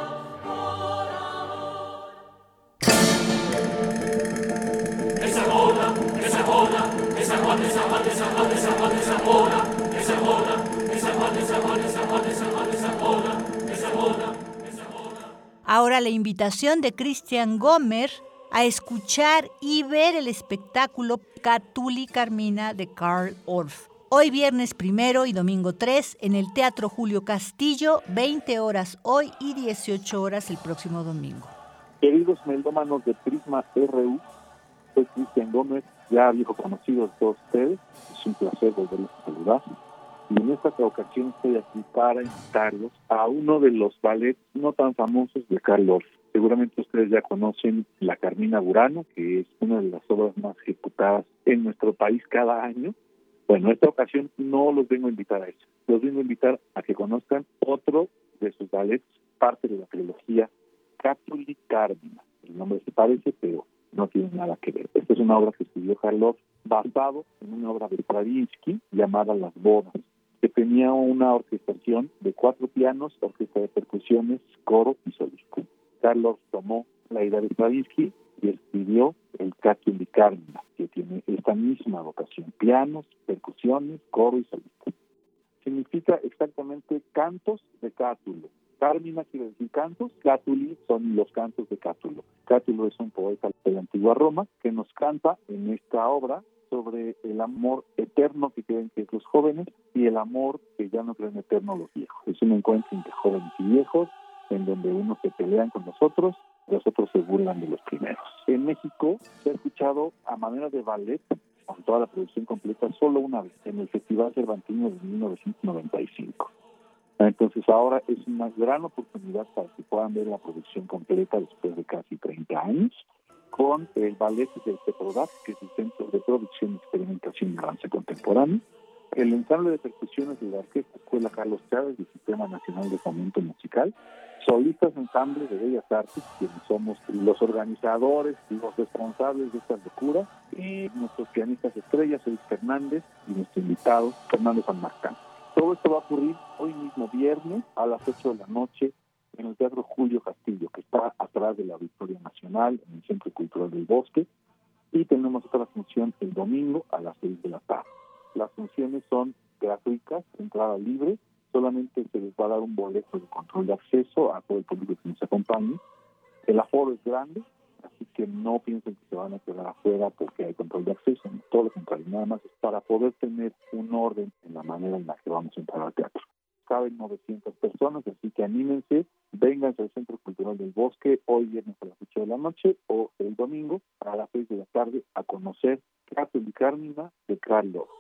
Es amor. ahora la invitación de Christian Gomer a escuchar y ver el espectáculo Cátuli Carmina de Carl Orff. Hoy viernes primero y domingo tres en el Teatro Julio Castillo, veinte horas hoy y dieciocho horas el próximo domingo. Queridos melómanos de Prisma R U, soy Christian Gómez, ya viejo conocido de todos ustedes. Es un placer volverles a saludar. Y en esta ocasión estoy aquí para invitarlos a uno de los ballets no tan famosos de Carl Orff. Seguramente ustedes ya conocen La Carmina Burana, que es una de las obras más ejecutadas en nuestro país cada año. Bueno, en esta ocasión no los vengo a invitar a eso. Los vengo a invitar a que conozcan otro de sus ballets, parte de la trilogía Cátuli Carmina. El nombre se parece, pero no tiene nada que ver. Esta es una obra que escribió Carl Orff basado en una obra de Stravinsky llamada Las Bodas, que tenía una orquestación de cuatro pianos, orquesta de percusiones, coro y solista. Carl Orff tomó la idea de Stravinsky y escribió el Cátuli Carmina, que tiene esta misma vocación: pianos, percusiones, coro y solista. Significa exactamente cantos de Cátulo. Carmina quiere decir cantos, Cátuli son los cantos de Cátulo. Cátulo es un poeta de la antigua Roma que nos canta en esta obra sobre el amor eterno que creen que es los jóvenes y el amor que ya no creen eterno los viejos. Es un encuentro entre jóvenes y viejos en donde unos se pelean con los otros, los otros se burlan de los primeros. En México se ha escuchado a manera de ballet, con toda la producción completa, solo una vez, en el Festival Cervantino de mil novecientos noventa y cinco. Entonces ahora es una gran oportunidad para que puedan ver la producción completa después de casi treinta años, con el ballet del CEPRODAC, que es el Centro de Producción, Experimentación y Danza Contemporánea, el ensamble de percusiones de la Orquesta Escuela Carlos Chávez del Sistema Nacional de Fomento Musical, solistas ensambles de Bellas Artes, quienes somos los organizadores y los responsables de esta locura, y nuestros pianistas estrellas, Luis Fernández, y nuestro invitado, Fernando San Marcán. Todo esto va a ocurrir hoy mismo viernes a las ocho de la noche en el Teatro Julio Castillo, que está atrás del Auditorio Nacional, en el Centro Cultural del Bosque, y tenemos otra función el domingo a las seis de la tarde. Las funciones son gratuitas, entrada libre, solamente se les va a dar un boleto de control de acceso a todo el público que nos acompañe. El aforo es grande, así que no piensen que se van a quedar afuera porque hay control de acceso, no, todo lo contrario, nada más es para poder tener un orden en la manera en la que vamos a entrar al teatro. Caben novecientas personas, así que anímense, vénganse al Centro Cultural del Bosque hoy viernes a las ocho de la noche o el domingo a las seis de la tarde a conocer Cátuli Carmina de Carl Orff.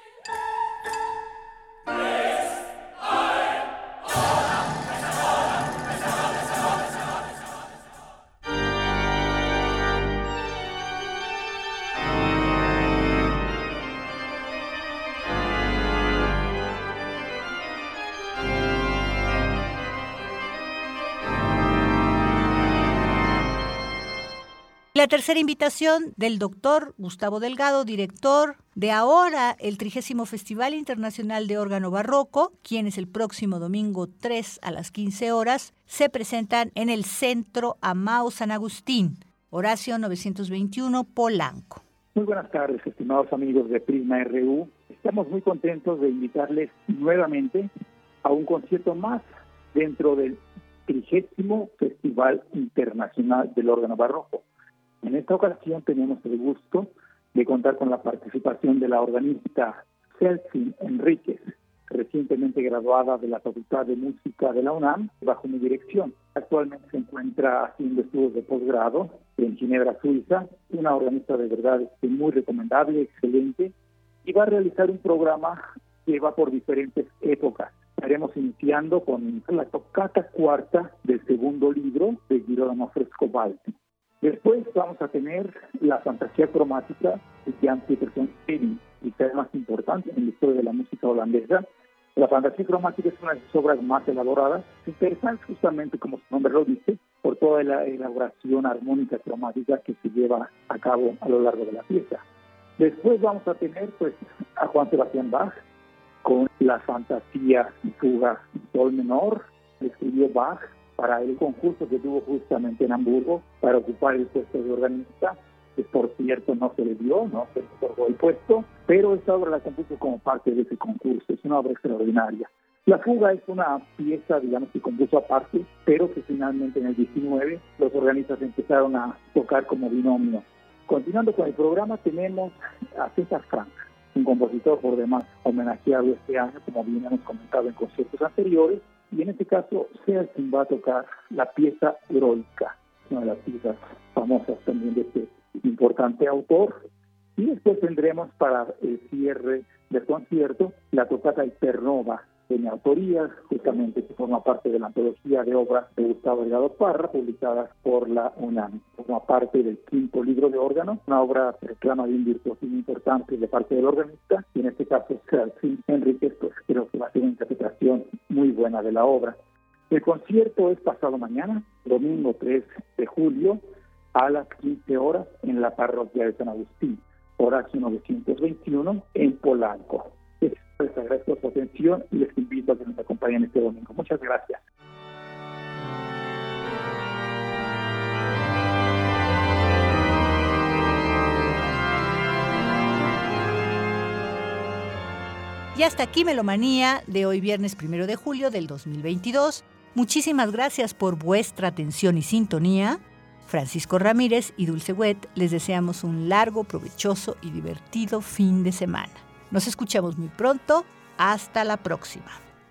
La tercera invitación del doctor Gustavo Delgado, director de ahora el trigésimo Festival Internacional de Órgano Barroco, quienes el próximo domingo tres a las quince horas se presentan en el Centro Amao San Agustín, Horacio novecientos veintiuno, Polanco. Muy buenas tardes, estimados amigos de Prisma R U. Estamos muy contentos de invitarles nuevamente a un concierto más dentro del trigésimo Festival Internacional del Órgano Barroco. En esta ocasión tenemos el gusto de contar con la participación de la organista Celsin Enríquez, recientemente graduada de la Facultad de Música de la UNAM, bajo mi dirección. Actualmente se encuentra haciendo estudios de posgrado en Ginebra, Suiza, una organista de verdad muy recomendable, excelente, y va a realizar un programa que va por diferentes épocas. Estaremos iniciando con la tocata cuarta del segundo libro de Girolamo Frescobaldi. Después vamos a tener la fantasía cromática de Jan Peterson Eddy, quizá el más importante en la historia de la música holandesa. La fantasía cromática es una de sus obras más elaboradas, interesante justamente, como su nombre lo dice, por toda la elaboración armónica cromática que se lleva a cabo a lo largo de la pieza. Después vamos a tener pues a Juan Sebastián Bach con la fantasía y fuga sol menor, que escribió Bach para el concurso que tuvo justamente en Hamburgo para ocupar el puesto de organista, que por cierto no se le dio, no se le otorgó el puesto, pero esta obra la compuso como parte de ese concurso, es una obra extraordinaria. La fuga es una pieza, digamos, que compuso aparte, pero que finalmente en el diecinueve los organistas empezaron a tocar como binomio. Continuando con el programa, tenemos a César Franck, un compositor por demás homenajeado este año, como bien hemos comentado en conciertos anteriores, y en este caso César va a tocar la pieza Heroica, una de las piezas famosas también de este importante autor. Y después tendremos para el cierre del concierto la tocata Hypernova, de mi autoría, justamente que forma parte de la antología de obras de Gustavo Delgado Parra, publicadas por la UNAM. Forma parte del quinto libro de órgano, una obra que reclama de un virtuosismo importante de parte del organista, y en este caso Serafín Enríquez, pues creo que va a ser una interpretación muy buena de la obra. El concierto es pasado mañana, domingo tres de julio, a las quince horas, en la parroquia de San Agustín, Horacio novecientos veintiuno, en Polanco. Les agradezco su atención y les invito a que nos acompañen este domingo. Muchas gracias. Y hasta aquí Melomanía de hoy viernes primero de julio del dos mil veintidós. Muchísimas gracias por vuestra atención y sintonía. Francisco Ramírez y Dulce Wet les deseamos un largo, provechoso y divertido fin de semana. Nos escuchamos muy pronto. Hasta la próxima.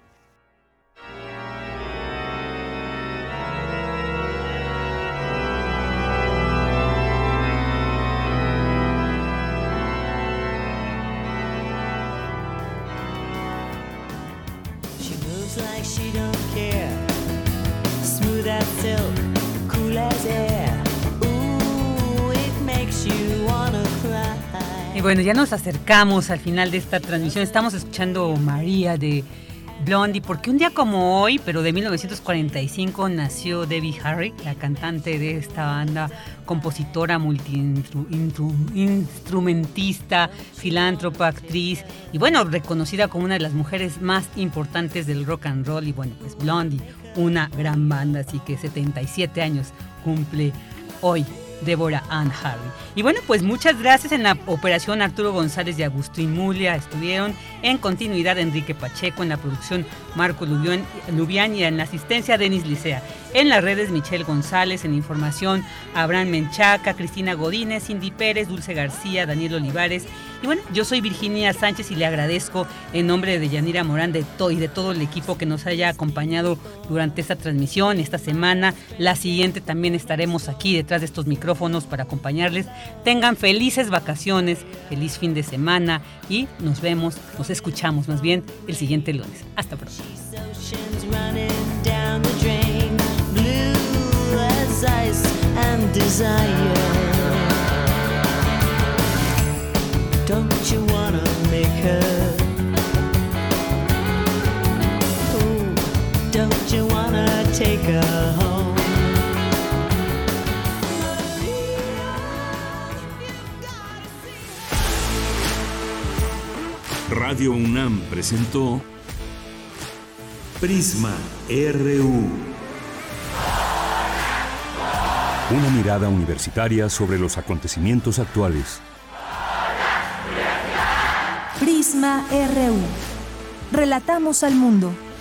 She moves like she don't care. Smooth as silk, cool as air. Ooh, it makes you wanna cry. Y bueno, ya nos acercamos al final de esta transmisión. Estamos escuchando María de Blondie, porque un día como hoy, pero de mil novecientos cuarenta y cinco, nació Debbie Harry, la cantante de esta banda, compositora, multi-instrumentista, filántropa, actriz, y bueno, reconocida como una de las mujeres más importantes del rock and roll. Y bueno, pues Blondie, una gran banda, así que setenta y siete años cumple hoy Deborah Ann Harry. Y bueno, pues muchas gracias. En la operación Arturo González y Agustín Mulia estuvieron, en continuidad Enrique Pacheco, en la producción Marco Lubián, Lubián y en la asistencia Denis Licea. En las redes Michelle González, en información Abraham Menchaca, Cristina Godínez, Cindy Pérez, Dulce García, Daniel Olivares. Y bueno, yo soy Virginia Sánchez y le agradezco en nombre de Yanira Morán de to- y de todo el equipo que nos haya acompañado durante esta transmisión, esta semana. La siguiente también estaremos aquí detrás de estos micrófonos para acompañarles. Tengan felices vacaciones, feliz fin de semana y nos vemos, nos escuchamos más bien el siguiente lunes. Hasta pronto. Don't you wanna make her? Ooh, don't you wanna take her home? Radio UNAM presentó Prisma R U. Una mirada universitaria sobre los acontecimientos actuales. Prisma R U. Relatamos al mundo.